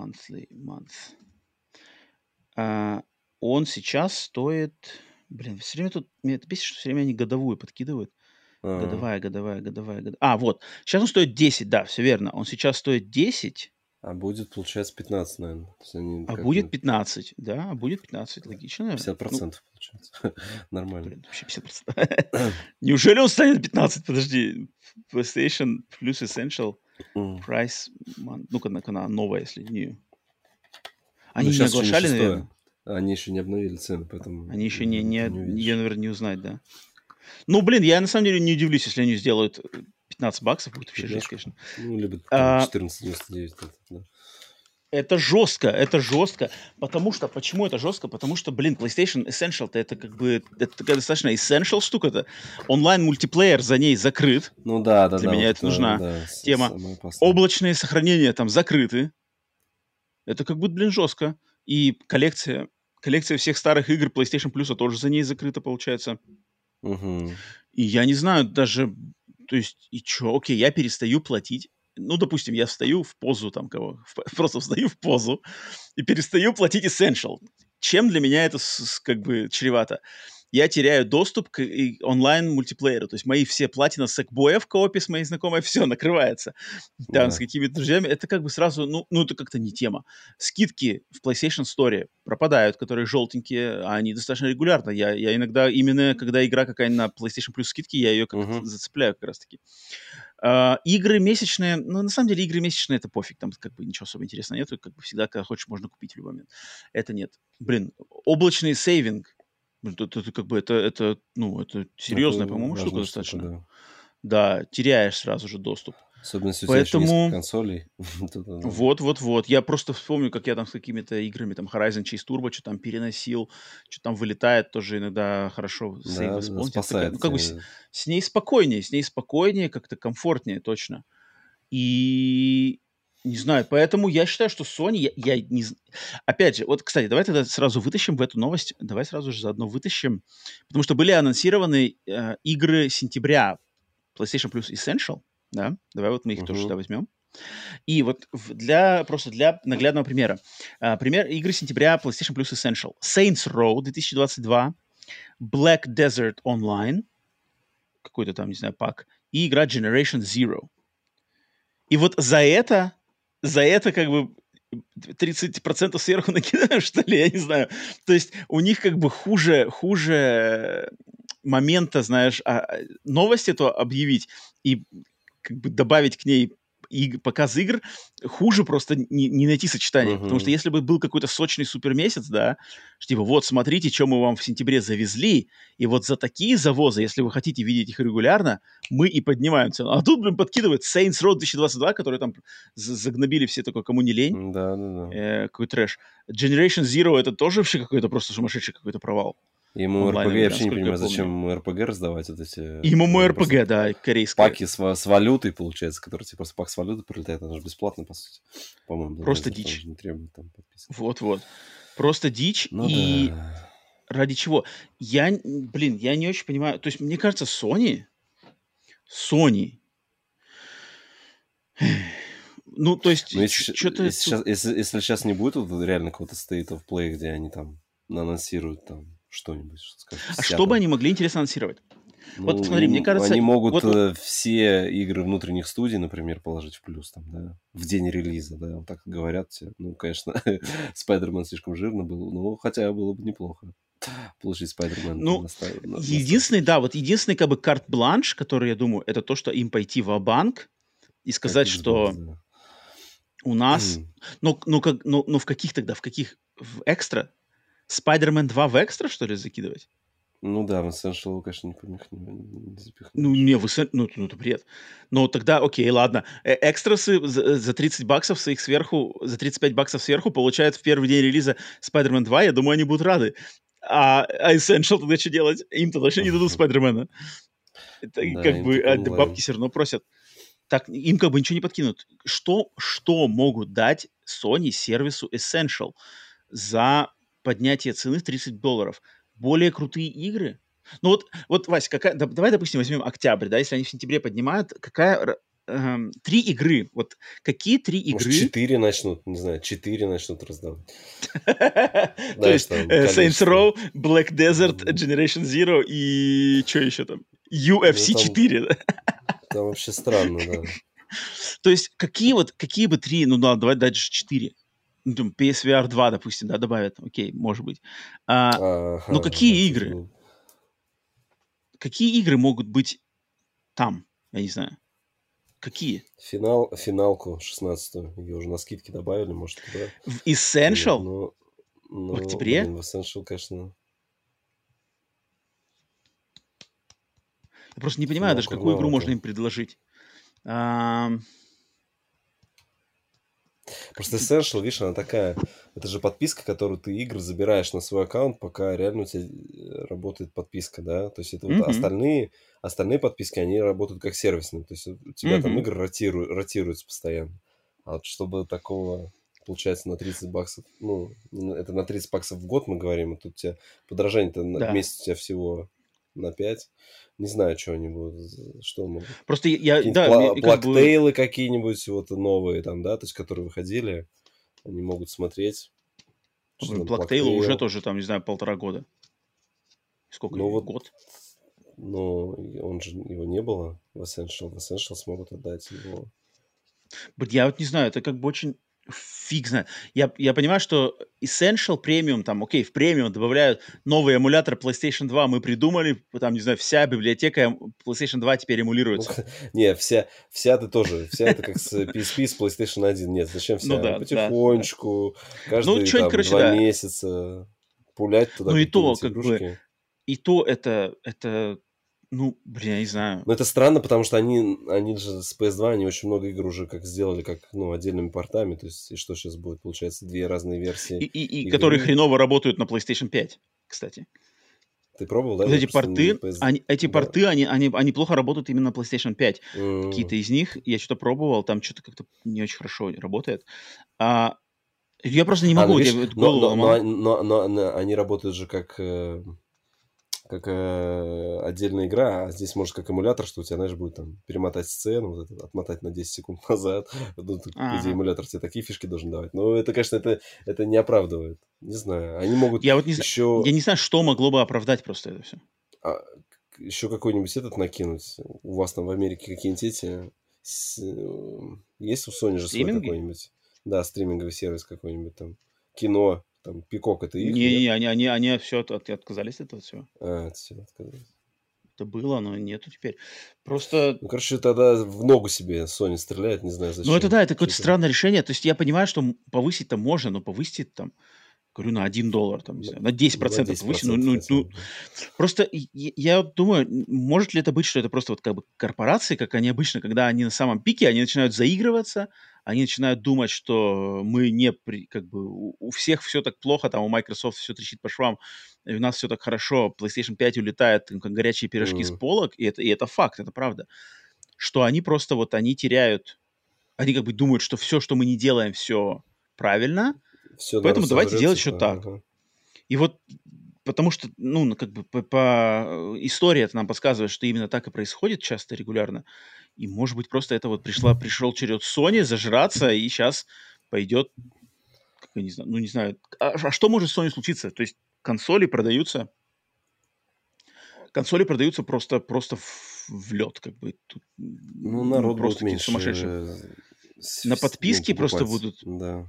Он сейчас стоит... Блин, все время тут... Меня это бесит, что все время они годовую подкидывают. Годовая. Вот. Сейчас он стоит 10, да, все верно. Он сейчас стоит 10. А будет, получается, 15, наверное. Будет 15, да, будет 15. Логично, наверное. 50% получается. Нормально. Блин, вообще 50%. Неужели он станет 15? Подожди. PlayStation Plus Essential Price... Ну-ка, она новая, если не... Они не оглашали, наверное? Они еще не обновили цены, поэтому... Они еще ее, наверное, не узнать, да. Ну, блин, я на самом деле не удивлюсь, если они сделают $15, будет вообще жесть, конечно. Либо 14.99. Да. Это жестко. Почему это жестко? Потому что, блин, PlayStation Essential-то это такая достаточно essential штука-то. Онлайн-мультиплеер за ней закрыт. Ну да. Для меня это нужна тема. Облачные сохранения там закрыты. Это блин, жестко. И коллекция всех старых игр PlayStation Plus тоже за ней закрыта, получается. Угу. И я не знаю даже... То есть, и чё? Окей, я перестаю платить. Ну, допустим, я встаю в позу просто встаю в позу и перестаю платить Essential. Чем для меня это чревато? Я теряю доступ к онлайн-мультиплееру. То есть мои все платина сэкбоя в коопе с моей знакомой, все, накрывается. Там с какими-то друзьями. Это сразу, это как-то не тема. Скидки в PlayStation Store пропадают, которые желтенькие, а они достаточно регулярно. Я иногда, именно когда игра какая-нибудь на PlayStation Plus скидки, я ее как-то зацепляю как раз-таки. Игры месячные, на самом деле игры месячные это пофиг, там ничего особо интересного нету, всегда, когда хочешь, можно купить в любой момент. Это нет. Блин, облачный сейвинг, это серьезная, по-моему, штука достаточно. Да, теряешь сразу же доступ. Особенно если у тебя еще несколько консолей. Вот. Я просто вспомню, как я там с какими-то играми, там Horizon Chase Turbo, что там переносил, что там вылетает, тоже иногда хорошо сейв восполнить. Спасает. С ней спокойнее, как-то комфортнее, точно. И не знаю, поэтому я считаю, что Sony, опять же, вот, кстати, давай тогда сразу вытащим в эту новость, давай сразу же заодно вытащим, потому что были анонсированы игры сентября PlayStation Plus Essential, да, давай вот мы их тоже сюда возьмем. И вот просто для наглядного примера. Пример игры сентября PlayStation Plus Essential. Saints Row 2022, Black Desert Online, какой-то там, не знаю, пак, и игра Generation Zero. И вот за это 30% сверху накидаем, что ли, я не знаю. То есть у них хуже момента, знаешь, новость эту объявить и добавить к ней показ игр, хуже просто не найти сочетание. Потому что если бы был какой-то сочный супермесяц, да, что вот, смотрите, что мы вам в сентябре завезли, и вот за такие завозы, если вы хотите видеть их регулярно, мы и поднимаем цену. А тут, блин, подкидывает Saints Row 2022, который там загнобили все такое, кому не лень. Да. Какой трэш. Generation Zero — это тоже вообще какой-то просто сумасшедший какой-то провал. Ему РПГ, онлайновый, я да, вообще не насколько я понимаю, помню. зачем ему РПГ раздавать вот эти... И ему мой просто РПГ, да, корейское. паки с валютой, получается, который тебе просто пак с валютой прилетает, она же бесплатно, по сути. По-моему, для Просто Blizzard, он дичь. же не требует там подписки. Вот-вот. Просто дичь. Ну И да. ради чего? Я не очень понимаю. То есть, мне кажется, Sony, ну, то есть, Но если что-то тут... сейчас не будет вот реально какого-то State of Play, где они там анонсируют там что-нибудь, что скажут, А вся что бы там... они могли интересно анонсировать? Вот Ну, смотри, мне кажется, они могут вот все игры внутренних студий, например, положить в плюс там, да, в день релиза, да, вот так говорят все. Ну, конечно, Spider-Man слишком жирно был, но хотя было бы неплохо получить Spider-Man ну, на единственный, да, вот единственный как бы карт-бланш, который, я думаю, это то, что им пойти ва-банк и как сказать, Xbox, что да. у нас, ну в каких тогда, в каких, в экстра? Spider-Man 2 в экстра, что ли, закидывать? Ну да, в Essential, конечно, не Ну, запихнешь. не, ну, это бред. Но тогда, окей, ладно. Экстрасы за $30 своих сверху, за $35 сверху получают в первый день релиза Spider-Man 2, я думаю, они будут рады. А Essential тогда что делать? Им-то точно не дадут Spider-Man. Это Да, как им бы только бабки онлайн. все равно просят. Так, им как бы ничего не подкинут. Что могут дать Sony сервису Essential за поднятие цены в $30? Более крутые игры? Ну вот, Вась, давай, допустим, возьмем октябрь, да, если они в сентябре поднимают, 3 игры, вот какие 3 Может, игры? 4 начнут, не знаю, 4 начнут раздавать. То Знаешь, есть там Saints количество. Row, Black Desert, Generation Zero и что еще там? Ну, UFC там 4, да? вообще странно, да. То есть какие бы 3, ну да, давай дальше 4. Ну, там, PSVR 2, допустим, да, добавят, окей, может быть. Но Ага, кстати, ну, какие игры могут быть там? Я не знаю. Какие? финалку 16-ю, ее уже на скидке добавили, может, туда В кинуть. Essential? В октябре? Блин, в Essential, конечно, Я просто не понимаю даже, финалку какую игру можно рановато. им предложить. А, Просто Essential, видишь, она такая, это же подписка, которую ты игры забираешь на свой аккаунт, пока реально у тебя работает подписка, да, то есть это вот мгм, остальные подписки, они работают как сервисные, то есть у тебя там мгм. игры ротируются постоянно, а вот чтобы такого, получается, на $30, ну, это на $30 в год мы говорим, а тут у тебя подорожание-то в Да. месяц у тебя всего на 5, не знаю, что они будут, что могут. Просто Какие-нибудь да, как бы, плактейлы какие-нибудь вот новые там, да, то есть которые выходили, они могут смотреть, что там Плактейлу уже плактейл. тоже, там, не знаю, 1,5 года. Сколько Ну ей? вот, Год? но он же, его не было в Essential. В Essential смогут отдать его. Я вот не знаю, это как бы очень фиг знает. Я понимаю, что Essential Premium, там, окей, в Premium добавляют новый эмулятор PlayStation 2, мы придумали, там, не знаю, вся библиотека PlayStation 2 теперь Ну, эмулируется. не, вся ты тоже, вся это как с PSP, с PlayStation 1. Нет, зачем Ну вся? да, да, да. Потихонечку, Ну, каждые что-нибудь, там короче, 2 да. месяца пулять туда Ну и то, какие-нибудь как бы, игрушки. и то это, ну, блин, я не знаю. Но это странно, потому что они же с PS2, они очень много игр уже как сделали, как, ну, отдельными портами. То есть, и что сейчас будет? Получается, две разные версии И которые игры. хреново работают на PlayStation 5, кстати. Ты пробовал, да? Вот Я эти просто порты, PS... эти Да. порты, они плохо работают именно на PlayStation 5. Какие-то М. из них, я что-то пробовал, там что-то как-то не очень хорошо работает. А, я просто не Ну могу, я видишь, вот голову ломал. но они работают же как отдельная игра, а здесь может как эмулятор, что у тебя, знаешь, будет там перемотать сцену, вот это, отмотать на 10 секунд назад. Ну, по идее, Ага. эмулятор тебе такие фишки должен давать. Но это, конечно, это не оправдывает. Не знаю. Они могут Я вот не знаю, еще, я не знаю, что могло бы оправдать просто это все. еще какой-нибудь этот накинуть. У вас там в Америке какие-нибудь эти... Есть у Sony же свой Стриминги? какой-нибудь? Да, стриминговый сервис какой-нибудь там. Кино, там, Пикок, это их, нет? Не, они все отказались от этого всего. А, все, отказались. Это было, но нету теперь. Просто, Ну, короче, тогда в ногу себе Sony стреляет, не знаю ну это зачем. да, это какое-то Что-то... странное решение. То есть я понимаю, что повысить там можно, но повысить там говорю, на $1, там, не знаю, на 10% повысить. 10% Просто я думаю, может ли это быть, что это просто вот как бы корпорации, как они обычно, когда они на самом пике, они начинают заигрываться, они начинают думать, что мы не как бы у всех все так плохо, там у Microsoft все трещит по швам, и у нас все так хорошо, PlayStation 5 улетает как горячие пирожки с полок, и это факт, это правда, что они просто вот они теряют, они как бы думают, что все, что мы не делаем, все правильно, Все, народ поэтому давайте делать сожрется. еще так. И вот потому что, ну, как бы история это нам подсказывает, что именно так и происходит часто, регулярно. И, может быть, просто это вот пришел черед Sony зажраться, и сейчас пойдет, как я не знаю, ну, не знаю. А что может с Sony случиться? То есть консоли продаются просто в лед, как бы. Тут, Ну, народ будет просто какие-то сумасшедшие. меньше На подписке просто покупать. будут. Да.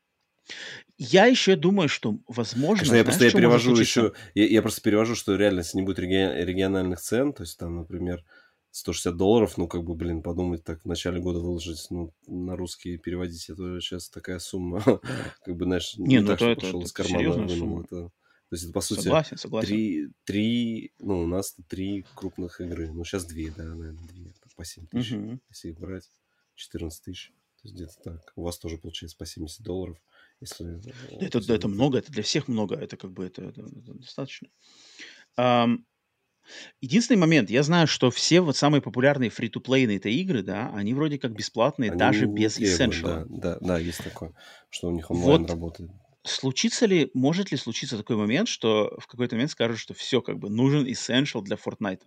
Я еще думаю, что, возможно, Конечно, я что может перевожу случиться? еще... Я просто перевожу, что реально, если не будет региональных цен, то есть там, например, $160, ну, как бы, блин, подумать так, в начале года выложить, ну, на русский переводить, это сейчас такая сумма, как бы, знаешь, Не, не ну так, что это пошел из кармана, серьезная вынул сумма. это. То есть это, по сути, Согласен. ну, у нас 3 крупных игры. Ну, сейчас 2, да, наверное, 2 по 7 тысяч. Мгм. Если их брать, 14 тысяч. То есть где-то так. У вас тоже получается по $70, если... Это много, это для всех много, это как бы это достаточно. Ам, Единственный момент, я знаю, что все вот самые популярные фри-то-плейные это игры, да, они вроде как бесплатные Они даже не без требуют, Essential. да, есть такое, что у них онлайн Вот работает. может ли случиться такой момент, что в какой-то момент скажут, что все, как бы нужен Essential для Fortnite?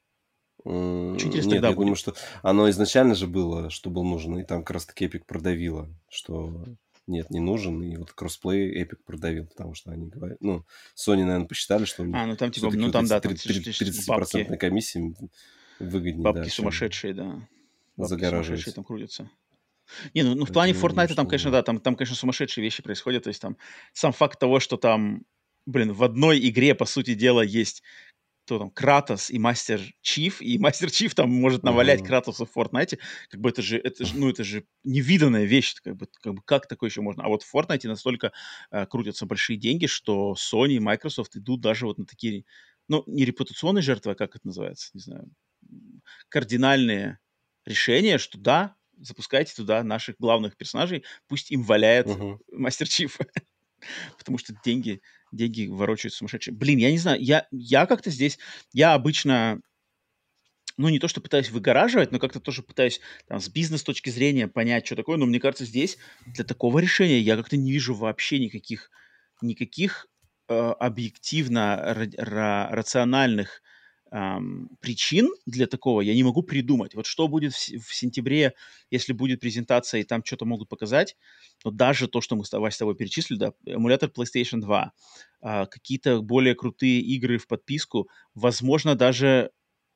Очень интересно Нет, тогда я думаю, будет. что оно изначально же было, что был нужен, и там как раз-таки Epic продавило, что нет, не нужен, и вот кроссплей Epic продавил, потому что они говорят, ну, Sony, наверное, посчитали, что у них Ну там типа, все-таки ну вот там эти да, там бабки, 30% комиссии выгоднее, да, чем сумасшедшие, да. Бабки сумасшедшие загораживать. там крутятся. Не, ну в плане Поэтому я думаю, Fortnite там, что конечно, нет. да, там, конечно, сумасшедшие вещи происходят. То есть там сам факт того, что там, блин, в одной игре, по сути дела, есть кто там, Кратос и Мастер Чиф, и Мастер Чиф там может навалять Мгм. Кратоса в Fortnite, как бы это же невиданная вещь, как такое еще можно? А вот в Fortnite настолько крутятся большие деньги, что Sony и Microsoft идут даже вот на такие, ну, не репутационные жертвы, а как это называется, не знаю, кардинальные решения, что да, запускайте туда наших главных персонажей, пусть им валяет Мгм. Мастер Чиф, потому что деньги ворочают сумасшедшие. Блин, я не знаю, я как-то здесь, я обычно, ну, не то, что пытаюсь выгораживать, но как-то тоже пытаюсь там с бизнес точки зрения понять, что такое, но мне кажется, здесь для такого решения я как-то не вижу вообще никаких объективно рациональных причин для такого я не могу придумать. Вот что будет в сентябре, если будет презентация и там что-то могут показать, но даже то, что мы Вася, с тобой перечислили, да, эмулятор PlayStation 2, какие-то более крутые игры в подписку, возможно, даже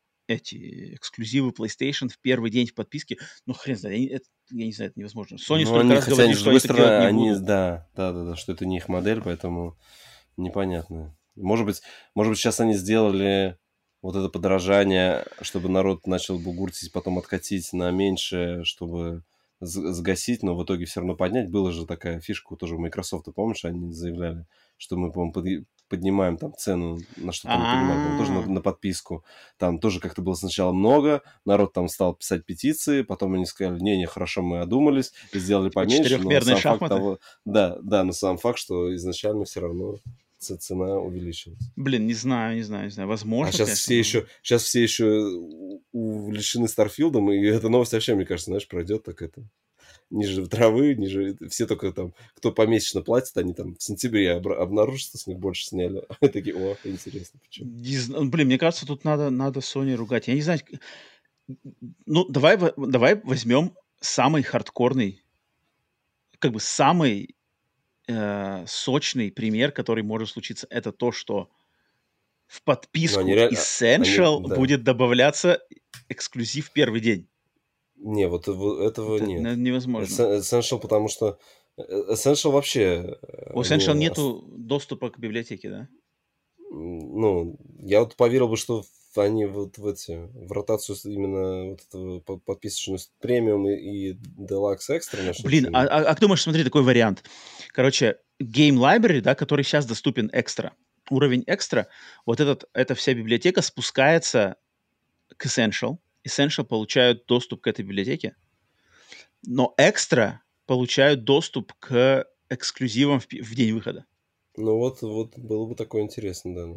эти эксклюзивы PlayStation в первый день в подписке, ну, хрен знает, я не знаю, это невозможно. Sony Ну, столько они, раз хотя они, говорили, с что другой они так делать стороны, не они, будут. да, что это не их модель, поэтому непонятно. Может быть, сейчас они сделали вот это подорожание, чтобы народ начал бугуртить, потом откатить на меньшее, чтобы сгасить, но в итоге все равно поднять. Была же такая фишка тоже у Microsoft, ты помнишь, они заявляли, что мы, по-моему, поднимаем там цену, на что-то они поднимали, по-моему, тоже А, на подписку. Там тоже как-то было сначала много, народ там стал писать петиции, потом они сказали, не, хорошо, мы одумались, и сделали типа поменьше, но четырехмерные сам факт шахматы? того, да, но сам факт, что изначально все равно цена увеличилась. Блин, не знаю. А Возможно, сейчас конечно, но... все еще увлечены Старфилдом, и эта новость вообще, мне кажется, знаешь, пройдет так это ниже травы, ниже... Все только там, кто помесячно платит, они там в сентябре обнаружат, что с них больше сняли. Они такие, о, интересно, почему? Блин, мне кажется, тут надо Sony ругать. Я не знаю, ну, давай возьмем самый хардкорный, как бы самый сочный пример, который может случиться. Это то, что в Ну, они подписку реально... Они, Essential да. будет добавляться эксклюзив первый день. Не, вот этого Это нет. невозможно. Essential, потому что... Essential вообще... У Они, Essential нету доступа к библиотеке, да? ну, я вот поверил бы, что они вот в ротацию именно вот эту подписочную премиум и Deluxe Extra нашли? Блин, а думаешь, смотри, такой вариант. Короче, Game Library, да, который сейчас доступен экстра, уровень экстра, вот эта вся библиотека спускается к Essential. Essential получают доступ к этой библиотеке, но экстра получают доступ к эксклюзивам в день выхода. Ну вот было бы такое интересно, да.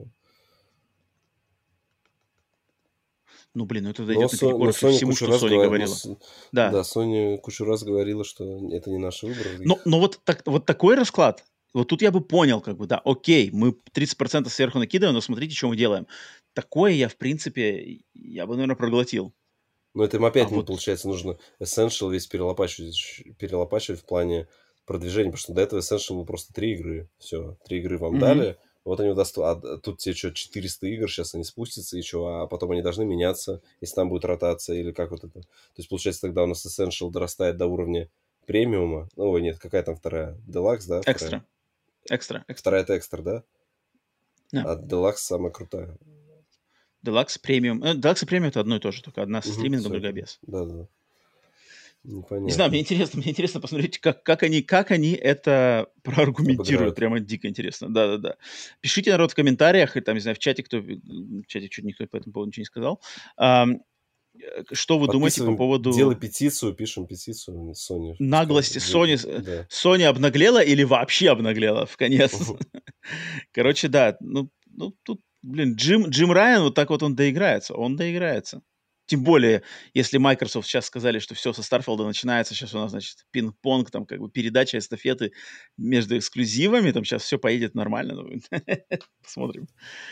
Ну, блин, ну это идет наперекор Sony всему, кучу что раз Sony говорила. Да. Да, Sony кучу раз говорила, что это не наш выбор. Но вот такой расклад, вот тут я бы понял, как бы, да, окей, мы 30% сверху накидываем, но смотрите, что мы делаем. Такое я, в принципе, я бы, наверное, проглотил. Но это им опять, вот... получается, нужно Essential весь перелопачивать в плане продвижения, потому что до этого Essential было просто 3 игры. Все, 3 игры вам дали, вот они даст, а тут тебе что, 400 игр, сейчас они спустятся, и что, а потом они должны меняться, если там будет ротация, или как вот это. То есть, получается, тогда у нас Essential дорастает до уровня премиума. Ну, нет, какая там вторая? Deluxe, да? Экстра. Вторая это экстра, да? Да. А Deluxe самая крутая. Deluxe премиум. Deluxe и премиум это одно и то же, только одна с стримингом, другая без. Да. Непонятно. Не знаю, мне интересно посмотреть, как они это проаргументируют. Прямо дико интересно. Да. Пишите, народ, в комментариях, и там, не знаю, в чате чуть никто по этому поводу ничего не сказал. Что вы думаете по поводу... Делай петицию, пишем петицию Sony. Наглости Sony. Да. Sony обнаглела или вообще обнаглела в конец? Короче, да. Ну, тут, блин, Джим Райан, вот так вот он доиграется. Тем более, если Microsoft сейчас сказали, что все со Starfield начинается, сейчас у нас, значит, пинг-понг, там, как бы передача эстафеты между эксклюзивами, там сейчас все поедет нормально. Посмотрим.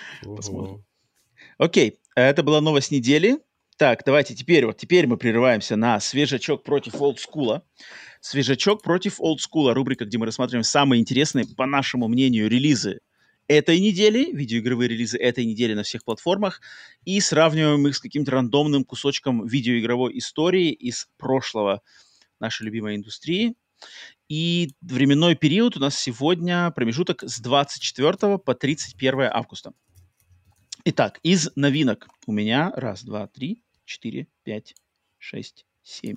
Окей, это была новость недели. Так, давайте теперь мы прерываемся на свежачок против олдскула. Свежачок против олдскула, рубрика, где мы рассматриваем самые интересные, по нашему мнению, релизы этой недели, видеоигровые релизы этой недели на всех платформах, и сравниваем их с каким-то рандомным кусочком видеоигровой истории из прошлого нашей любимой индустрии. И временной период у нас сегодня промежуток с 24 по 31 августа. Итак, из новинок у меня 1, 2, 3, 4, 5, 6, 7.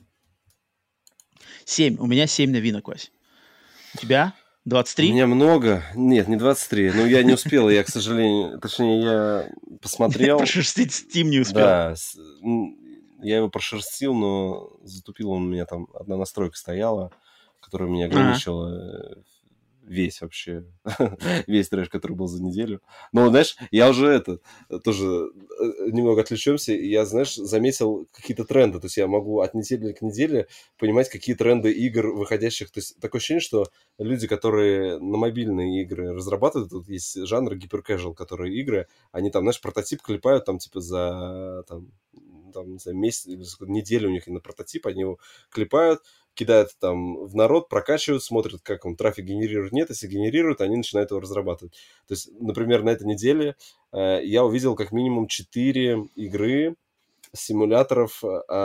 7. У меня 7 новинок, Вась. У тебя 23? У меня много. Нет, не 23. Ну, я не успел. Я, к сожалению... Точнее, я посмотрел... Прошерстить Steam не успел. Да. Я его прошерстил, но затупил он у меня там. Одна настройка стояла, которая меня ограничила весь вообще, весь трэш, который был за неделю. Но, знаешь, я уже тоже немного отвлечемся, и я, знаешь, заметил какие-то тренды. То есть я могу от недели к неделе понимать, какие тренды игр выходящих. То есть такое ощущение, что люди, которые на мобильные игры разрабатывают, тут есть жанр гиперкэжуал, которые игры, они там, знаешь, прототип клепают там типа за не знаю, месяц или неделю у них на прототип, они его клепают, кидают там в народ, прокачивают, смотрят, как он трафик генерирует, нет. Если генерирует, они начинают его разрабатывать. То есть, например, на этой неделе я увидел как минимум 4 игры симуляторов,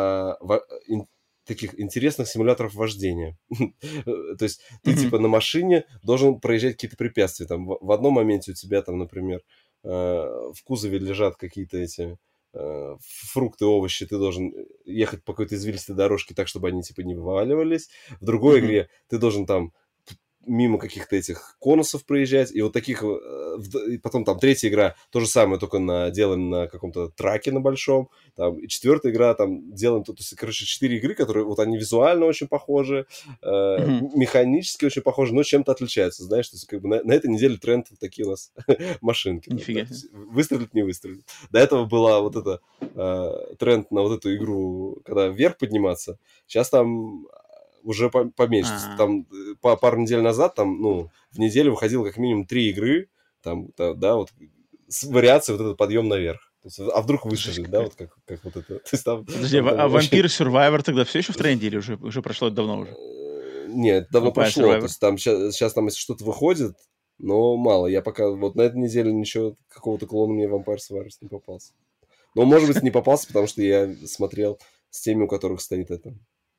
таких интересных симуляторов вождения. То есть ты типа на машине должен проезжать какие-то препятствия. Там в одном моменте у тебя там, например, в кузове лежат какие-то эти фрукты, овощи, ты должен ехать по какой-то извилистой дорожке так, чтобы они типа не вываливались. В другой игре ты должен там мимо каких-то этих конусов проезжать, и вот таких... И потом там третья игра, то же самое, только делаем на каком-то траке на большом. Там, и четвертая игра, там делаем... То есть, короче, 4 игры, которые вот они визуально очень похожи, механически очень похожи, но чем-то отличаются, знаешь. То есть, как бы на этой неделе тренд вот такие у нас машинки. Нифига. Выстрелит, не выстрелит. До этого была вот эта тренд на вот эту игру, когда вверх подниматься. Сейчас там уже поменьше. Там пару недель назад, там, в неделю выходило как минимум 3 игры, там, да, вот, с вариацией вот этот подъем наверх. То есть, а вдруг выстрелит, да, вот как вот это. То есть, подожди, а Vampire Survivor тогда все еще в тренде или уже прошло это давно уже? Нет, давно прошло. То есть, там сейчас там, если что-то выходит, но мало. Я пока вот на этой неделе ничего, какого-то клона мне Vampire Survivor не попался. Но, может быть, не попался, потому что я смотрел с теми, у которых стоит это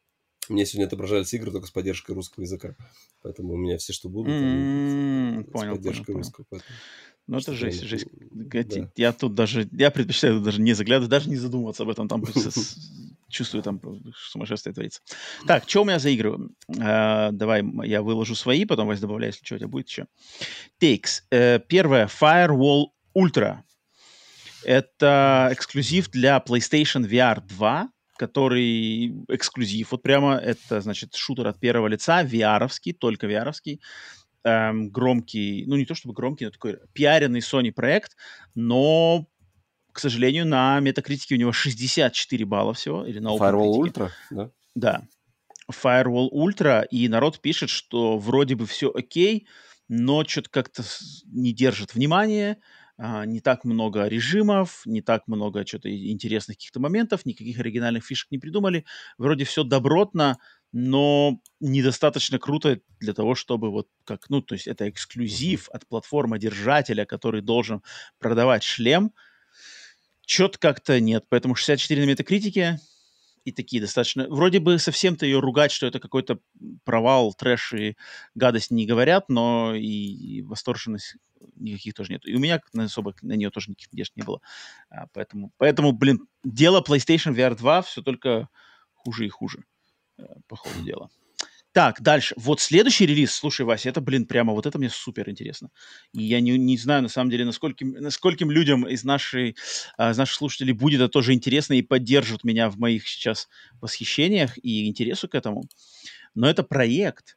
Мне сегодня отображались игры только с поддержкой русского языка. Поэтому у меня все, что будут, они с поддержкой русского. Поэтому Ну, это что-то жесть, жесть. да. Я тут даже, я предпочитаю даже не заглядывать, даже не задумываться об этом. Там чувствую, там сумасшествие творится. Так, что у меня за игры? Давай я выложу свои, потом вас добавляю, если что у тебя будет еще. Takes. Первое. Firewall Ultra. Это эксклюзив для PlayStation VR 2, который эксклюзив. Вот прямо это, значит, шутер от первого лица, VR-овский, только VR-овский. Громкий, ну не то чтобы громкий, но такой пиаренный Sony проект, но, к сожалению, на Metacritic у него 64 балла всего, или на Firewall OpenCritic. Ultra, да? Да. Firewall Ultra, и народ пишет, что вроде бы все окей, но что-то как-то не держит внимания, не так много режимов, не так много что-то интересных каких-то моментов, никаких оригинальных фишек не придумали. Вроде все добротно, но недостаточно круто для того, чтобы вот как, ну, то есть это эксклюзив от платформодержателя, который должен продавать шлем. Что-то как-то нет, поэтому 64 на Метакритике, и такие достаточно... Вроде бы совсем-то ее ругать, что это какой-то провал, трэш и гадость не говорят, но и восторженность никаких тоже нет. И у меня особо на нее тоже никаких надежд не было. Поэтому, блин, дело PlayStation VR 2 все только хуже и хуже, по ходу дела. Так, дальше. Вот следующий релиз, слушай, Вася, это, блин, прямо вот это мне супер интересно. И я не знаю, на самом деле, наскольким людям из наших слушателей будет это тоже интересно и поддержат меня в моих сейчас восхищениях и интересу к этому. Но это проект,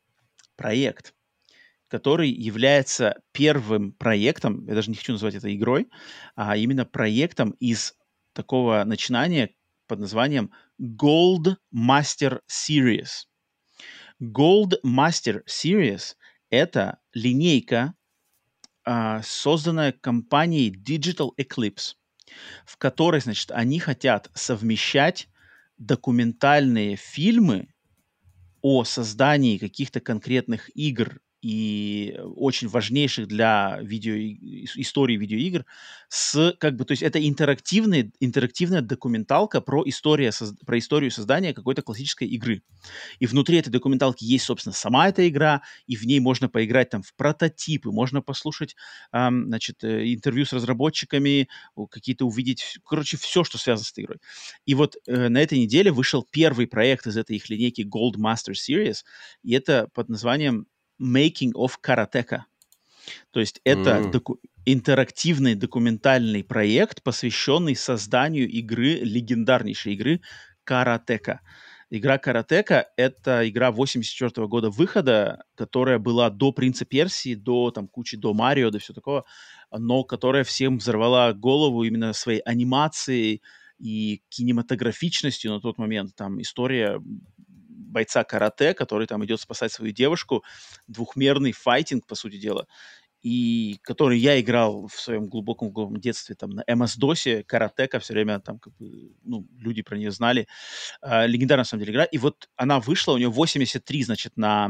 который является первым проектом, я даже не хочу назвать это игрой, а именно проектом из такого начинания под названием Gold Master Series. Gold Master Series — это линейка, созданная компанией Digital Eclipse, в которой, значит, они хотят совмещать документальные фильмы о создании каких-то конкретных игр и очень важнейших для истории видеоигр с, как бы, то есть это интерактивная документалка про историю создания какой-то классической игры. И внутри этой документалки есть, собственно, сама эта игра, и в ней можно поиграть там в прототипы, можно послушать, значит, интервью с разработчиками, какие-то увидеть, короче, все, что связано с этой игрой. И вот на этой неделе вышел первый проект из этой их линейки Gold Master Series, и это под названием Making of Karateka. То есть это интерактивный документальный проект, посвященный созданию игры, легендарнейшей игры Karateka. Игра Karateka — это игра 84 года выхода, которая была до «Принца Персии», до там кучи, до «Марио», до всего такого, но которая всем взорвала голову именно своей анимацией и кинематографичностью на тот момент. Там история бойца карате, который там идет спасать свою девушку, двухмерный файтинг, по сути дела, и который я играл в своем глубоком детстве там на MS-DOS, Каратека, все время там как бы, ну, люди про нее знали. Легендарная, на самом деле, игра. И вот она вышла, у нее 83, значит,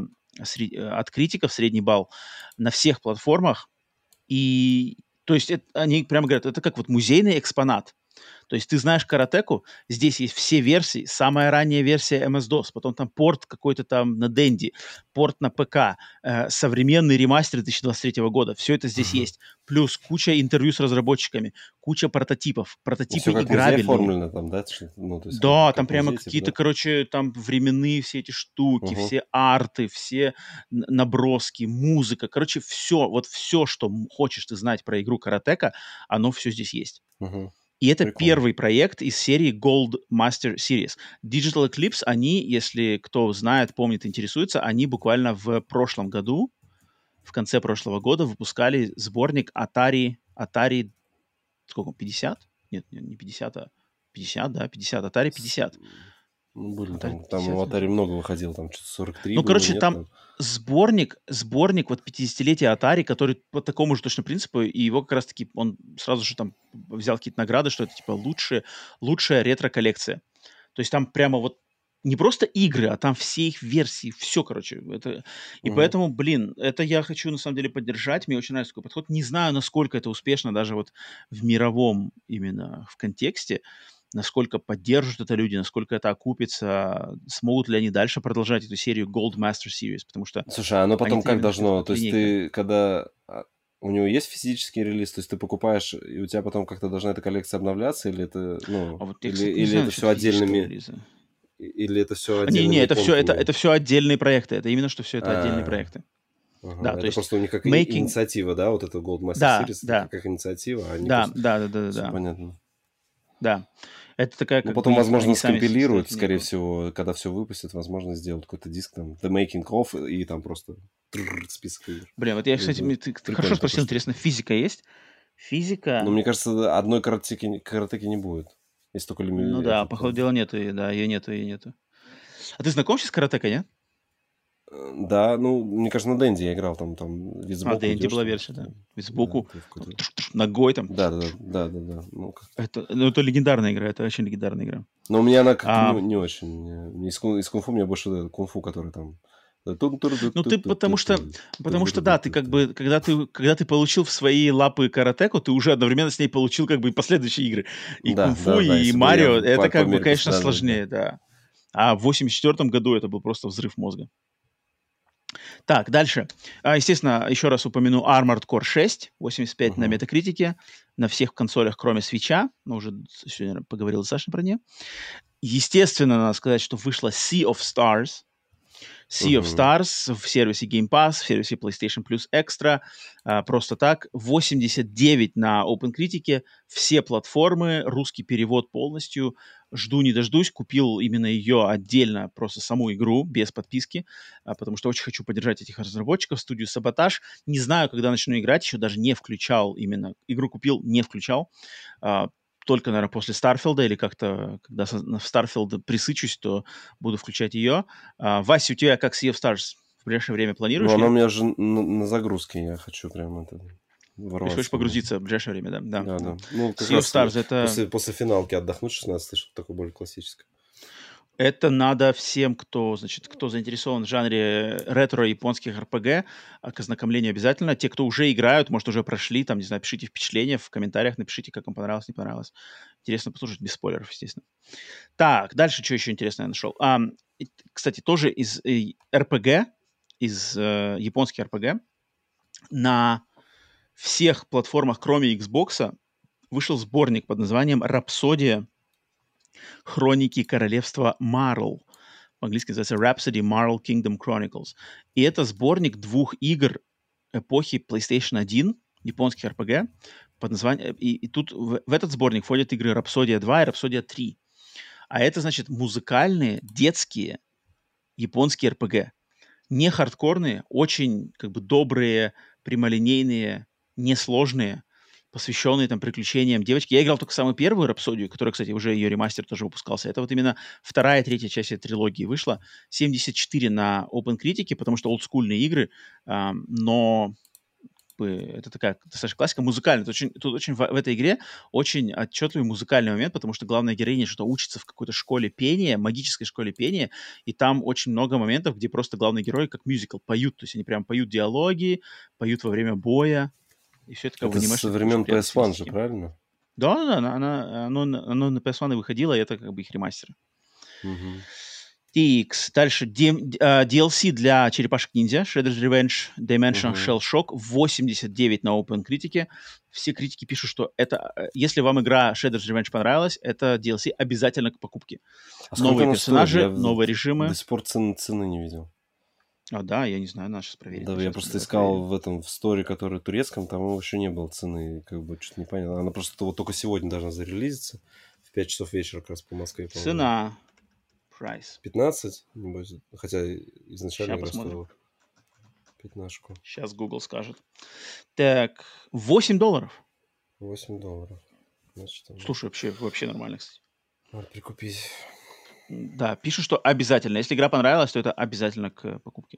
от критиков, средний балл на всех платформах. И, то есть, они прямо говорят, это как вот музейный экспонат. То есть ты знаешь Каратеку, здесь есть все версии, самая ранняя версия MS-DOS, потом там порт какой-то там на Денди, порт на ПК, современный ремастер 2023 года, все это здесь есть. Плюс куча интервью с разработчиками, куча прототипов, прототипы все как играбельные. оформлено там, да? Ну, то есть, Да, как там прямо музей, какие-то, да? короче, там временные все эти штуки, все арты, все наброски, музыка. Короче, все, вот все, что хочешь ты знать про игру Каратека, оно все здесь есть. И это Прикольно. первый проект из серии Gold Master Series. Digital Eclipse, они, если кто знает, помнит, интересуется, они буквально в прошлом году, в конце прошлого года выпускали сборник Atari, сколько, 50? Нет, не 50, а 50, да, 50, Atari 50. Ну, были Atari там у 50. Atari много выходило, там что-то 43 Ну, было, короче, нет? там сборник вот 50-летия Atari, который по такому же точно принципу, и его как раз-таки, он сразу же там взял какие-то награды, что это типа лучшая ретро-коллекция. То есть там прямо вот не просто игры, а там все их версии, все, короче. И поэтому, блин, это я хочу на самом деле поддержать. Мне очень нравится такой подход. Не знаю, насколько это успешно даже вот в мировом именно в контексте, насколько поддержат это люди, насколько это окупится, смогут ли они дальше продолжать эту серию Gold Master Series, потому что Слушай, а оно потом они-то как именно должно? как То есть линейка. ты, когда... У него есть физический релиз, то есть ты покупаешь, и у тебя потом как-то должна эта коллекция обновляться, или это, ну, А вот я, кстати, не или знаю это все насчет физического отдельными, релиза. или это все Не, отдельными конками? это все отдельные проекты. Это именно, что все это отдельные А, проекты. Да, ага. то Это есть просто у них как making... инициатива, да, вот это Gold Master Да, Series, это да, как инициатива, а они да, просто... да, да, да, да, Все да. понятно. Да. Это такая Ну, как бы потом, их, возможно, они сами скомпилируют, создают скорее линейку. всего, когда все выпустят, возможно, сделают какой-то диск, там, The Making of, и там просто список игр. Блин, вот я, И кстати, будет ты хорошо прикольно такой спросил, штуки. интересно, физика есть? Но Физика... мне кажется, одной каратеки не будет. Если только Ну да, этот... по ходу дела нету ее, да, ее нету. А ты знаком сейчас с каратекой, нет? Да, ну, мне кажется, на Денди я играл, там вид А, сбоку Дэнди идешь, была там версия, да. что-то... И Да, сбоку, ты в там, какой-то... ногой там. Да. Ну, как-то. Это легендарная игра, это очень легендарная игра. Но у меня она как-то А, не очень. Мне из кунг-фу мне больше вот этот кунг-фу, который там... ну ты потому что да, ты как бы, когда ты получил в свои лапы каратеку, ты уже одновременно с ней получил как бы и последующие игры. И кунг-фу, Да, и если бы я Марио, это по как бы, мере... конечно, Да. сложнее, да. А в 84 году это был просто взрыв мозга. Так, дальше. Естественно, еще раз упомяну Armored Core 6, 85 на Угу. метакритике, на всех консолях, кроме Свитча. Мы уже сегодня поговорил достаточно про нее. Естественно, надо сказать, что вышла Sea of Stars. Sea of Угу. Stars в сервисе Game Pass, в сервисе PlayStation Plus Extra. Просто так. 89 на OpenCritic. Все платформы, русский перевод полностью. Жду не дождусь. Купил именно ее отдельно, просто саму игру, без подписки, потому что очень хочу поддержать этих разработчиков, студию Sabotage. Не знаю, когда начну играть, еще даже не включал именно. Игру купил, не включал. А, Только, наверное, после Старфилда или как-то, когда в Старфилд присычусь, то буду включать ее. Вася, у тебя как Sea of Stars в ближайшее время Ну, планируешь, она у нет? меня уже на загрузке, я хочу прям это... То есть хочешь ворваться в нее. погрузиться в ближайшее время, да? Да, да. Да. Ну, как Sea of раз Stars это, после финалки отдохнуть 16 что-то такое более классическое. это надо всем, кто, значит, кто заинтересован в жанре ретро-японских RPG, к ознакомлению обязательно. Те, кто уже играют, может, уже прошли, там, не знаю, пишите впечатления в комментариях, напишите, как вам понравилось, не понравилось. Интересно послушать, без спойлеров, естественно. Так, дальше что еще интересное я нашел? Кстати, тоже из RPG, из японских RPG, на всех платформах, кроме Xbox, вышел сборник под названием «Рапсодия. Хроники королевства Марл». По-английски называется Rhapsody Marl Kingdom Chronicles. И это сборник двух игр эпохи PlayStation 1, японских RPG, под названием... И тут в этот сборник входят игры Rhapsody 2 и Rhapsody 3. А это, значит, музыкальные, детские, японские RPG. Не хардкорные, очень как бы добрые, прямолинейные, несложные, посвященные там приключениям девочки. Я играл только самую первую «Рапсодию», которая, кстати, уже ее ремастер тоже выпускался. Это вот именно вторая и третья часть этой трилогии вышла. 74 на OpenCritic, потому что олдскульные игры, но это такая достаточно классика музыкальная. Тут очень в этой игре очень отчетливый музыкальный момент, потому что главная героиня что-то учится в какой-то школе пения, магической школе пения, и там очень много моментов, где просто главные герои как мюзикл поют, то есть они прям поют диалоги, поют во время боя, и все это как в Это со анимешной такой очень времен приятной PS1 же, стилистике. правильно? Да, оно на PS1 и выходило, и это как бы их ремастер. Угу. TX. Дальше DLC для черепашек-ниндзя, Shredder's Revenge, Dimension Угу. Shell Shock, 89 на OpenCritic. Все критики пишут, что это, если вам игра Shredder's Revenge понравилась, это DLC обязательно к покупке. А сколько Новые оно стоит? персонажи, Я новые до режимы. сих пор цены не видел. Да, я не знаю, надо сейчас проверить. Да, я Сейчас просто давай искал проверим. в сторе, который турецком, там еще не было цены, как бы что-то непонятно. Она просто вот только сегодня должна зарелизиться, в 5 часов вечера как раз по Москве, по-моему. Цена. Price. 15, небось, хотя изначально Сейчас игра посмотрим. стоила 15. Сейчас Google скажет. Так, $8. $8. Значит, Слушай, вообще нормально, кстати. надо прикупить. Да, пишут, что обязательно. Если игра понравилась, то это обязательно к покупке.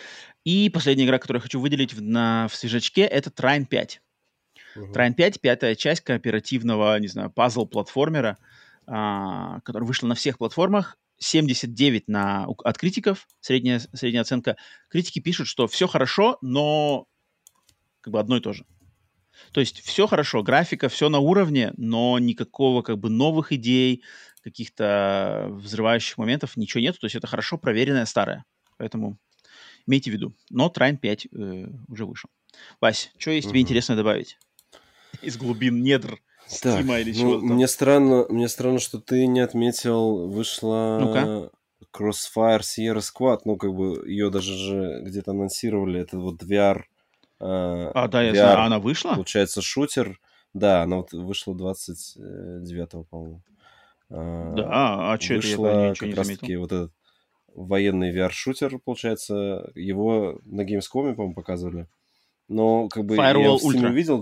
И последняя игра, которую я хочу выделить в свежачке, это Trine 5. Угу. Trine 5, пятая часть кооперативного, не знаю, пазл-платформера, которая вышла на всех платформах. 79 от критиков, средняя оценка. Критики пишут, что все хорошо, но как бы одно и то же. То есть все хорошо, графика, все на уровне, но никакого как бы новых идей, каких-то взрывающих моментов, ничего нет. То есть это хорошо проверенное старое. Поэтому имейте в виду. Но Trine 5 уже вышел. Вась, что есть тебе интересно добавить? Из глубин недр Так, Стима или ну, чего-то там? мне странно, что ты не отметил, Ну-ка. вышла Crossfire Sierra Squad, ну, как бы ее даже же где-то анонсировали, это вот VR, Да, я знаю. А VR, она вышла? получается, шутер, да, она вот вышла 29-го, по-моему. Да, а что это я Вышла ничего как не заметил? раз-таки вот этот военный VR-шутер, получается, его на Gamescom, по-моему, показывали. Но как бы я Firewall в Steam Ultra. увидел...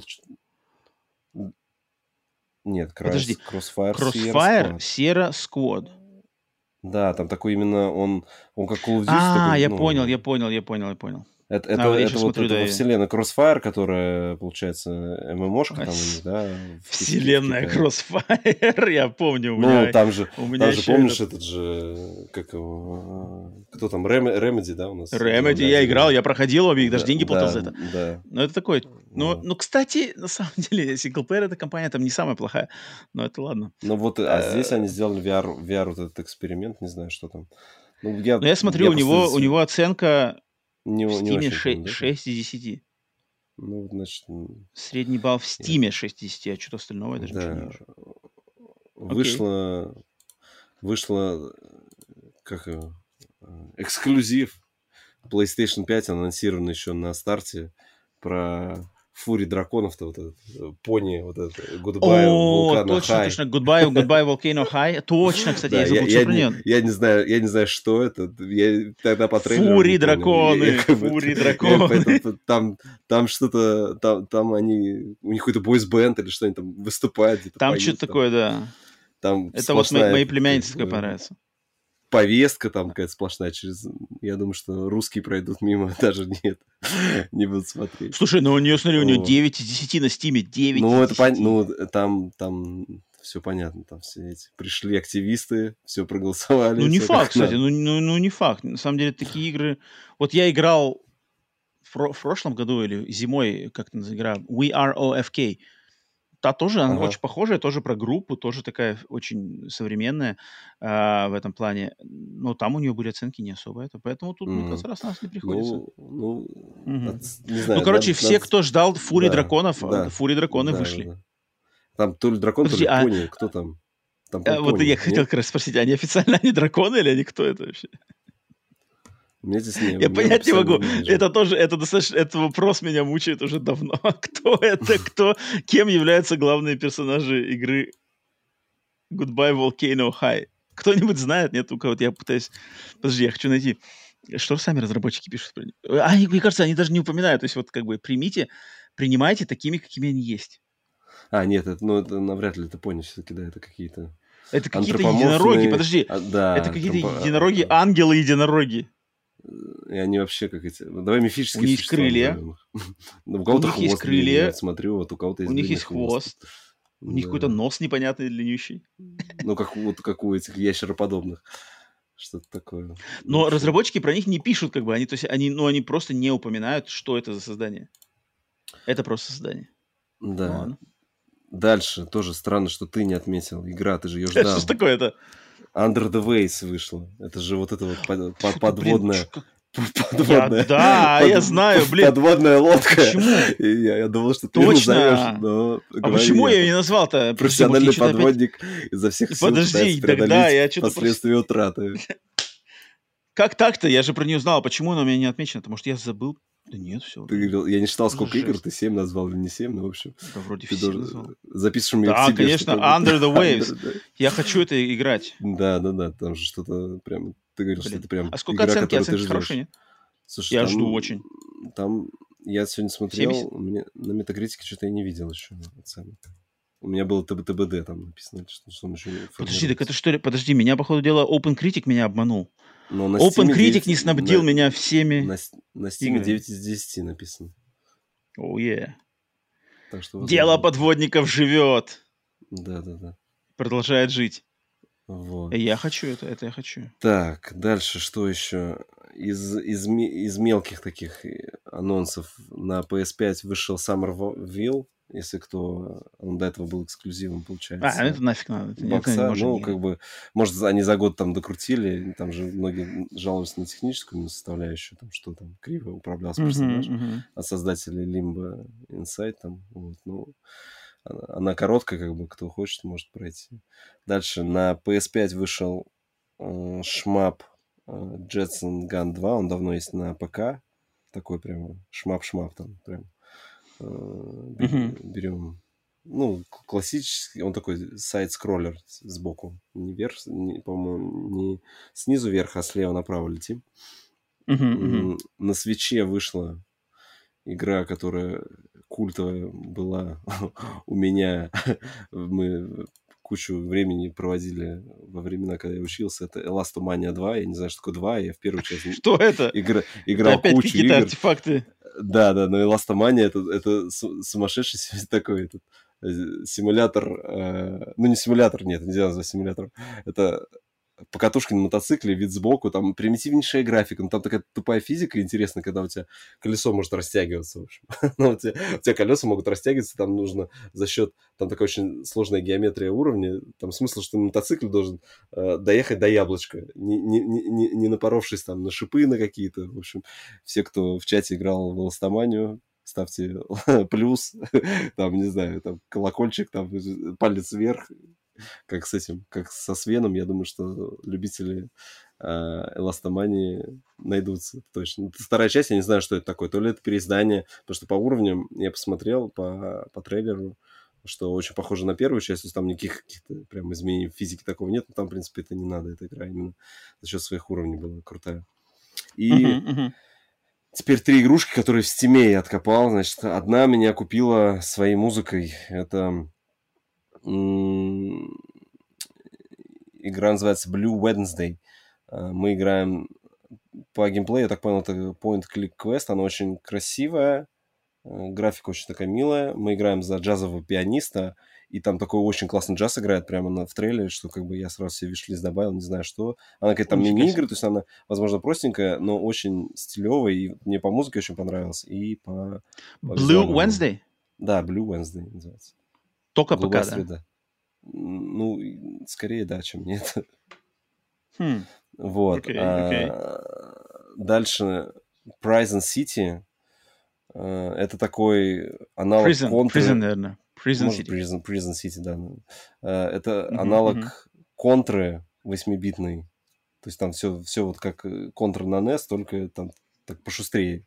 Нет, Подожди. Crossfire Sierra Crossfire Squad. Sierra Squad. Да, там такой именно он как Call of Duty такой, Я ну... понял. Вот я Это сейчас вот смотрю, это да. во вселенной Crossfire, которая, получается, ММОшка там у них, да, в Вселенная Китае. Crossfire, я помню, Ну, там же еще помнишь, этот же, как его, кто там, Remedy, да, у нас Remedy делали я один играл, из... я проходил обе, их даже Да, деньги платил за да, это. да. Но это такой... Вот. Ну, кстати, на самом деле, синглплеер эта компания там не самая плохая. Но это ладно. Ну вот, а здесь они сделали VR вот этот эксперимент, не знаю, что там. Ну, Но я смотрю, у просто него оценка не в Стиме очень помню, да? 6 из 10. Ну, вот, значит, Средний балл в Стиме 6 из 10, а что-то остального я даже ничего не да, вижу. Окей. вышла, как его, эксклюзив PlayStation 5 анонсирован еще на старте про Фури драконов-то, вот этот пони, вот этот Goodbye Volcano Точно. High. Goodbye Volcano High. Точно, кстати, Да, я забыл, что про нее. я не знаю, что это. Я тогда по трейлеру Фури не понял. драконы, Фури драконы. Там что-то, там они, у них какой-то бойс-бенд или что они там выступают, где-то Там поют. что-то такое, да. Там Это вот моей племяннице такое понравится. Повестка там какая-то сплошная через... Я думаю, что русские пройдут мимо, даже нет, не будут смотреть. Слушай, ну у нее, смотри, у нее 9 из 10 на Стиме, 9 Ну, из 10. Ну, там все понятно, там все эти... Пришли активисты, все проголосовали. Ну, не всё факт, как кстати, надо. ну, не факт. На самом деле, такие игры... Вот я играл в прошлом году или зимой, как это называется, игра We Are OFK. Та тоже, она Ага. очень похожая, тоже про группу, тоже такая очень современная в этом плане. Но там у нее были оценки не особо. Поэтому тут, мне кажется, раз нас не приходится. Ну, Мгм. не знаю. Ну, короче, все, кто ждал Фури Да, драконов, да, Фури драконы да, вышли. да. Там то ли дракон, то Подожди, ли пони. Кто там? Там, по-моему, вот пони, я хотел нет? как раз спросить, они официально они драконы или они кто это вообще? Мне здесь не... Я мне понять не написали, могу. не вижу. Это тоже, это достаточно, этот вопрос меня мучает уже давно. Кто это? Кем являются главные персонажи игры Goodbye Volcano High? Кто-нибудь знает? Нет, у кого-то я пытаюсь... Подожди, я хочу найти. Что сами разработчики пишут про них? Мне кажется, они даже не упоминают. То есть вот как бы принимайте такими, какими они есть. Нет, это навряд ли это пони все-таки, да, это какие-то... Это какие-то единороги, подожди. Да. Это какие-то единороги, ангелы-единороги. И они вообще как эти... Давай мифические У них есть крылья. У кого-то них есть хвост крылья. длинный, я вот смотрю, вот у кого-то есть У них длинный есть хвост. У них какой-то нос непонятный, длиннющий. Ну, как у этих ящероподобных. Что-то такое. Но разработчики про них не пишут, как бы. Они просто не упоминают, что это за создание. Это просто создание. Да. Ну, ладно. Дальше тоже странно, что ты не отметил. Игра, ты же ее ждал. Что ж такое-то? Under the Waves вышла. Это же вот это вот подводная... Я знаю, блин. Подводная лодка. Почему? Я думал, что ты Точно. но... А почему я ее не назвал-то? Профессиональный подводник изо всех сил Подожди, пытается тогда я преодолеть что-то последствия утраты. Как так-то? Я же про нее знал. Почему она у меня не отмечена? Потому что я забыл. Да нет, все. Ты говорил, я не считал, Что за сколько игр, жесть? ты 7 назвал или не 7, но в общем... Да вроде Ты все должен... назвал. Запишешь мне Да, к тебе, конечно, что Under the Waves. Я хочу это играть. Да, там же что-то прям... Ты говорил, что это прям А сколько игра, оценки? которую ты Оценки ждешь. хорошие, нет? Слушай, Я жду очень. Там я сегодня смотрел, 70? у меня на Метакритике что-то я не видел еще оценок. У меня было ТБД там написано, что он еще не Подожди, так это что ли? Подожди, меня, по ходу дела, OpenCritic меня обманул. Но на OpenCritic не снабдил меня всеми на Steam 9 из 10 написано. Оу, yeah. Так что, Дело подводников живет. Да. Продолжает жить. Вот. Я хочу это я хочу. Так, дальше что еще? Из мелких таких анонсов на PS5 вышел Somerville, если кто... Он до этого был эксклюзивом, получается. Это нафиг надо. Это бокса, ну, как бы, может, они за год там докрутили, там же многие жалуются на техническую составляющую, там, что там криво управлялся персонаж от создателей Limbo Inside, там, вот, ну, она короткая, как бы, кто хочет, может пройти. Дальше, на PS5 вышел шмап Jetson Gun 2, он давно есть на ПК, такой прям шмап-шмап там, прям берем... Ну, классический, он такой сайд-скроллер сбоку. Не вверх, по-моему, не снизу вверх, а слева направо летим. На свитче вышла игра, которая культовая была у меня. Мы кучу времени проводили во времена, когда я учился. Это Elastomania 2. Я не знаю, что такое 2. Я в первую часть... Что это? Играл кучу какие-то игр. Артефакты. Да, но Elastomania это сумасшедший такой симулятор, ну не симулятор, нет, нельзя назвать симулятором, это покатушки на мотоцикле, вид сбоку, там примитивнейшая графика, но там такая тупая физика интересная, когда у тебя колесо может растягиваться, в общем. Ну, у тебя колеса могут растягиваться, там нужно за счет, там такая очень сложная геометрия уровня, там смысл, что мотоцикл должен доехать до яблочка, не напоровшись там на шипы на какие-то, в общем, все, кто в чате играл в Elastomania, ставьте плюс, там, не знаю, там, колокольчик, там, палец вверх, как с этим, как со Свеном. Я думаю, что любители Elastomania найдутся, точно. Вторая часть, я не знаю, что это такое, то ли это переиздание, потому что по уровням я посмотрел, по трейлеру, что очень похоже на первую часть, то есть там никаких каких-то прям изменений в физике такого нет, но там, в принципе, это не надо, эта игра именно за счет своих уровней была крутая. И... Теперь 3 игрушки, которые в Стиме я откопал. Значит, одна меня купила своей музыкой. Это игра называется Blue Wednesday. Мы играем по геймплею, я так понял, это point-click quest. Она очень красивая. Графика очень такая милая. Мы играем за джазового пианиста. И там такой очень классный джаз играет прямо в трейлере, что как бы я сразу себе виш-лист добавил, не знаю что. Она какая-то там мини-игры, то есть она, возможно, простенькая, но очень стилевая. И мне по музыке очень понравилось. И по Blue Wednesday? Да, Blue Wednesday называется. Только пока, да? Ну, скорее да, чем нет. Вот. Дальше Prison City. Это такой аналог контры... Prison, наверное. Prison City, да. Это аналог контры 8-битной. То есть там все вот как контра на NES, только там так пошустрее.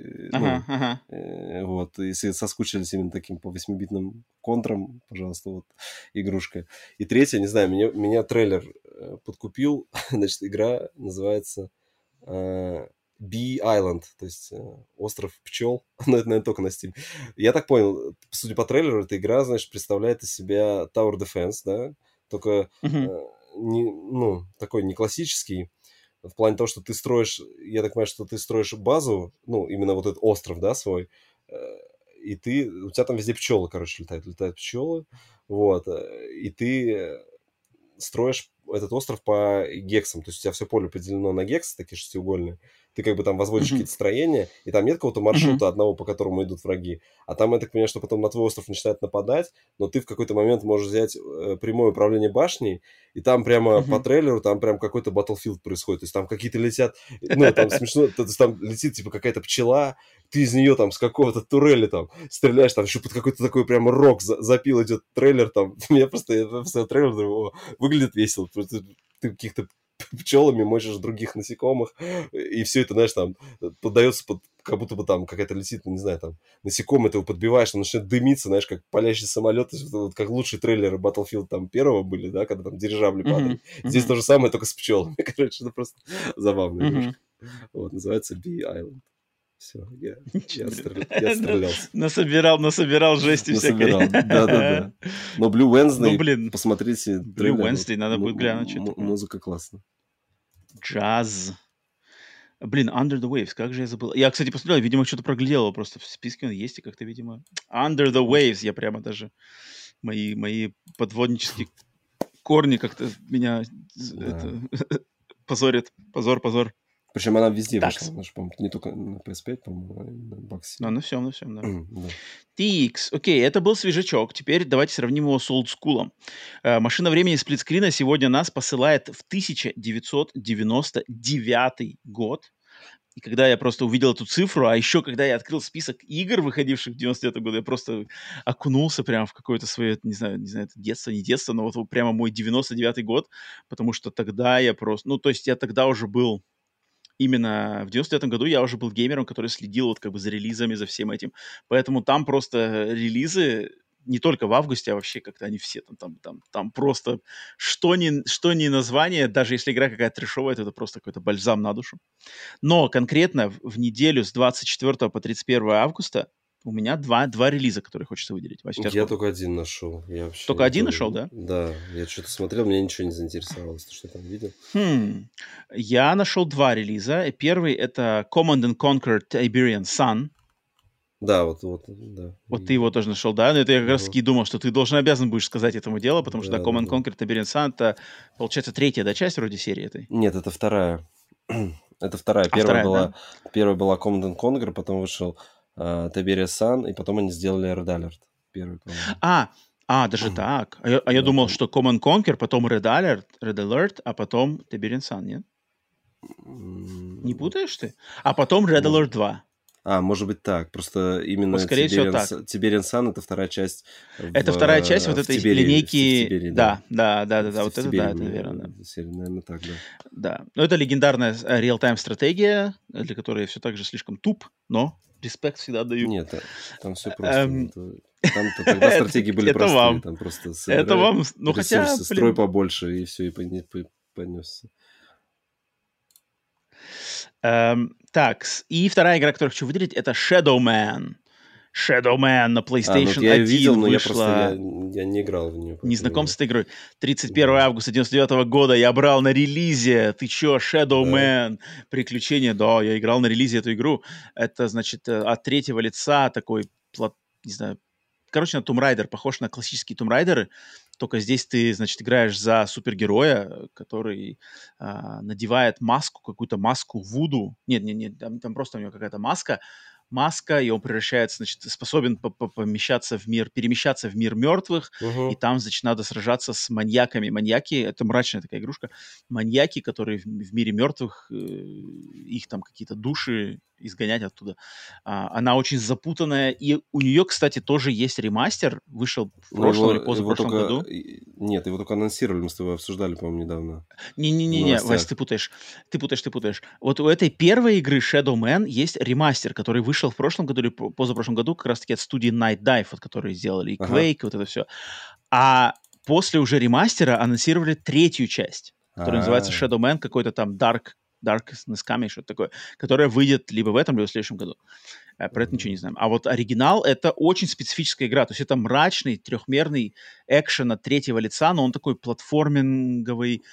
Вот. Если соскучились именно таким по 8-битным контрам, пожалуйста, вот игрушка. И третья, не знаю, меня трейлер подкупил. Значит, игра называется Bee Island, то есть остров пчел, но это, наверное, только на Steam. Я так понял, судя по трейлеру, эта игра, значит, представляет из себя Tower Defense, да, только такой не классический, в плане того, что ты строишь, я так понимаю, что ты строишь базу, ну, именно вот этот остров, да, свой, и у тебя там везде пчелы, короче, летают пчелы, вот, и ты строишь этот остров по гексам, то есть у тебя все поле поделено на гексы, такие шестиугольные, ты как бы там возводишь какие-то строения, и там нет какого-то маршрута одного, по которому идут враги, а там, я так понимаю, что потом на твой остров начинают нападать, но ты в какой-то момент можешь взять прямое управление башней, и там прямо по трейлеру, там прям какой-то Battlefield происходит, то есть там какие-то летят, ну, там смешно, то есть там летит типа какая-то пчела, ты из нее там с какого-то турели там стреляешь, там еще под какой-то такой прям рок запил идет трейлер там, я просто трейлер думаю, выглядит весело, просто ты каких-то пчелами мочишь других насекомых, и все это, знаешь, там поддается под, как будто бы там какая-то летит, не знаю, там насекомое, ты его подбиваешь, он начинает дымиться, знаешь, как палящий самолет, вот как лучшие трейлеры Battlefield там первого были, да, когда там дирижабли падали. Здесь то же самое, только с пчелами, короче, это просто забавная игрушка. Вот, называется Bee Island. Все, я отстрелялся. Насобирал жести всякой. Да. Но Blue Wednesday, посмотрите. Blue Wednesday, надо будет глянуть. Музыка классная. Джаз. Блин, Under the Waves, как же я забыл. Я, кстати, посмотрел, видимо, что-то проглядел просто в списке, он есть и как-то, видимо... Under the Waves, я прямо даже... Мои подводнические корни как-то меня позорят. Позор. Причем она везде Так. вышла, она же, по-моему, не только на PS5, по-моему, а и на Xbox. Ну, на всем, да. Да. TX. Окей, это был свежачок. Теперь давайте сравним его с олдскулом. Машина времени сплитскрина сегодня нас посылает в 1999 год. И когда я просто увидел эту цифру, а еще когда я открыл список игр, выходивших в 99 году, я просто окунулся прямо в какое-то свое, не знаю, это детство, не детство, но вот прямо мой 99 год, потому что тогда я просто... Ну, то есть я тогда уже был... Именно в 99 году я уже был геймером, который следил вот как бы за релизами, за всем этим. Поэтому там просто релизы не только в августе, а вообще как-то они все там просто что ни название, даже если игра какая-то трешовая, то это просто какой-то бальзам на душу. Но конкретно в неделю с 24 по 31 августа у меня два релиза, которые хочется выделить. Вася, у тебя Я сколько? только один нашел. Я вообще Только один нашел, да? Да, я что-то смотрел, меня ничего не заинтересовало, ты что там видел? Я нашел два релиза. Первый — это Command and Conquer Tiberian Sun. Да, да. Вот ты его тоже нашел, да? Но это я как раз таки думал, что ты обязан будешь сказать этому делу, потому что Command and Conquer Tiberian Sun — это, получается, третья, да, часть вроде серии этой? Нет, это вторая. Это вторая. Первая была Command and Conquer, потом вышел Tiberian Sun, и потом они сделали Red Alert. Первый, по-моему. Даже так. Я думал, что Command Conquer, потом Red Alert, а потом Tiberian Sun, нет? Не путаешь ты? А потом Red Alert 2. Может быть так. Просто именно скорее всего, так. Tiberian Sun — это вторая часть. Это вторая часть вот этой линейки. Да. Вот это да, это верно. Наверное, так, да. Да. Но это легендарная реал-тайм стратегия, для которой я все так же слишком туп, но респект всегда даю. Нет, там все просто. Там-то тогда стратегии были простые. Там просто это вам. Ну, хотя, строй побольше, и все, и понесся. Так, и вторая игра, которую хочу выделить, это Shadow Man. Shadow Man на PlayStation 1 я видел, но вышла. Я не играл в нее. Не знаком с этой игрой. 31 августа 99 года я брал на релизе. Ты чё, Shadow Man? Приключения. Да, я играл на релизе эту игру. Это, значит, от третьего лица такой, не знаю, короче, на Tomb Raider, похож на классические Tomb Raider, только здесь ты, значит, играешь за супергероя, который надевает какую-то маску Вуду. Нет, там просто у него какая-то маска, и он превращается, значит, способен перемещаться в мир мертвых, и там, значит, надо сражаться с маньяками. Маньяки — это мрачная такая игрушка. Маньяки, которые в мире мертвых, их там какие-то души изгонять оттуда. Она очень запутанная, и у нее, кстати, тоже есть ремастер, вышел в прошлом или позапрошлом году. Нет, его только анонсировали, мы с тобой обсуждали, по-моему, недавно. Не, Вась, ты путаешь. Вот у этой первой игры Shadow Man есть ремастер, который вышел в прошлом году или позапрошлом году, как раз-таки от студии Night Dive, вот, которые сделали и Quake, вот это все. А после уже ремастера анонсировали третью часть, которая называется Shadow Man, какой-то там Darkness Coming, что-то такое, которая выйдет либо в этом, либо в следующем году. Про это ничего не знаем. А вот оригинал — это очень специфическая игра. То есть это мрачный, трехмерный экшен от третьего лица, но он такой платформинговый,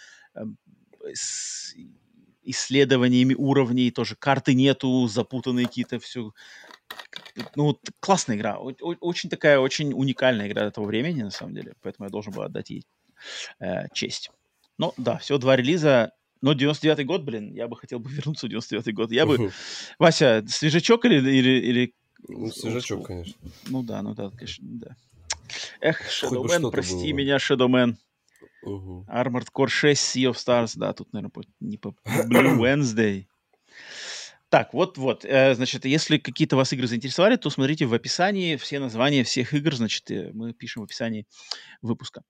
с исследованиями уровней, тоже карты нету, запутанные какие-то, все. Ну, классная игра. Очень такая, очень уникальная игра того времени, на самом деле. Поэтому я должен был отдать ей честь. Ну, да, всего два релиза. Но 99-й год, я бы хотел бы вернуться в 99-й год. Я бы... Вася, свежачок или... Свежачок, конечно. Ну да, конечно, да. Эх, Shadowman, прости меня, Shadowman. Armored Core 6, Sea of Stars, да, тут, наверное, не по Blue Wednesday. Так, вот. Значит, если какие-то вас игры заинтересовали, то смотрите в описании все названия всех игр, значит, мы пишем в описании выпуска.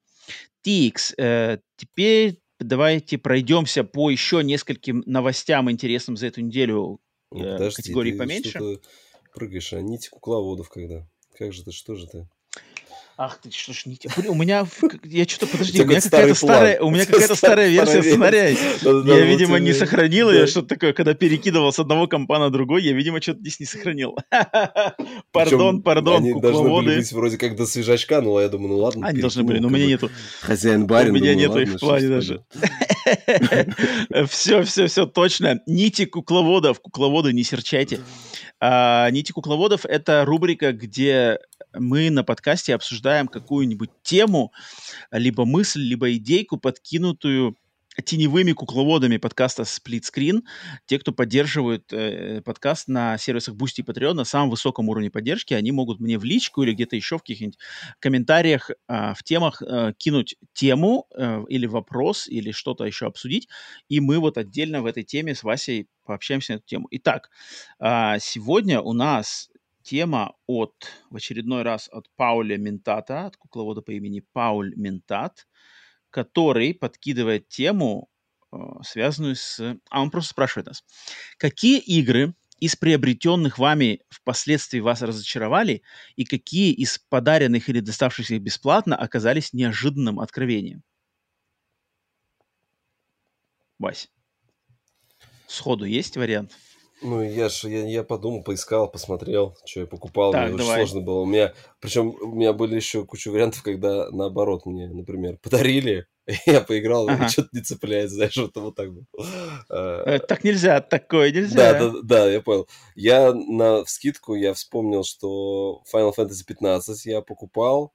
TX, теперь давайте пройдемся по еще нескольким новостям интересным за эту неделю. Подожди, категории ты поменьше. Что-то прыгаешь, а нити кукловодов когда? Как же ты, что же ты? Ах ты, что ж, у меня, я что-то, подожди, у меня какая-то старая версия сценария. Я, видимо, не сохранил ее, что-то такое, когда перекидывал с одного компа на другой, я, видимо, что-то здесь не сохранил. Пардон, они кукловоды. должны были быть вроде как до свежачка, но я думаю, ну ладно. Они должны были, но у меня нету. Хозяин-барин. У меня нету их в плане даже. Все, точно. Нити кукловодов. Кукловоды, не серчайте. Нити кукловодов — это рубрика, где мы на подкасте обсуждаем какую-нибудь тему, либо мысль, либо идейку, подкинутую теневыми кукловодами подкаста Split Screen. Те, кто поддерживают подкаст на сервисах Boosty и Patreon на самом высоком уровне поддержки, они могут мне в личку или где-то еще в каких-нибудь комментариях в темах кинуть тему или вопрос, или что-то еще обсудить, и мы вот отдельно в этой теме с Васей пообщаемся на эту тему. Итак, сегодня у нас тема в очередной раз от Пауля Ментата, от кукловода по имени Пауль Ментат, который подкидывает тему, связанную с... он просто спрашивает нас. Какие игры из приобретенных вами впоследствии вас разочаровали, и какие из подаренных или доставшихся бесплатно оказались неожиданным откровением? Вась, сходу есть вариант? Ну, я подумал, поискал, посмотрел, что я покупал. Мне Так, очень давай. сложно было. Причем у меня были еще куча вариантов, когда наоборот мне, например, подарили, я поиграл, и Ага. что-то не цепляет, знаешь, вот так было. Так нельзя, такое Да, нельзя. да, я понял. Я вскидку я вспомнил, что Final Fantasy 15 я покупал.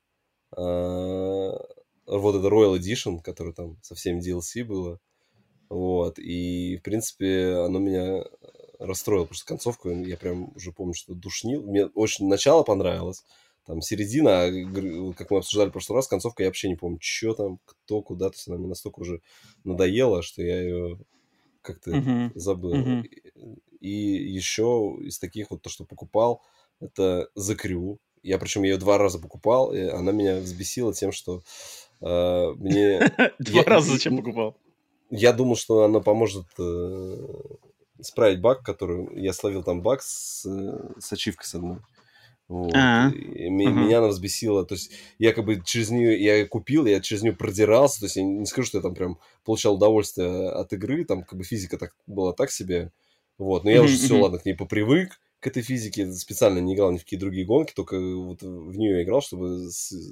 Вот это Royal Edition, который там со всеми DLC было. Вот. И, в принципе, оно меня расстроило, потому что концовку я прям уже помню, что душнил. Мне очень начало понравилось. Там середина, как мы обсуждали в прошлый раз, концовка я вообще не помню, что там, кто, куда. То есть она мне настолько уже надоела, что я ее как-то Мгм. забыл. Мгм. И еще из таких вот то, что покупал, это The Crew. Я причем ее 2 раза покупал, и она меня взбесила тем, что мне... Два раза зачем покупал? Я думал, что она поможет исправить баг, который... Я словил там баг с ачивкой с одной. Вот. А, И ага. меня она взбесила. То есть я как бы через нее... Я ее купил, я через нее продирался. То есть я не скажу, что я там прям получал удовольствие от игры. Там как бы физика была так себе. Вот. Но я уже Мгм, все, мгм. ладно, к ней попривык, к этой физике. Специально не играл ни в какие другие гонки, только вот в нее играл, чтобы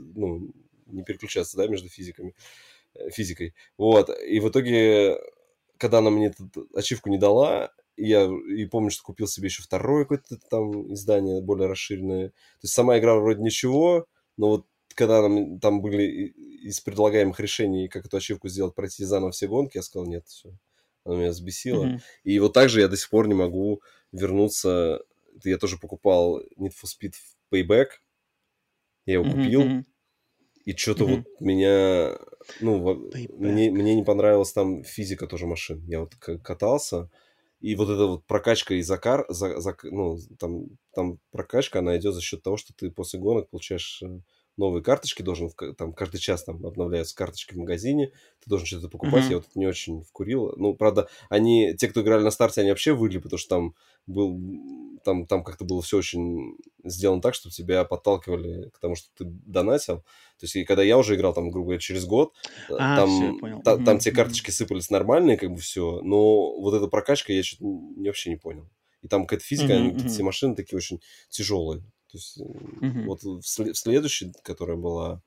не переключаться, да, между физикой. Вот. И в итоге, когда она мне эту ачивку не дала, я и помню, что купил себе еще второе какое-то там издание, более расширенное. То есть сама игра вроде ничего, но вот когда там были из предлагаемых решений, как эту ачивку сделать, пройти заново все гонки, я сказал, нет, все. Она меня взбесила. Мгм. И вот так же я до сих пор не могу вернуться. Я тоже покупал Need for Speed Payback. Я его Мгм, купил. мгм, И что-то вот мгм. мне Payback. не понравилась там физика тоже машин. Я вот катался, и вот эта вот прокачка из ну, там прокачка, она идет за счет того, что ты после гонок получаешь новые карточки, там каждый час там обновляются карточки в магазине, ты должен что-то покупать. Я Мгм, вот это не очень вкурил. Ну, правда, те, кто играли на старте, они вообще выли, потому что был, там как-то было все очень сделано так, чтобы тебя подталкивали к тому, что ты донатил. То есть, и когда я уже играл, там, грубо говоря, через год, все, я понял. там Мгм, те мгм, карточки сыпались нормальные, как бы все, но вот эта прокачка я что-то вообще не понял. И там какая-то физика, мгм, какие-то все мгм, машины такие очень тяжелые. То есть, мгм, вот в следующей, которая была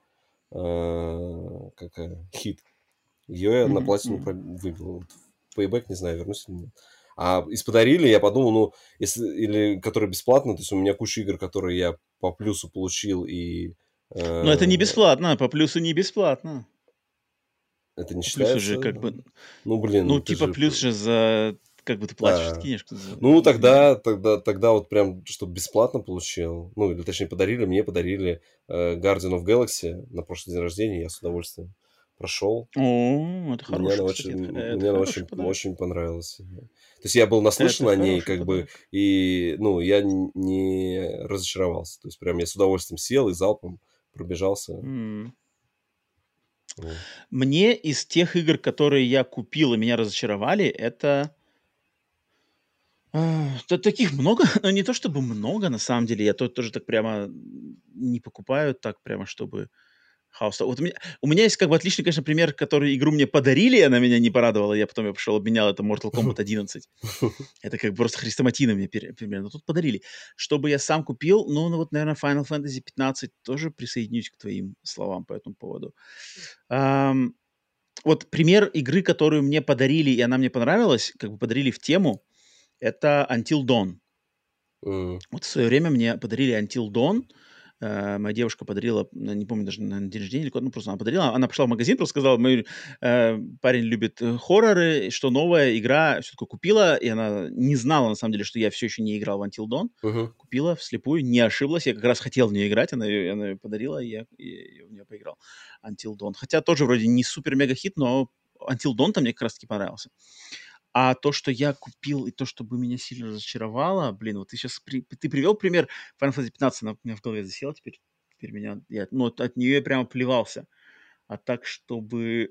какая? Хит. Ее я на мгм, платину мгм. выбил. Вот в Payback не знаю, вернусь или нет. А из подарили, я подумал, ну, если, или которые бесплатно, то есть у меня куча игр, которые я по плюсу получил, и Но это не э, бесплатно, по плюсу не бесплатно. это не По плюсу же считается. как бы, Ну, ну, блин, ты типа же... плюс же за, как бы ты платишь А, денежку за ну, изменение. тогда вот прям, чтобы бесплатно получил, ну, или точнее мне подарили Guardian of Galaxy на прошлый день рождения, я с удовольствием прошел. О, это хороший, кстати, это Мне она хороший очень, подарок. очень понравилась. То есть я был Это наслышан о ней, хороший как бы, подарок. и, ну, я не разочаровался. То есть прям я с удовольствием сел и залпом пробежался. М. Вот. Мне из тех игр, которые я купил и меня разочаровали, это таких много, но не то чтобы много, на самом деле. Я тоже так прямо не покупаю, так прямо, чтобы хаос. Вот у меня есть как бы отличный, конечно, пример, который игру мне подарили, и она меня не порадовала. Я потом пошел обменял, это Mortal Kombat 11. Это как бы просто хрестоматийно мне примерно. Тут подарили. Чтобы я сам купил, ну вот, наверное, Final Fantasy 15 тоже присоединюсь к твоим словам по этому поводу. Ам, вот пример игры, которую мне подарили, и она мне понравилась, как бы подарили в тему, это Until Dawn. М, Вот в свое время мне подарили Until Dawn. моя девушка подарила, не помню, даже на день рождения или куда, ну, просто она подарила. Она пошла в магазин, просто сказала, парень любит хорроры, что новая игра, все такое купила, и она не знала, на самом деле, что я все еще не играл в Until Dawn. Купила вслепую, не ошиблась, я как раз хотел в нее играть, она ее подарила, и я в нее поиграл. Until Dawn. Хотя тоже вроде не супер-мега-хит, но Until Dawn-то мне как раз-таки понравился. А то, что я купил, и то, что бы меня сильно разочаровало, блин, вот ты сейчас ты привел пример Final Fantasy 15, она у меня в голове засела теперь меня, от нее я прямо плевался. А так, чтобы...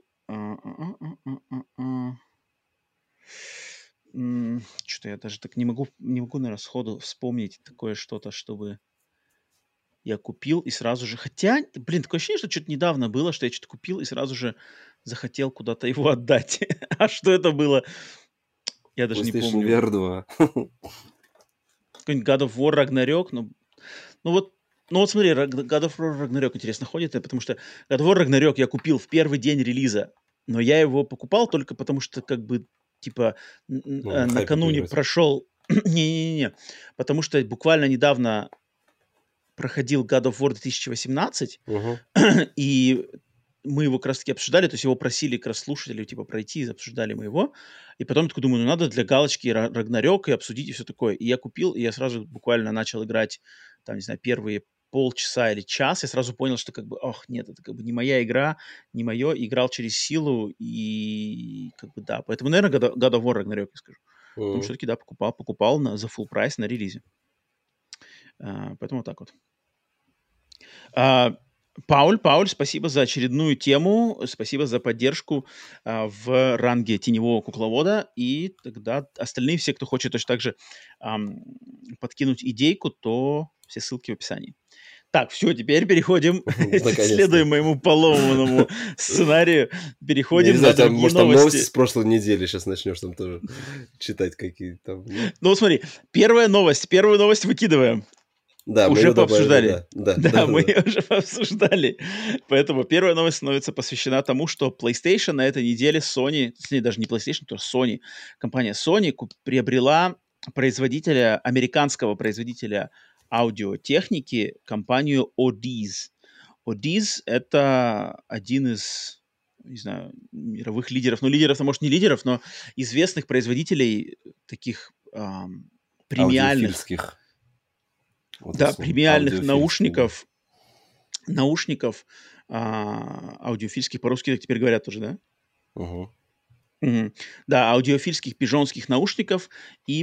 Что-то я даже так не могу, наверное, сходу вспомнить такое что-то, чтобы я купил и сразу же... Хотя, блин, такое ощущение, что что-то недавно было, что я что-то купил и сразу же захотел куда-то его отдать. А что это было? Я даже не помню. PlayStation VR 2. Какой-нибудь God of War Ragnarok. Ну вот смотри, God of War Ragnarok интересно ходит, потому что God of War Ragnarok я купил в первый день релиза, но я его покупал только потому, что как бы типа накануне прошел... Не-не-не, потому что буквально недавно проходил God of War 2018, и мы его как раз-таки обсуждали, то есть его просили как раз слушатели типа пройти, обсуждали мы его, и потом такой думаю, ну надо для галочки Рагнарёк и обсудить и все такое. И я купил, и я сразу буквально начал играть, там, не знаю, первые полчаса или час, я сразу понял, что как бы, нет, это как бы не моя игра, не мое, играл через силу, и как бы да, поэтому, наверное, God of War Ragnarok я скажу. Потому что таки, да, покупал за full прайс на релизе. Поэтому вот так вот. Пауль, спасибо за очередную тему, спасибо за поддержку в ранге теневого кукловода. И тогда остальные, все, кто хочет точно так же подкинуть идейку, то все ссылки в описании. Так, все, теперь переходим, следуем моему поломанному сценарию, переходим на другие новости. Может, новости с прошлой недели сейчас начнешь там тоже читать какие-то. Ну, смотри, первую новость выкидываем. Да, уже пообсуждали. Да, мы ее уже пообсуждали. Поэтому первая новость становится посвящена тому, что PlayStation на этой неделе Sony, даже не PlayStation, то Sony, компания Sony приобрела американского производителя аудиотехники, компанию Odees. Odees — это один из, не знаю, мировых лидеров, может, не лидеров, но известных производителей таких премиальных... премиальных наушников аудиофильских, по-русски так теперь говорят уже, да? Да, аудиофильских пижонских наушников, и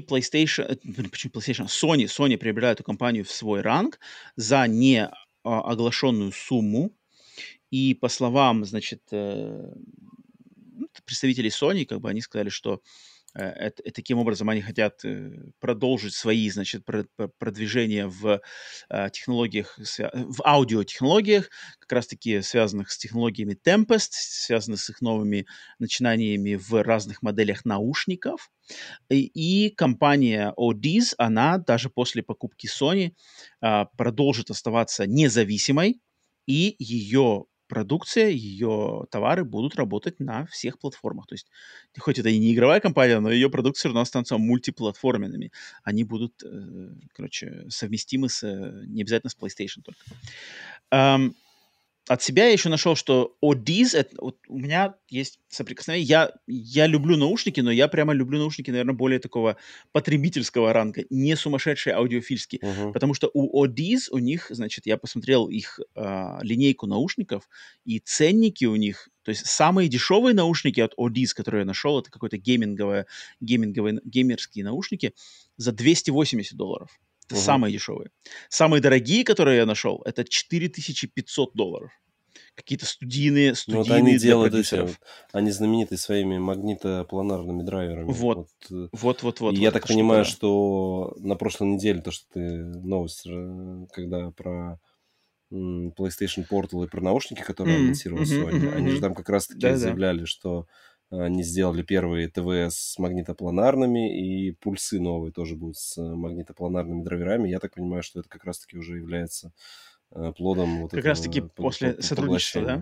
Sony приобретает эту компанию в свой ранг за неоглашенную сумму, и по словам, значит, представителей Sony, как бы они сказали, что таким образом они хотят продолжить свои, значит, продвижения в технологиях, в аудиотехнологиях, как раз-таки связанных с технологиями Tempest, связанных с их новыми начинаниями в разных моделях наушников. И компания Odees, она даже после покупки Sony продолжит оставаться независимой, и ее продукция, ее товары будут работать на всех платформах. То есть, хоть это и не игровая компания, но ее продукты все равно останутся мультиплатформенными. Они будут, совместимы не обязательно с PlayStation только. От себя я еще нашел, что Odees, вот у меня есть соприкосновение. Я люблю наушники, но я прямо люблю наушники, наверное, более такого потребительского ранга, не сумасшедшие аудиофильские. Потому что у Odees, у них, значит, я посмотрел их линейку наушников, и ценники у них, то есть самые дешевые наушники от Odees, которые я нашел, это какой-то геймерские наушники за $280. Это самые дешевые. Самые дорогие, которые я нашел, это $4500. Какие-то студийные вот они для продюсеров. Они знамениты своими магнитопланарными драйверами. Вот. Я так понимаю, что на прошлой неделе, то, что ты новость, когда про PlayStation Portal и про наушники, которые анонсировал Sony, они же там как раз-таки заявляли, что они сделали первые ТВС с магнитопланарными, и пульсы новые тоже будут с магнитопланарными драйверами. Я так понимаю, что это как раз-таки уже является плодом вот как раз-таки после сотрудничества, да?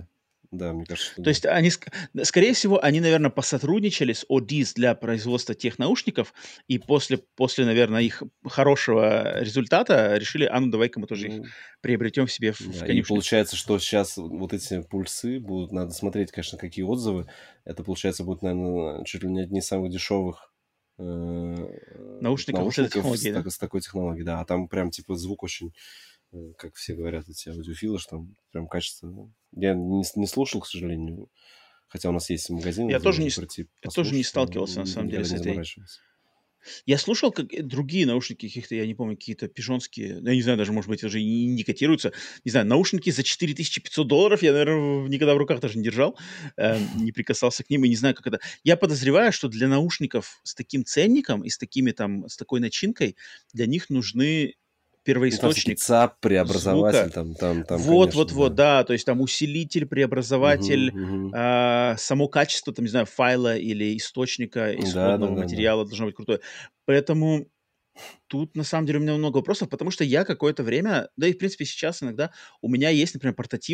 Да, мне кажется, что То да. есть они, скорее всего, они, наверное, посотрудничали с Audis для производства тех наушников, и после, наверное, их хорошего результата решили, а ну давай-ка мы тоже их Ну, приобретем в себе в да, и конюшне. получается, что сейчас вот эти пульсы будут, надо смотреть, конечно, какие отзывы. Это, получается, будет, наверное, чуть ли не одни из самых дешевых Наушников вот с этой наушников технологией, да? с такой технологией, да. А там прям, типа, звук очень, как все говорят, эти аудиофилы, что там прям качество. Я не слушал, к сожалению, хотя у нас есть магазин, Я где тоже можно не, прийти я тоже не послушать, но сталкивался, на самом деле, никогда с не этой. заморачивался. Я слушал как другие наушники каких-то, я не помню, какие-то пижонские, я не знаю, даже, может быть, даже и не котируются. Не знаю, наушники за $4500 я, наверное, никогда в руках даже не держал, не прикасался к ним и не знаю, как это. Я подозреваю, что для наушников с таким ценником и с такими там, с такой начинкой для них нужны Ну, там всякие первоисточник ЦАП, преобразователь, звука. там, конечно, Вот, да. да, то есть там усилитель, Мгм, преобразователь, мгм. само качество, там, не знаю, файла или источника исходного Да-да-да-да. материала должно быть крутое. Поэтому тут, на самом деле, у меня много вопросов, потому что я какое-то время, да и, в принципе, сейчас иногда у меня есть, например,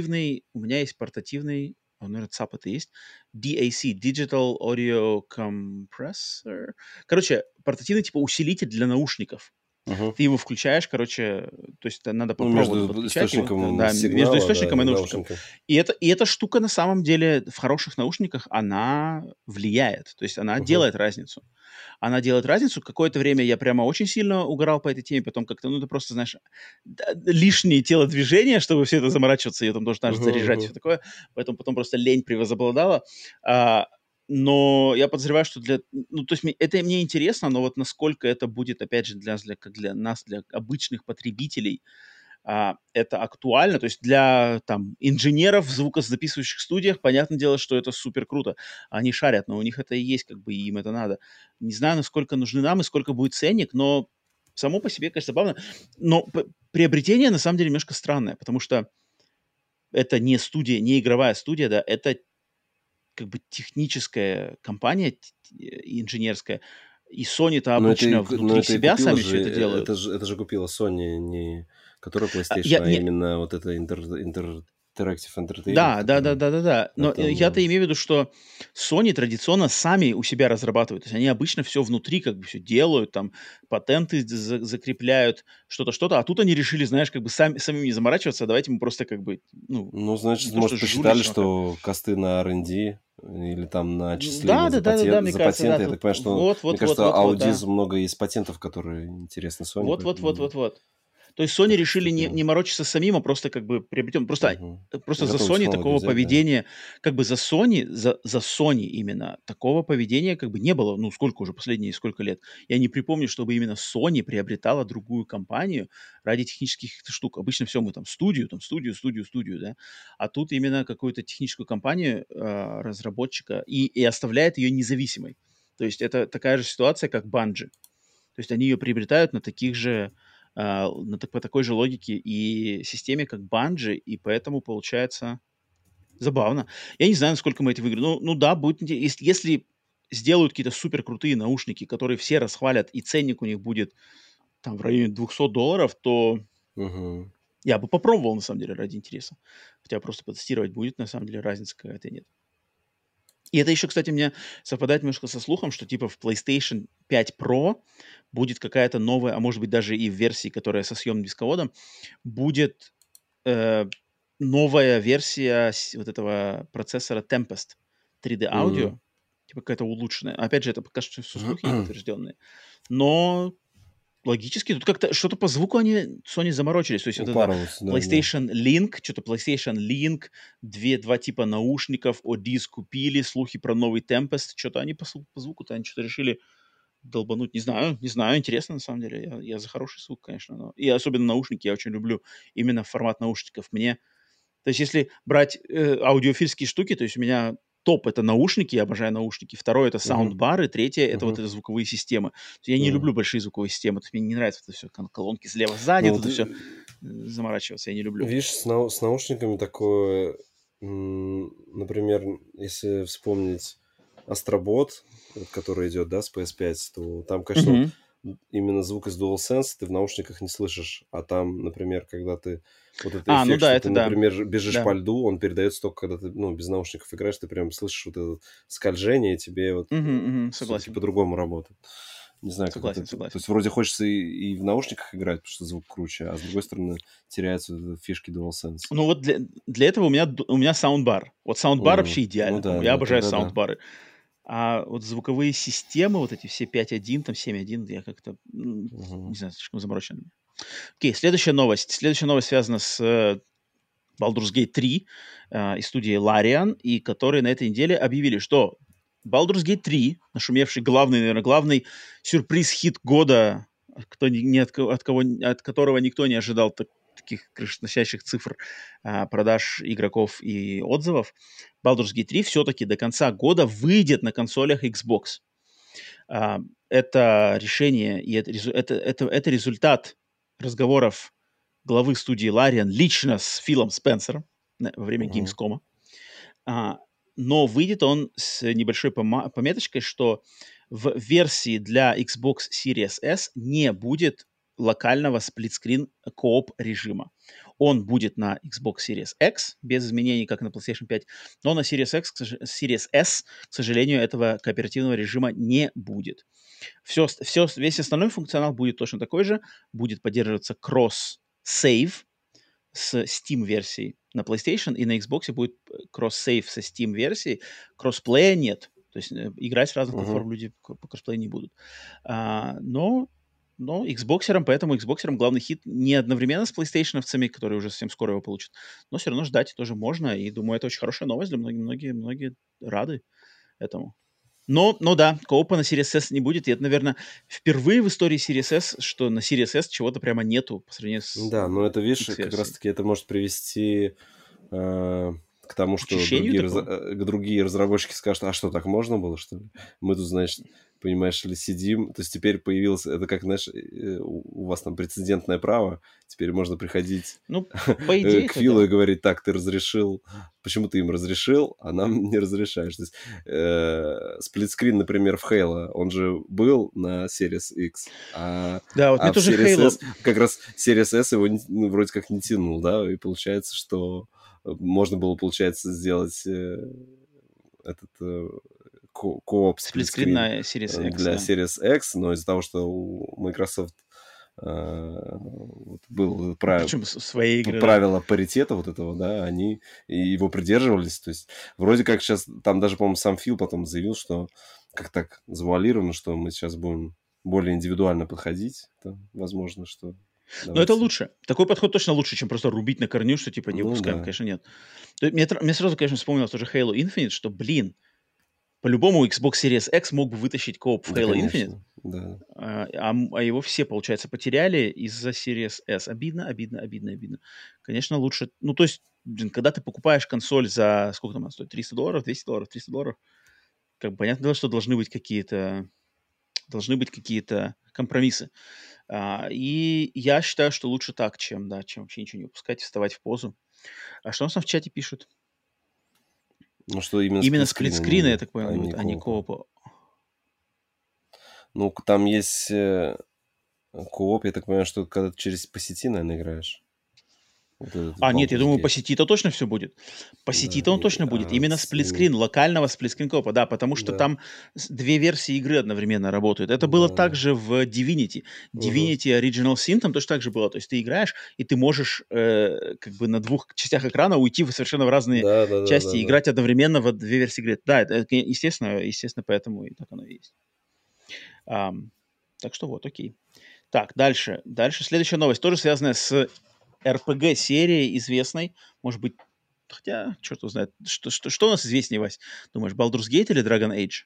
портативный, наверное, ЦАП это есть, DAC, Digital Audio Compressor. Короче, портативный, типа, усилитель для наушников. Мгм. Ты его включаешь, короче, то есть надо по Ну, проводу между подключать его, источником да, между сигнала, да, источником и и наушником. наушником. И эта штука на самом деле в хороших наушниках, она влияет, то есть она Мгм. делает разницу. Она делает разницу. Какое-то время я прямо очень сильно угорал по этой теме, потом как-то, ну, это просто, знаешь, лишние телодвижения, чтобы все это заморачиваться, ее там должен даже Мгм, заряжать, мгм. все такое. Поэтому потом просто лень превозобладала. А, но я подозреваю, что ну, то есть это мне интересно, но вот насколько это будет, опять же, как для нас, для обычных потребителей, это актуально. То есть для там инженеров в звукозаписывающих студиях, понятное дело, что это супер круто. Они шарят, но у них это и есть, как бы, и им это надо. Не знаю, насколько нужны нам и сколько будет ценник, но само по себе, конечно, забавно. Но приобретение, на самом деле, немножко странное, потому что это не студия, не игровая студия, да, это как бы техническая компания инженерская, и Sony-то обычно Но внутри это и себя купила сами же, все это делают. это же купила Sony, не которая Я, PlayStation, а не, именно вот это Interactive Entertainment, Да, которая да-да-да-да-да. Но, это, я-то ну, имею в виду, что Sony традиционно сами у себя разрабатывают. То есть они обычно все внутри как бы все делают, там патенты закрепляют, что-то. А тут они решили, знаешь, как бы самим не заморачиваться, а давайте мы просто как бы, ну, ну, не значит, то что может, посчитали, жульничаем, а как. что косты на R&D или там на отчисления Да-да-да-да-да, мне за кажется, да, патенты. Я так тут понимаю, что, мне кажется, вот-вот-вот-вот-вот-вот, Audis да. много есть патентов, которые интересны Sony, поэтому Вот-вот-вот-вот-вот. То есть Sony так решили не поступила. морочиться самим, а просто как бы приобретем. Мгм. Просто за Готовую Sony технологию такого взять, да. поведения, как бы за Sony именно такого поведения как бы не было. Ну, сколько уже, последние сколько лет. Я не припомню, чтобы именно Sony приобретала другую компанию ради технических каких-то штук. Обычно все мы там студию, да. А тут именно какую-то техническую компанию разработчика и оставляет ее независимой. То есть это такая же ситуация, как Bungie. То есть они ее приобретают на таких же, по такой же логике и системе, как Bungie, и поэтому получается забавно. Я не знаю, насколько мы это выиграем. Ну да, будет если сделают какие-то супер крутые наушники, которые все расхвалят, и ценник у них будет там в районе $200, то Мгм. я бы попробовал, на самом деле, ради интереса. Хотя просто потестировать будет, на самом деле, разницы какая-то нет. И это еще, кстати, у меня совпадает немножко со слухом, что типа в PlayStation 5 Pro будет какая-то новая, а может быть даже и в версии, которая со съемным дисководом, будет э, новая версия вот этого процессора Tempest 3D М. Audio, типа какая-то улучшенная. Опять же, это пока что все слухи не подтвержденные. Но логически, тут как-то что-то по звуку они, Sony, заморочились. То есть вот это Упарываются, да, да. Что-то PlayStation Link, два типа наушников, Audis купили, слухи про новый Tempest, что-то они по звуку-то они что-то решили долбануть. Не знаю, интересно на самом деле. Я за хороший звук, конечно. И особенно наушники я очень люблю. Именно формат наушников. То есть если брать аудиофильские штуки, то есть у меня топ это наушники, я обожаю наушники. Второе это Мгм. саундбары, третье это вот Мгм. это звуковые системы. То есть я не М. люблю большие звуковые системы, то есть мне не нравится это все, колонки слева, сзади, Ну тут вот, все заморачиваться я не люблю. видишь, с наушниками такое, например, если вспомнить Астробот, вот который идет, да, с PS5, то там, конечно, Мгм. именно звук из DualSense ты в наушниках не слышишь. А там, например, когда ты... Вот этот Ну эффект, да, что это ты, да. например, бежишь по Да. льду, он передается только, когда ты, без наушников играешь, ты прям слышишь вот это скольжение, и тебе вот все-таки Согласен. по-другому работает. Не знаю, как это... Согласен. То есть вроде хочется и в наушниках играть, потому что звук круче, а с другой стороны теряются вот фишки DualSense. Ну вот для этого у меня саундбар. Вот саундбар вообще идеально. да, Я обожаю тогда да. саундбары. А вот звуковые системы, вот эти все 5.1, там 7.1, я как-то, не знаю, слишком заморочен. Окей, следующая новость. Следующая новость связана с Baldur's Gate 3 из студии Larian, и которые на этой неделе объявили, что Baldur's Gate 3, нашумевший главный сюрприз-хит года, от которого никто не ожидал таких крышесносящих цифр продаж игроков и отзывов, Baldur's Gate 3 все-таки до конца года выйдет на консолях Xbox. Это решение, и это результат разговоров главы студии Larian лично с Филом Спенсером во время Gamescom. Но выйдет он с небольшой пометочкой, что в версии для Xbox Series S не будет локального сплитскрин кооп режима. Он будет на Xbox Series X, без изменений, как на PlayStation 5, но на Series S, к сожалению, этого кооперативного режима не будет. Весь остальной функционал будет точно такой же, будет поддерживаться кросс-сейв с Steam-версией на PlayStation, и на Xbox будет кросс-сейв со Steam-версией, кроссплея нет. То есть играть с разных платформ люди по кроссплею не будут. Но Xboxерам, поэтому Xboxерам главный хит не одновременно с PlayStation-овцами, которые уже совсем скоро его получат, но все равно ждать тоже можно, и думаю, это очень хорошая новость для многие рады этому. Но да, коопа на Series S не будет, и это, наверное, впервые в истории Series S, что на Series S чего-то прямо нету по сравнению с Да, но это, видишь, X-версией. как раз-таки это может привести к тому, что другие разработчики скажут, а что, так можно было, что ли? Мы тут, значит, понимаешь ли, сидим, то есть теперь появилось, это как, знаешь, у вас там прецедентное право, теперь можно приходить по идее, к Филу и говорить, так, ты разрешил, почему ты им разрешил, а нам не разрешаешь. То есть сплитскрин, например, в Halo, он же был на Series X, да, вот мне в тоже Series Halo... S, как раз Series S его вроде как не тянул, да, и получается, что можно было, получается, сделать этот кооп Сплитскрин сплитскрин на Series X, для да. Series X, но из-за того, что у Microsoft был Причем свои игры, правила паритета вот этого, да, они его придерживались. То есть вроде как сейчас, там даже, по-моему, сам Фил потом заявил, что как так завуалировано, что мы сейчас будем более индивидуально подходить. Это возможно, что... Но это лучше. Такой подход точно лучше, чем просто рубить на корню, что типа не выпускаем. Да. Конечно, нет. Мне сразу, конечно, вспомнилось тоже Halo Infinite, что, по-любому Xbox Series X мог бы вытащить кооп в Halo Infinite, да. а его все, получается, потеряли из-за Series S. Обидно. Конечно, лучше... Ну, то есть, когда ты покупаешь консоль за... Сколько там она стоит? $300? $200? $300? Как бы понятное дело, что должны быть какие-то компромиссы. И я считаю, что лучше так, чем вообще ничего не выпускать, вставать в позу. А что у нас там в чате пишут? Ну, что Именно сплитскрины, я так понимаю, а не коопа. Ну, там есть кооп, я так понимаю, что когда ты по сети, наверное, играешь. Нет, я думаю, по сети-то точно все будет. По сети-то он точно будет. Именно сплитскрин, локального сплитскрин коопа, да, потому что там две версии игры одновременно работают. Это было также в Divinity. Divinity Original Sin там точно так же было. То есть ты играешь, и ты можешь как бы на двух частях экрана уйти совершенно в разные части и играть одновременно в две версии игры. Да, это естественно, поэтому и так оно и есть. Так что вот, окей. Так, дальше. Следующая новость, тоже связанная с RPG-серией известной. Может быть, хотя, черт его знает. Что у нас известнее, Вась? Думаешь, Baldur's Gate или Dragon Age?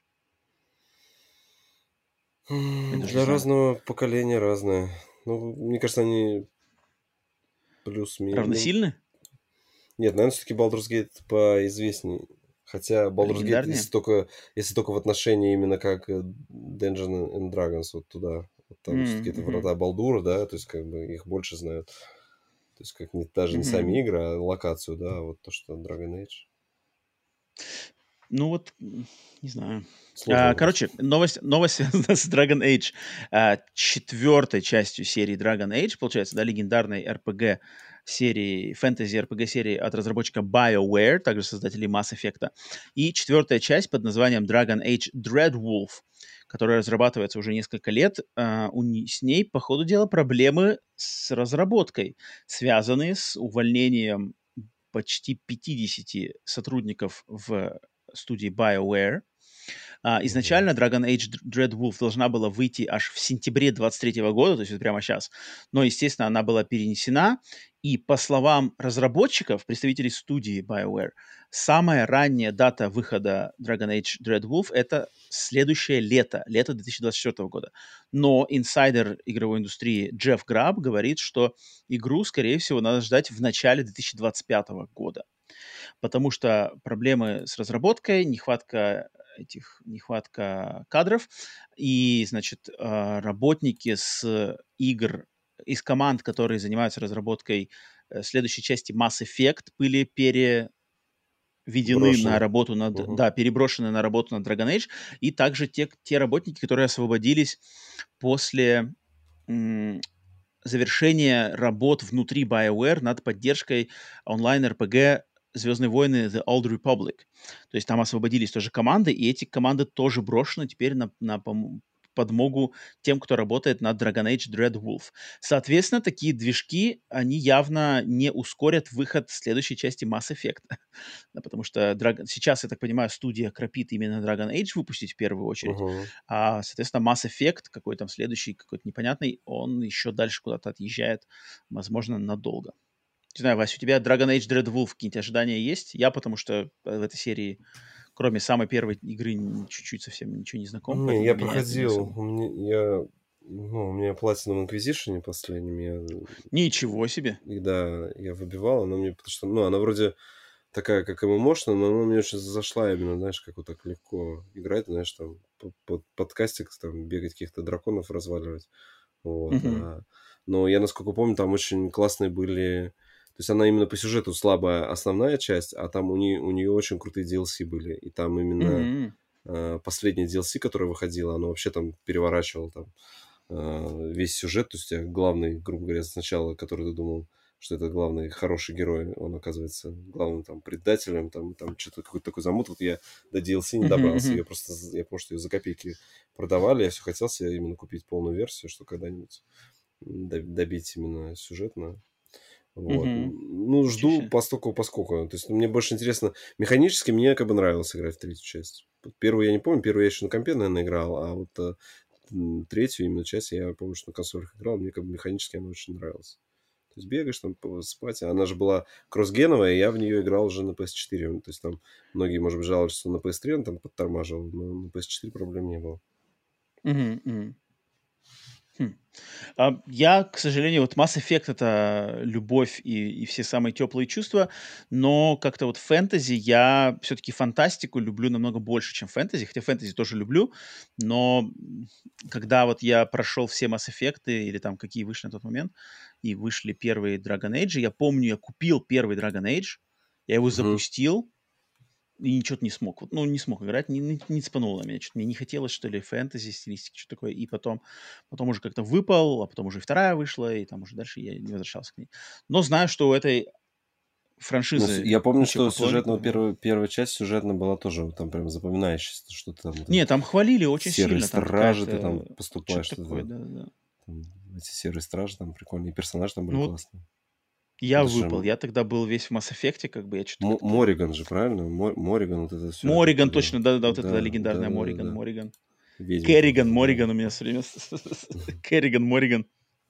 Для разного поколения разное. Ну, мне кажется, они плюс-минус... Равносильны? Нет, наверное, все-таки Baldur's Gate поизвестней. Хотя Baldur's Gate, если только в отношении именно как Dungeons and Dragons, вот туда. Вот там все-таки это врата Балдура, да, то есть как бы их больше знают. То есть как даже не сами игры, а локацию, да, вот то, что Dragon Age. Ну вот, не знаю. Сложный вопрос. Короче, новость связана с Dragon Age. Четвертой частью серии Dragon Age, получается, да, легендарной RPG серии, фэнтези RPG серии от разработчика BioWare, также создателей Mass Effect. И четвертая часть под названием Dragon Age Dreadwolf, которая разрабатывается уже несколько лет. С ней, по ходу дела, проблемы с разработкой, связанные с увольнением почти 50 сотрудников в студии BioWare. Изначально Dragon Age Dreadwolf должна была выйти аж в сентябре 23 года, то есть вот прямо сейчас. Но, естественно, она была перенесена. И по словам разработчиков, представителей студии BioWare, самая ранняя дата выхода Dragon Age Dreadwolf — это следующее лето 2024 года. Но инсайдер игровой индустрии Джефф Граб говорит, что игру, скорее всего, надо ждать в начале 2025 года. Потому что проблемы с разработкой, нехватка кадров, и, значит, работники с игр, из команд, которые занимаются разработкой следующей части Mass Effect, были переведены на Брошено. работу да, переброшены на работу над Dragon Age, и также те работники, которые освободились после завершения работ внутри BioWare над поддержкой онлайн-РПГ «Звездные войны The Old Republic». То есть там освободились тоже команды, и эти команды тоже брошены теперь на подмогу тем, кто работает над Dragon Age Dreadwolf. Соответственно, такие движки, они явно не ускорят выход следующей части Mass Effect. Да, потому что сейчас, я так понимаю, студия крапит именно Dragon Age выпустить в первую очередь. Соответственно, Mass Effect, какой там следующий, какой-то непонятный, он еще дальше куда-то отъезжает, возможно, надолго. Не знаю, Вася, у тебя Dragon Age Dreadwolf какие-нибудь ожидания есть? Я, потому что в этой серии, кроме самой первой игры, чуть-чуть совсем ничего не знаком, Не, поэтому я для меня это не проходил. особо. У меня Platinum Inquisition последним. Ничего себе! Я выбивал, она мне, потому что, она вроде такая, как ММОшная, но она мне очень зашла именно, знаешь, как вот так легко играть, знаешь, там, под кастик, там, бегать каких-то драконов, разваливать. Вот. Мгм. Но я, насколько помню, там очень классные были... То есть она именно по сюжету слабая основная часть, а там у нее очень крутые DLC были. И там именно Мгм. последняя DLC, которая выходила, она вообще там переворачивала там весь сюжет. То есть главный, грубо говоря, сначала, который ты думал, что это главный хороший герой, он оказывается главным там предателем, там что-то какой-то такой замут. Вот я до DLC не Мгм, добрался. мгм. Я помню, что ее за копейки продавали. Я все хотел себе именно купить полную версию, что когда-нибудь добить именно сюжетно. Вот. Мгм. Ну, Ничего жду себе. поскольку. То есть мне больше интересно... Механически мне как бы нравилось играть в третью часть. Первую я не помню. Первую я еще на компе, наверное, играл. А вот третью именно часть я помню, что на консолях играл. Мне как бы механически она очень нравилась. То есть бегаешь там спать. Она же была кроссгеновая, и я в нее играл уже на PS4. То есть там многие, может быть, жаловались, что на PS3 он там подтормаживал, но на PS4 проблем не было. Мгм, мгм. Хм. Я, к сожалению, вот Mass Effect — это любовь и все самые теплые чувства, но как-то вот фэнтези, я все-таки фантастику люблю намного больше, чем фэнтези, хотя фэнтези тоже люблю, но когда вот я прошел все Mass Effect или там какие вышли на тот момент, и вышли первые Dragon Age, я помню, я купил первый Dragon Age, я его Угу. запустил, и ничего не смог. Вот, ну, не смог играть, не цепануло меня. Что-то мне не хотелось, что ли, фэнтези, стилистики, что такое. И потом уже как-то выпал, а потом уже и вторая вышла, и там уже дальше я не возвращался к ней. Но знаю, что у этой Ну, франшизы я помню, куча что сюжетно, поклонников. И... первая часть сюжетно была тоже вот там прям запоминающаяся, что-то там Не, там хвалили очень серые сильно, там стражи, ты там какая-то... поступаешь, Что-то что такое, то да-да-да. там, эти серые стражи там прикольные, персонажи там были Ну вот классные. я Даже выпал. Я тогда был весь в Mass Effect, как бы я что-то как-то... Мориган же, правильно? Мориган, вот это все, это Мориган, оттуда. точно, да-да-да, вот это Да, да, легендарная да, да, Мориган, да. Мориган. Ведьма Керриган, тоже, да. Мориган у меня все время... Керриган, Мориган.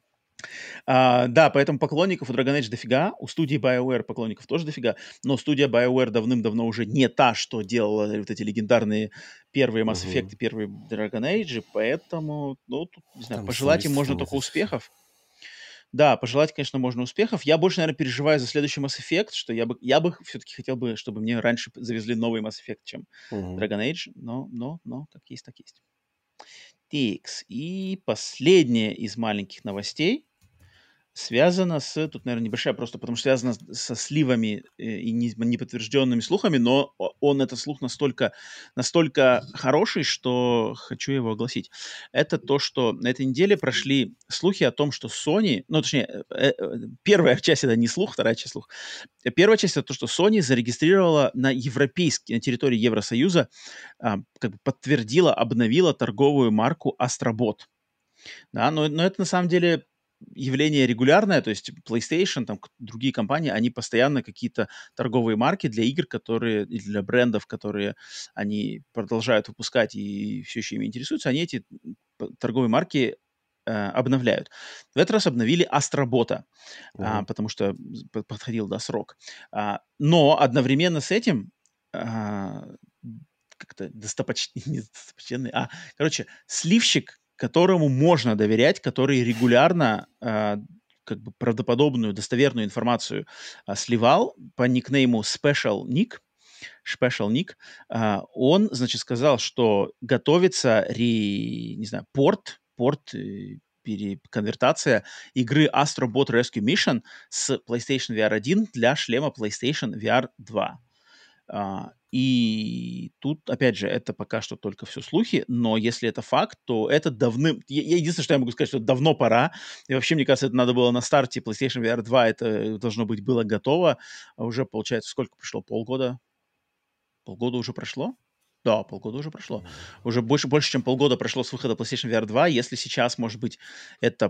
Да, поэтому поклонников у Dragon Age дофига, у студии BioWare поклонников тоже дофига, но студия BioWare давным-давно уже не та, что делала вот эти легендарные первые Mass Effect Угу. и первые Dragon Age, поэтому, ну, тут, не знаю, Там пожелать им сценаристы можно там только это все. успехов. Да, пожелать, конечно, можно успехов. Я больше, наверное, переживаю за следующий Mass Effect, что я бы все-таки хотел бы, чтобы мне раньше завезли новый Mass Effect, чем Угу. Dragon Age, но, как есть, так есть. Тикс. И последнее из маленьких новостей Связано с... Тут, наверное, небольшая просто, потому что связано со сливами и неподтвержденными слухами, но этот слух настолько хороший, что хочу его огласить. Это то, что на этой неделе прошли слухи о том, что Sony... Ну, точнее, первая часть — это не слух, вторая часть — слух. Первая часть — это то, что Sony зарегистрировала на территории Евросоюза, как бы подтвердила, обновила торговую марку Astrobot. Да, но это на самом деле явление регулярное, то есть PlayStation, там другие компании, они постоянно какие-то торговые марки для игр, или для брендов, которые они продолжают выпускать и все еще ими интересуются, они эти торговые марки обновляют. В этот раз обновили Астробота, потому что подходил, да, срок. Но одновременно с этим как-то достопочтенный, короче, сливщик, которому можно доверять, который регулярно как бы правдоподобную, достоверную информацию сливал по никнейму Special Nick, он, значит, сказал, что готовится конвертация игры Astrobot Rescue Mission с PlayStation VR 1 для шлема PlayStation VR 2. И тут, опять же, это пока что только все слухи, но если это факт, то это единственное, что я могу сказать, что давно пора. И вообще, мне кажется, это надо было на старте PlayStation VR 2, это должно быть было готово. А уже, получается, сколько прошло? Полгода? Полгода уже прошло? Да, полгода уже прошло. Уже больше, чем полгода прошло с выхода PlayStation VR 2. Если сейчас, может быть, это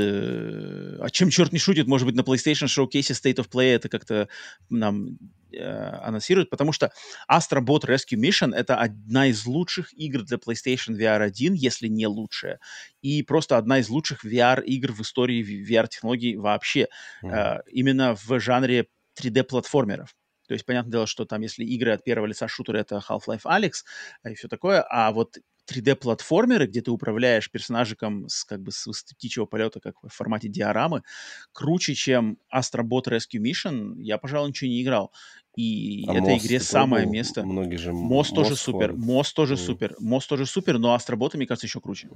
чем черт не шутит, может быть, на PlayStation Showcase State of Play это как-то нам анонсируют, потому что Astrobot Rescue Mission — это одна из лучших игр для PlayStation VR 1, если не лучшая. И просто одна из лучших VR-игр в истории VR-технологий вообще. Именно в жанре 3D-платформеров. То есть, понятное дело, что там, если игры от первого лица шутеры, это Half-Life Alyx и все такое, а вот 3D-платформеры, где ты управляешь персонажиком с птичьего полета, как в формате диорамы, круче, чем Astrobot Rescue Mission, я, пожалуй, ничего не играл. И этой игре самое место. Многие же Мост тоже супер, Мост тоже супер, но Astrobot, мне кажется, еще круче.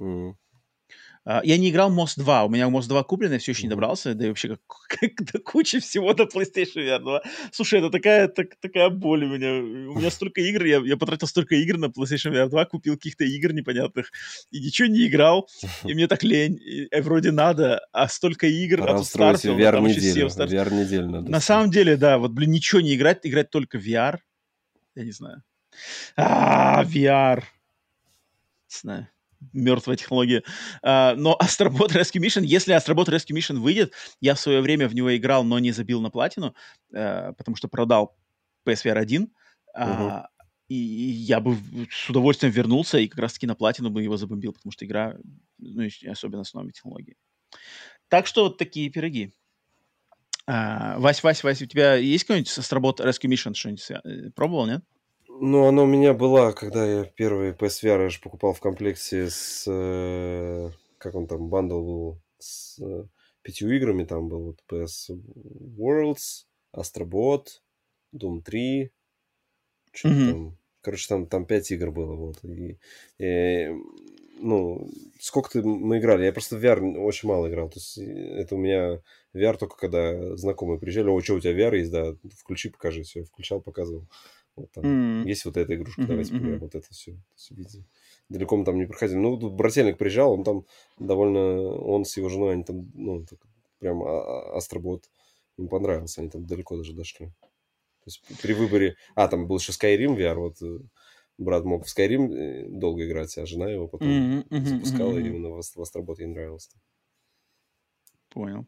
Я не играл Мост 2, у меня Мост 2 куплен, я все еще не добрался, да и вообще как куча всего до PlayStation VR 2. Слушай, это такая боль у меня столько игр, я потратил столько игр на PlayStation VR 2, купил каких-то игр непонятных, и ничего не играл, и мне так лень, и вроде надо, а столько игр, пора устроить VR-неделю надо. На самом деле, да, вот, ничего не играть только VR, я не знаю. VR. Не знаю. Мертвая технология. Но Astrobot Rescue Mission, если Astrobot Rescue Mission выйдет, я в свое время в него играл, но не забил на платину, потому что продал PSVR 1, и я бы с удовольствием вернулся и как раз-таки на платину бы его забомбил, потому что игра, особенно с новыми технологиями. Так что вот такие пироги. Вась, у тебя есть какой-нибудь Astrobot Rescue Mission? Что-нибудь пробовал, нет? Ну, она у меня была, когда я первый PSVR аж покупал в комплекте с... как он там, бандл был с 5 играми. Там был вот PS Worlds, Astrobot, Doom 3, что-то там. Короче, там 5 игр было. Вот. Сколько мы играли? Я просто в VR очень мало играл. То есть это у меня VR только когда знакомые приезжали. О, что у тебя VR есть? Да, включи, покажи. Все, я включал, показывал. Вот там есть вот эта игрушка, давайте поиграем. Вот это все видите. Далеко мы там не проходили. Ну, тут брательник приезжал, он там он с его женой, они там, прям Астробот, им понравился, они там далеко даже дошли. То есть при выборе... там был еще Skyrim VR, вот брат мог в Skyrim долго играть, а жена его потом запускала, и именно в Астробот ей нравилось. Понял.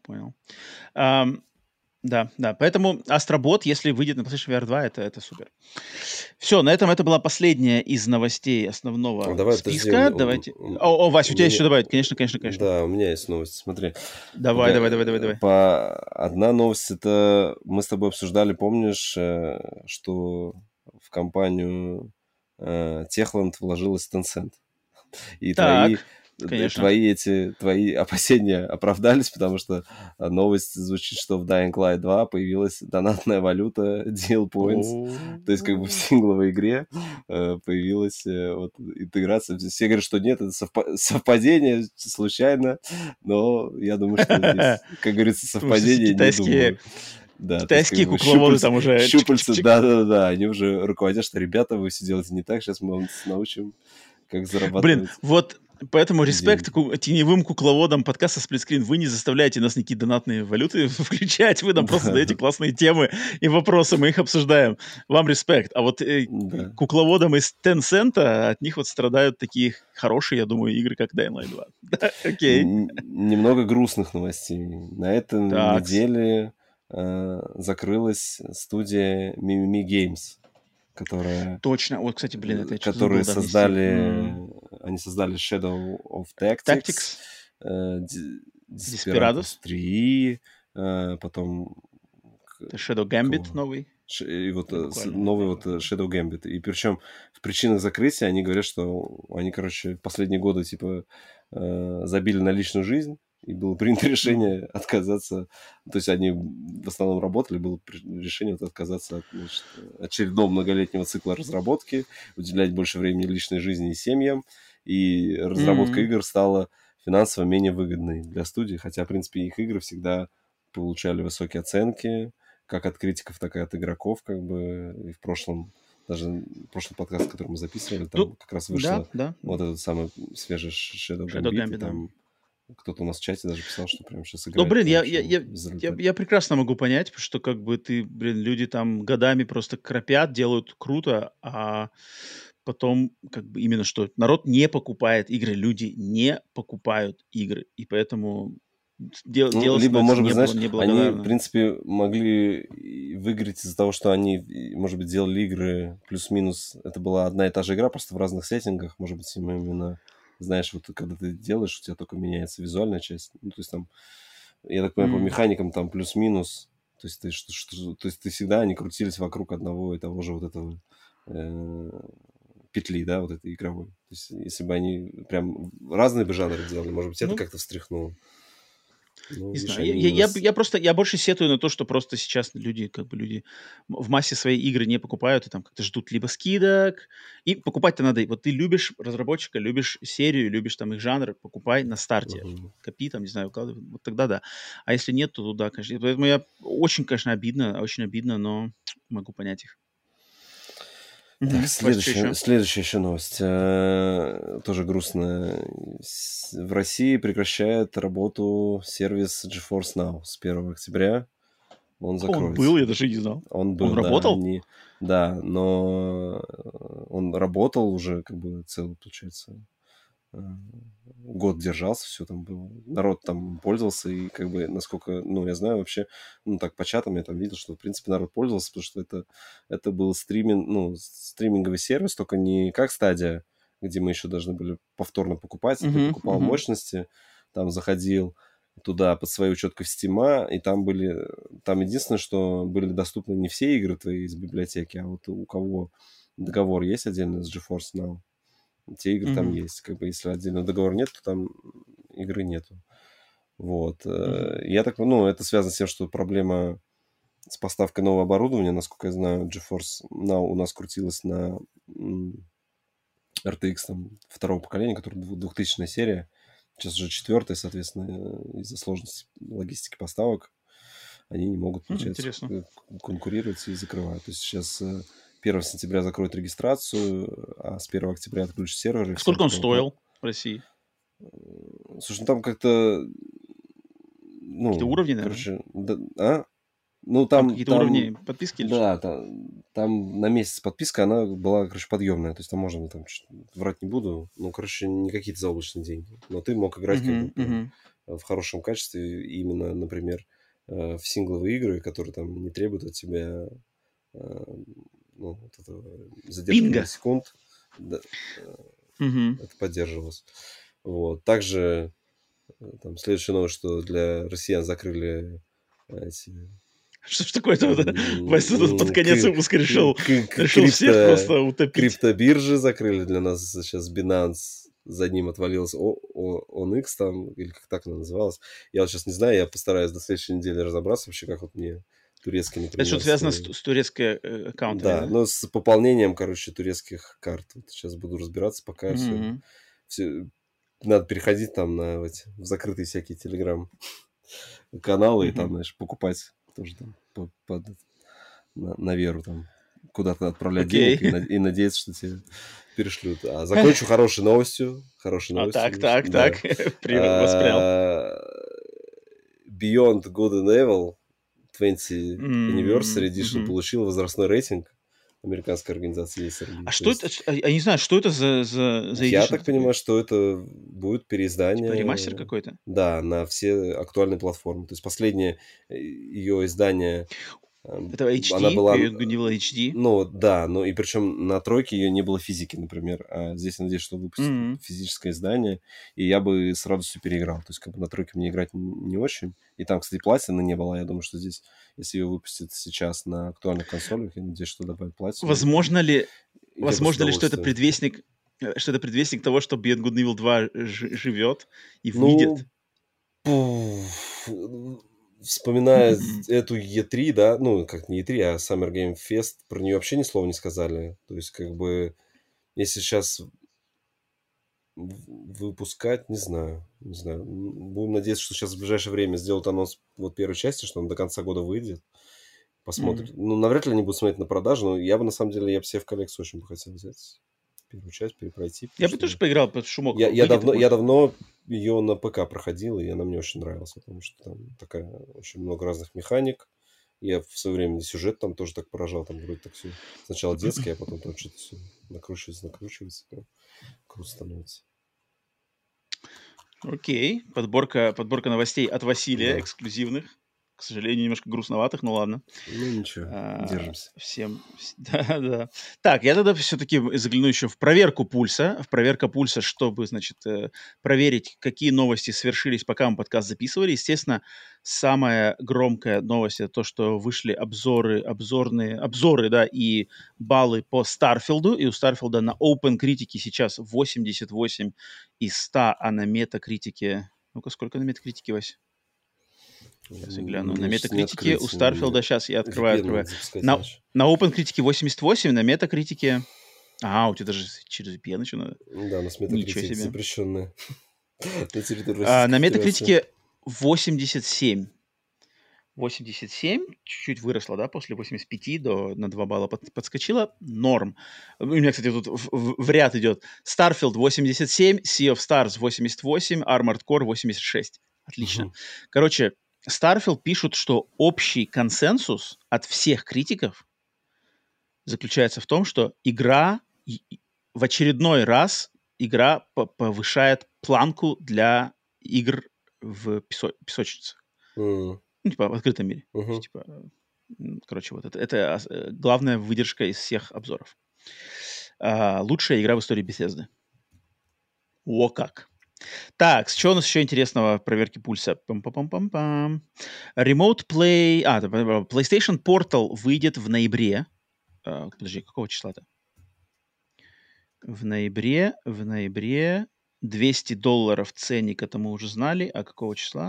Да, поэтому Astrobot, если выйдет на PlayStation VR 2, это супер. Все, на этом это была последняя из новостей основного списка. Давайте. Вась, у тебя есть что добавить? Конечно. Да, у меня есть новости, смотри. Давай. Одна новость, это мы с тобой обсуждали, помнишь, что в компанию Techland вложилась Tencent. И Конечно. Твои опасения оправдались, потому что новость звучит, что в Dying Light 2 появилась донатная валюта Deal Points. То есть как бы в сингловой игре появилась вот интеграция. Все говорят, что нет, это совпадение, случайно, но я думаю, что здесь, как говорится, совпадение, не думаю. Да, китайские кукловоды там уже... Щупальца, да, они уже руководят, что ребята, вы все делаете не так, сейчас мы вас научим, как зарабатывать. Блин, вот поэтому респект теневым кукловодам подкаста «Сплитскрин». Вы не заставляете нас никакие донатные валюты включать, вы нам просто даете классные темы и вопросы, мы их обсуждаем. Вам респект. А вот кукловодам из Tencent, от них вот страдают такие хорошие, я думаю, игры, как Dying Light 2. Окей. Немного грустных новостей. На этой неделе закрылась студия Mimimi Games, которая... Точно. Вот, кстати, блин, это я что-то которые создали... Они создали Shadow of Tactics, Desperados 3, потом... Shadow Gambit новый. И вот новый вот Shadow Gambit. И причем в причинах закрытия они говорят, что они, короче, последние годы, типа, забили на личную жизнь, и было принято решение отказаться, то есть они в основном работали, было решение отказаться от очередного многолетнего цикла разработки, уделять больше времени личной жизни и семьям, и разработка игр стала финансово менее выгодной для студии, хотя, в принципе, их игры всегда получали высокие оценки, как от критиков, так и от игроков, как бы, и в прошлом, даже прошлый подкаст, который мы записывали, там как раз вышло вот этот самый свежий Shadow Gambit, там кто-то у нас в чате даже писал, что прямо сейчас играет. Ну, блин, я прекрасно могу понять, что как бы люди там годами просто кропят, делают круто, а потом как бы именно что народ не покупает игры, люди не покупают игры, и поэтому дело либо, может быть, знаешь, они, неблагодарно. в принципе, могли выиграть из-за того, что они, может быть, делали игры плюс-минус, это была одна и та же игра, просто в разных сеттингах, может быть, именно... Знаешь, вот когда ты делаешь, у тебя только меняется визуальная часть. Ну, то есть там, я так понимаю, по механикам там плюс-минус. То есть ты всегда, они крутились вокруг одного и того же вот этого петли, да, вот этой игровой. То есть если бы они прям разные бы жанры делали, может быть, это как-то встряхнуло. Ну, не знаю, я больше сетую на то, что просто сейчас люди в массе свои игры не покупают и там как-то ждут либо скидок, и покупать-то надо, вот ты любишь разработчика, любишь серию, любишь там их жанр, покупай на старте, копи там, не знаю, вкладывай, вот тогда да. А если нет, то да, конечно. Поэтому очень, конечно, обидно, но могу понять их. Так, следующая еще новость. Тоже грустная. В России прекращает работу сервис GeForce Now с 1 октября. Он закроется. Он был, я даже не знал. Он был, он работал? Да, но он работал уже как бы целый, получается, год держался, все там было. Народ там пользовался, и как бы, насколько, я знаю вообще, так по чатам я там видел, что, в принципе, народ пользовался, потому что это был стриминговый сервис, только не как Stadia, где мы еще должны были повторно покупать, ты покупал мощности, там заходил туда под свою учетку в Steam, и там единственное, что были доступны не все игры твои из библиотеки, а вот у кого договор есть отдельно с GeForce Now, те игры там есть. Как бы если отдельного договора нет, то там игры нету. Вот. Я так понимаю, это связано с тем, что проблема с поставкой нового оборудования. Насколько я знаю, GeForce Now у нас крутилась на RTX там, второго поколения, который 2000-я серия. Сейчас уже 4-я, соответственно, из-за сложности логистики поставок они не могут, получается, конкурировать и закрывают. То есть сейчас 1 сентября закроют регистрацию, а с 1 октября отключат серверы. Сколько он стоил в России? Слушай, там как-то... Какие-то уровни, наверное? Там какие-то уровни подписки? Да, там на месяц подписка, она была, подъемная. То есть там можно, врать не буду, не какие-то заоблачные деньги. Но ты мог играть в хорошем качестве, именно, например, в сингловые игры, которые там не требуют от тебя задержки секунд. Да, это поддерживалось. Вот. Также там следующая новость, что для россиян закрыли эти... Что ж такое-то? Вася тут под конец выпуска решил всех просто утопить. Криптобиржи закрыли для нас сейчас Binance. за ним отвалилась On X там, или как так она называлась. Я вот сейчас не знаю, я постараюсь до следующей недели разобраться вообще, как вот мне турецкий, Это например, что-то связано с турецкой аккаунтами, да, да? ну, с пополнением, короче, турецких карт. Вот сейчас буду разбираться, пока все надо переходить там в закрытые всякие телеграм-каналы и там, знаешь, покупать тоже там на веру там куда-то отправлять денег Окей. и надеяться, что тебе перешлют. А закончу хорошей новостью. А так, Значит, да. воспрял. Beyond Good and Evil 20th Anniversary Edition Мгм. получил возрастной рейтинг американской организации ESRB. А То что это? есть, Я не знаю, что это за я эдишн так такой? понимаю, что это будет Типа ремастер переиздание, какой-то? да, на все актуальные платформы. То есть последнее ее издание, Это она HD, была, Beyond Good and Evil HD. ну да, но и причем на тройке ее не было физики, например. А здесь, надеюсь, что выпустят Мгм. физическое издание, и я бы с радостью переиграл. То есть как бы на тройке мне играть не очень. И там, кстати, платины не было. Я думаю, что здесь, если ее выпустят сейчас на актуальных консолях, я надеюсь, что добавят платину. Возможно ли, Я бы с что это удовольствием. предвестник того, что Beyond Good and Evil 2 живет и выйдет? Ну, вспоминая эту E3, да, ну, как не E3, а Summer Game Fest, про нее вообще ни слова не сказали. То есть, как бы, если сейчас выпускать, не знаю. Будем надеяться, что сейчас в ближайшее время сделают анонс вот первой части, что он до конца года выйдет. Посмотрим. Ну, навряд ли они будут смотреть на продажу, но я бы, на самом деле, я бы себе в коллекцию очень бы хотел взять первую часть, перепройти, потому Я бы тоже что поиграл под шумок. Выйдет и я будет. давно ее на ПК проходил, и она мне очень нравилась, потому что там такая очень много разных механик. Я в свое время сюжет там тоже так поражал, там вроде так все сначала детский, а потом там что-то все накручивается, прям круто становится. Окей. Подборка новостей от Василия, Да. эксклюзивных. К сожалению, немножко грустноватых, но ладно. Ну ничего, держимся. Да, да. Так, я тогда все-таки загляну еще в проверку пульса. Проверка пульса, чтобы, значит, проверить, какие новости свершились, пока мы подкаст записывали. Естественно, самая громкая новость — это то, что вышли обзоры, да, и баллы по Старфилду. И у Старфилда на OpenCritic сейчас 88 из 100, а на Metacritic... Ну-ка, сколько на Metacritic, Вась? Сейчас я гляну. На Мне сейчас не Метакритике у открыть. Мне Старфилда, сейчас я VPN надо открываю. запускать На, иначе. на OpenCritic 88, на Метакритике... Ага, у тебя даже через VPN еще надо. Да, у нас Ничего Metacritic себе. запрещенная на территории Российской На Федерации. Метакритике 87. 87, чуть-чуть выросла, да, после 85 на 2 балла подскочила. Норм. У меня, кстати, тут в ряд идет Starfield 87, Sea of Stars 88, Armored Core 86. Отлично. Короче, Starfield пишут, что общий консенсус от всех критиков заключается в том, что игра в очередной раз повышает планку для игр в песочницах. Ну, типа в открытом мире. То есть, типа, короче, вот это главная выдержка из всех обзоров. Лучшая игра в истории Bethesda. О как! Так, с чего у нас еще интересного в проверке пульса? Пам-пам-пам-пам. Remote Play... PlayStation Portal выйдет в ноябре. Подожди, какого числа-то? В ноябре $200 ценник, это мы уже знали. А какого числа?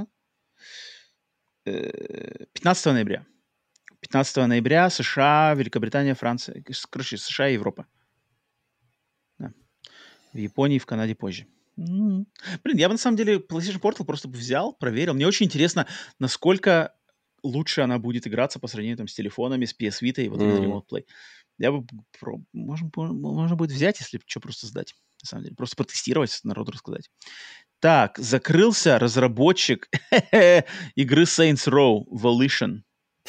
15 ноября. 15 ноября США, Великобритания, Франция. Короче, США и Европа. Да. В Японии, в Канаде позже. Блин, я бы на самом деле PlayStation Portal просто бы взял, проверил. Мне очень интересно, насколько лучше она будет играться по сравнению там, с телефонами, с PS Vita и вот именно Remote Play. Я бы... Можно будет взять, если что, просто сдать. На самом деле. Просто потестировать, народу рассказать. Так, закрылся разработчик игры Saints Row, Volition.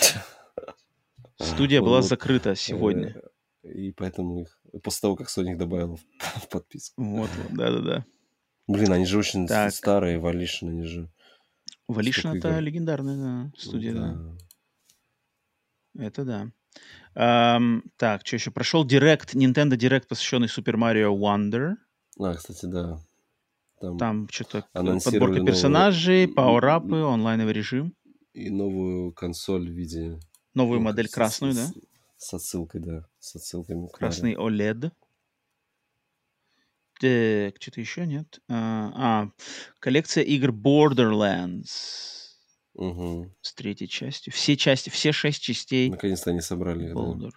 Студия была закрыта сегодня. И поэтому их после того, как Sony их добавил в подписку. Вот, да-да-да. Блин, они же очень Так. старые, Volition, они же... Volition — это легендарная студия, да. Это да. Так, что еще? Прошел Nintendo Direct, посвященный Super Mario Wonder. Кстати, да. Там что-то анонсировали подборка персонажей, пауэрапы, онлайновый режим. И новую консоль в виде... Новую модель красную, да? С отсылкой, да. С отсылками. Красный OLED. Так, что-то еще нет? Коллекция игр Borderlands Угу. с третьей частью. Все части, все 6 частей Наконец-то они собрали их, да. Boulder.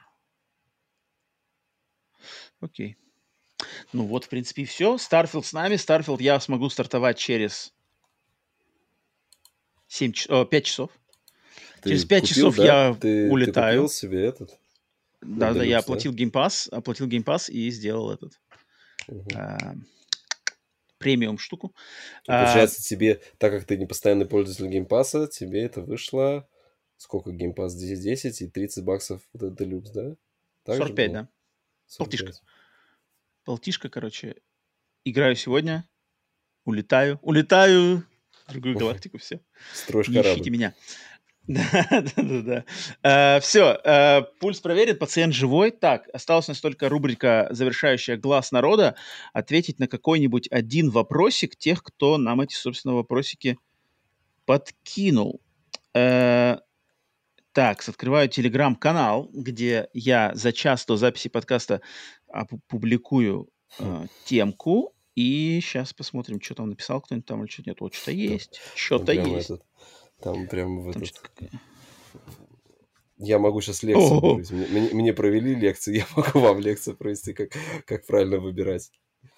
Окей. Ну вот, в принципе, и все. Starfield с нами. Starfield я смогу стартовать через 5 часов. Через Ты 5 купил, часов да? я Ты улетаю. купил себе этот? Да, я Делюкс, да? оплатил Game Pass и сделал этот Угу. премиум штуку. И получается, тебе, так как ты не постоянный пользователь геймпаса, тебе это вышло... Сколько геймпас? 10 и $30 вот этот делюкс, да? Так 45, же было? да. 45. Полтишка, короче. Играю сегодня. Улетаю в другую галактику, все. Строишь Не ищите корабль. меня. Да. Все, пульс проверен, пациент живой. Так, осталась у нас только рубрика, завершающая «Глаз народа». Ответить на какой-нибудь один вопросик тех, кто нам эти, собственно, вопросики подкинул. Так, открываю телеграм-канал, где я за час до записи подкаста публикую темку. И сейчас посмотрим, что там написал кто-нибудь там или что-то нет. Вот что-то есть. Что-то есть. Там прям в Там этот... что-то... Я могу сейчас лекцию провести. Мне провели лекцию, я могу вам лекцию провести, как правильно выбирать.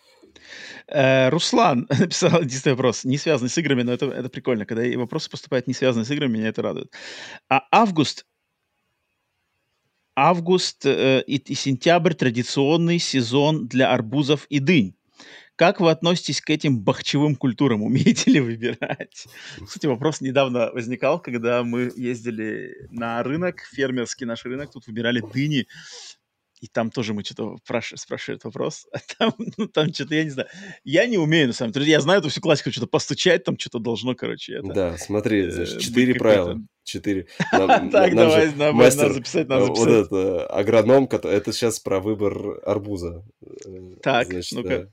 Руслан написал единственный вопрос, не связанный с играми, но это прикольно. Когда вопросы поступают не связанные с играми, меня это радует. Август и сентябрь — традиционный сезон для арбузов и дынь. Как вы относитесь к этим бахчевым культурам? Умеете ли выбирать? Кстати, вопрос недавно возникал, когда мы ездили на рынок, фермерский наш рынок, тут выбирали дыни, и там тоже мы что-то спрашивали этот вопрос, а там что-то, я не знаю, я не умею, на самом деле, я знаю эту всю классику, что-то постучать, там что-то должно, короче, это... Да, смотри, значит, 4 быть правила. 4. Так, давай, надо записать. Вот это, агроном, это сейчас про выбор арбуза. Так, Значит, ну-ка.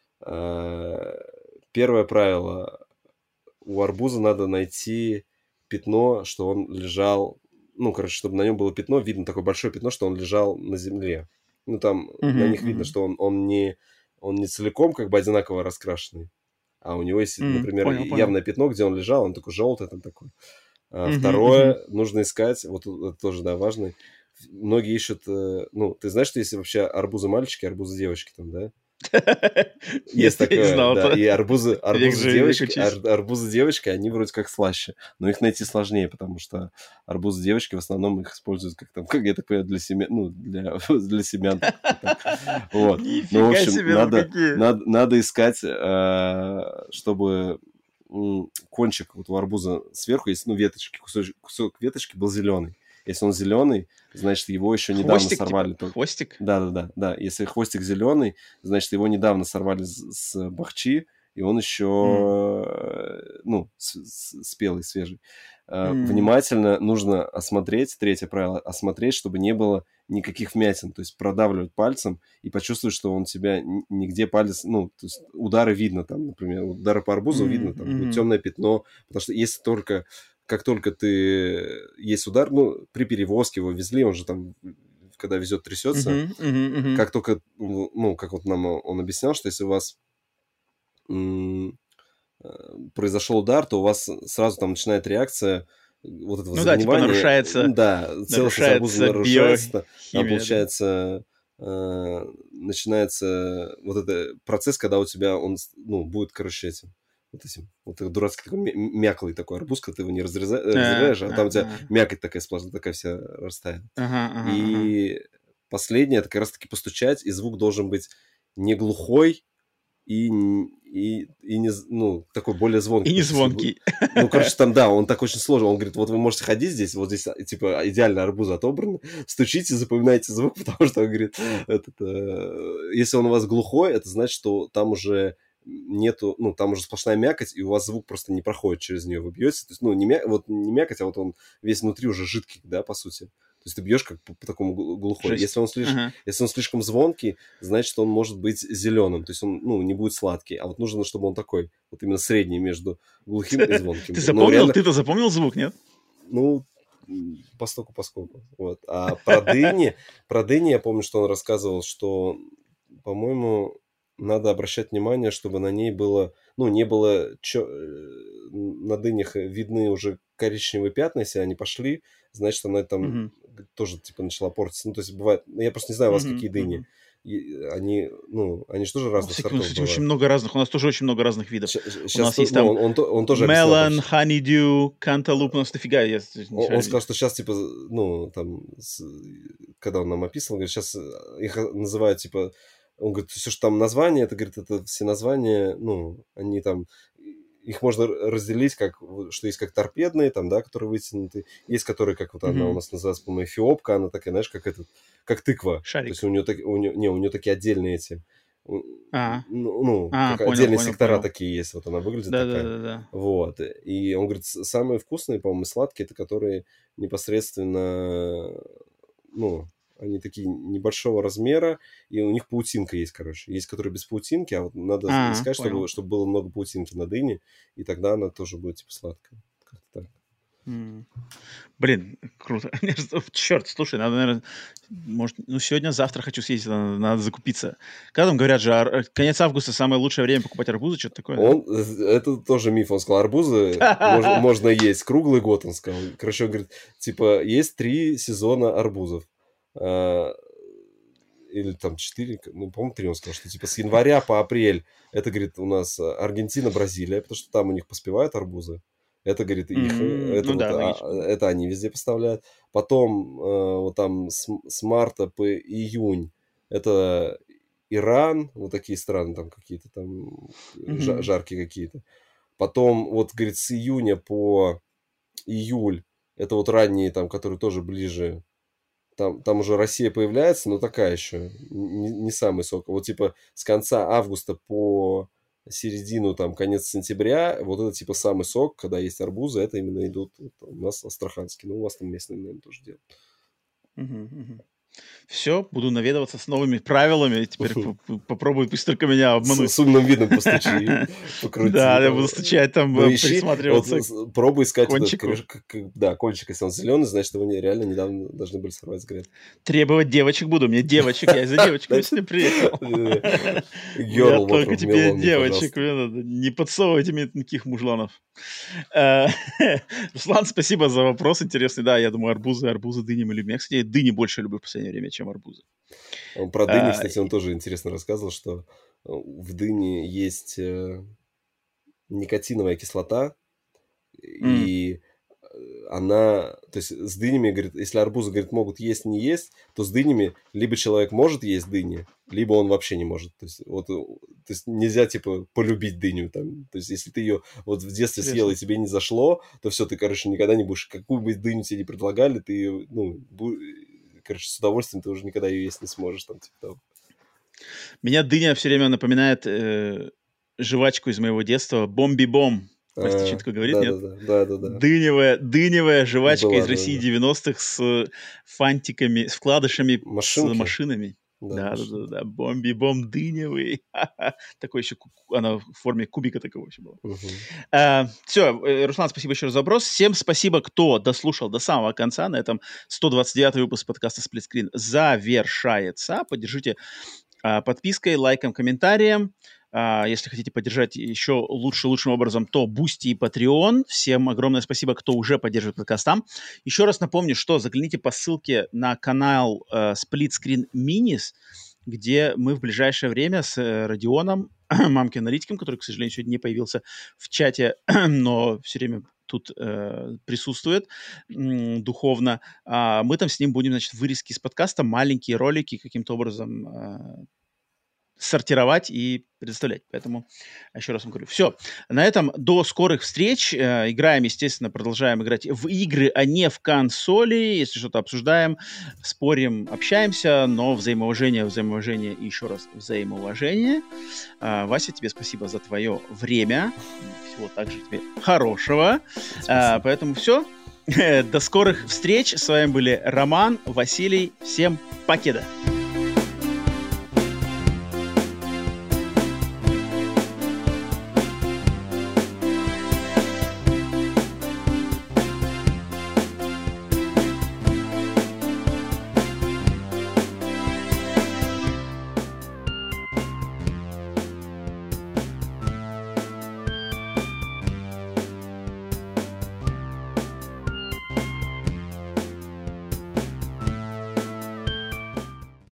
первое правило. У арбуза надо найти пятно, что он лежал... Ну, короче, чтобы на нем было пятно, видно такое большое пятно, что он лежал на земле. Ну, там на них видно, что он не целиком как бы одинаково раскрашенный, а у него есть, например, явное пятно, где он лежал, он такой желтый, там такой. Второе, нужно искать, вот это тоже, да, важно. Многие ищут, ну, ты знаешь, что есть вообще арбузы мальчики, арбузы девочки там, да? Есть такое, да. И арбузы девочки, они вроде как слаще, но их найти сложнее, потому что арбузы девочки в основном их используют как там, как я так понимаю, для семян, ну, для семян. Вот. Ну, в общем, надо искать, чтобы кончик вот у арбуза сверху есть, ну, веточки, кусок веточки был зеленый. Если он зеленый, значит, его еще недавно сорвали. Типа, хвостик? Да. Если хвостик зеленый, значит, его недавно сорвали с бахчи, и он еще, ну, спелый, свежий. Внимательно нужно осмотреть, третье правило, осмотреть, чтобы не было никаких вмятин, то есть продавливать пальцем и почувствовать, что он тебя нигде палец, ну, то есть удары видно там, например, удары по арбузу видно, там, темное пятно, потому что если только... Как только есть удар, ну, при перевозке его везли, он же там, когда везет, трясется. Как только, ну, как вот нам он объяснял, что если у вас произошел удар, то у вас сразу там начинает реакция вот этого загнивания. Типа нарушается. Да, целостность арбуза нарушается. Там, получается, начинается вот этот процесс, когда у тебя он, ну, будет, короче, этим. Вот этот дурацкий такой мяклый такой арбуз, когда ты его не разрезаешь, а там у тебя мякоть такая сплошная, такая вся растает. И последнее, это как раз-таки постучать, и звук должен быть не глухой и не, ну, такой более звонкий. И не звонкий. Ну, короче, там, да, он так очень сложный. Он говорит, вот вы можете ходить здесь, вот здесь, типа, идеально арбузы отобраны, стучите, запоминайте звук, потому что он говорит, если он у вас глухой, это значит, что там уже... нету, ну, там уже сплошная мякоть, и у вас звук просто не проходит через нее, вы бьете, то есть, ну, не мякоть, а вот он весь внутри уже жидкий, да, по сути. То есть ты бьешь как по такому глухой. Если он слишком звонкий, значит, он может быть зеленым, то есть он, ну, не будет сладкий, а вот нужно, чтобы он такой, вот именно средний между глухим и звонким. Ты запомнил? Ты-то запомнил звук, нет? Ну, поскольку. Вот. А про дыни я помню, что он рассказывал, что, по-моему, надо обращать внимание, чтобы на ней было, ну, не было на дынях видны уже коричневые пятна, если они пошли, значит, она там тоже, типа, начала портиться. Ну, то есть, бывает, я просто не знаю, у вас какие дыни. И они же тоже разных сортов кстати, бывают. очень много разных. У нас тоже очень много разных видов. Сейчас, у нас есть там он тоже Melon, Honeydew, Cantaloupe, у нас дофига. Он сказал, что сейчас, типа, ну, там, когда он нам описывал, говорит, сейчас их называют, типа, он говорит, все, что там названия, это, говорит, это все названия, ну, они там, их можно разделить, как, что есть как торпедные, там, да, которые вытянуты, есть которые, как вот она у нас называется, по-моему, эфиопка, она такая, знаешь, как тыква. Шарик. То есть у нее такие отдельные эти, как понял, отдельные сектора понял. такие есть, вот она выглядит такая. Да. Вот, и он говорит, самые вкусные, по-моему, и сладкие, это которые непосредственно, ну, они такие небольшого размера, и у них паутинка есть, короче. Есть, которые без паутинки, а вот надо искать, чтобы было много паутинки на дыне, и тогда она тоже будет, типа, сладкая. Как-то так. Блин, круто. Черт, слушай, надо, наверное, может, сегодня-завтра хочу съездить, надо закупиться. Когда там говорят же, конец августа самое лучшее время покупать арбузы, что-то такое? Это тоже миф, он сказал, арбузы можно есть круглый год, он сказал. Короче, он говорит, типа, есть 3 сезона арбузов. Или там 4, ну, по-моему, 3, он сказал, что типа с января по апрель это, говорит, у нас Аргентина, Бразилия, потому что там у них поспевают арбузы. Это, говорит, их, это они везде поставляют. Потом вот там с марта по июнь это Иран, вот такие страны там какие-то там жаркие какие-то. Потом вот, говорит, с июня по июль это вот ранние там, которые тоже ближе. Там уже Россия появляется, но такая еще не самый сок. Вот типа с конца августа по середину, там, конец сентября, вот это типа самый сок, когда есть арбузы, это именно идут у нас астраханские. Ну, у вас там местные, наверное, тоже делают. Все, буду наведываться с новыми правилами. Теперь попробую, пусть только меня обмануть. С умным видом постучи, покрути. Да, я буду стучать там, присматриваться. Пробуй искать кончик, если он зеленый, значит, его реально недавно должны были сорвать с грядки. Требовать девочек буду. Мне девочек, я из-за девочек сегодня приехал. Я только теперь девочек. Не подсовывайте мне таких мужланов. Руслан, спасибо за вопрос интересный. Да, я думаю, арбузы, дыни мы любим. Я, кстати, дыни больше люблю в последнее время, чем арбузы. Про дыни, кстати, он тоже интересно рассказывал, что в дыне есть никотиновая кислота, и она, то есть с дынями, говорит, если арбузы, говорит, могут есть, не есть, то с дынями либо человек может есть дыни, либо он вообще не может. То есть, вот, то есть нельзя, типа, полюбить дыню. Там. То есть если ты ее вот в детстве съел и тебе не зашло, то все, ты, короче, никогда не будешь, какую бы дыню тебе не предлагали, ты ее, ну, короче, с удовольствием ты уже никогда ее есть не сможешь. Там, типа, того. Меня дыня все время напоминает жвачку из моего детства «Бомби-бом». Костиченко говорит, нет? Да. Дыневая жвачка из России 90-х с фантиками, с вкладышами, машинки. С машинами. Да. Бомби-бом дыневый. Такой еще, она в форме кубика такого еще была. Все, Руслан, спасибо еще раз за вопрос. Всем спасибо, кто дослушал до самого конца. На этом 129-й выпуск подкаста «Сплитскрин» завершается. Поддержите подпиской, лайком, комментарием. Если хотите поддержать еще лучшим образом, то Boosty и Patreon. Всем огромное спасибо, кто уже поддерживает подкаст там. Еще раз напомню, что загляните по ссылке на канал Split Screen Minis, где мы в ближайшее время с Родионом, мамкой-аналитиком, который, к сожалению, сегодня не появился в чате, но все время тут присутствует духовно. Мы там с ним будем, значит, вырезки из подкаста, маленькие ролики каким-то образом сортировать и предоставлять. Поэтому еще раз вам говорю. Все. На этом до скорых встреч. Играем, естественно, продолжаем играть в игры, а не в консоли. Если что-то обсуждаем, спорим, общаемся, но взаимоуважение и еще раз взаимоуважение. Вася, тебе спасибо за твое время. Всего также тебе хорошего. Поэтому все. До скорых встреч. С вами были Роман, Василий. Всем покеда.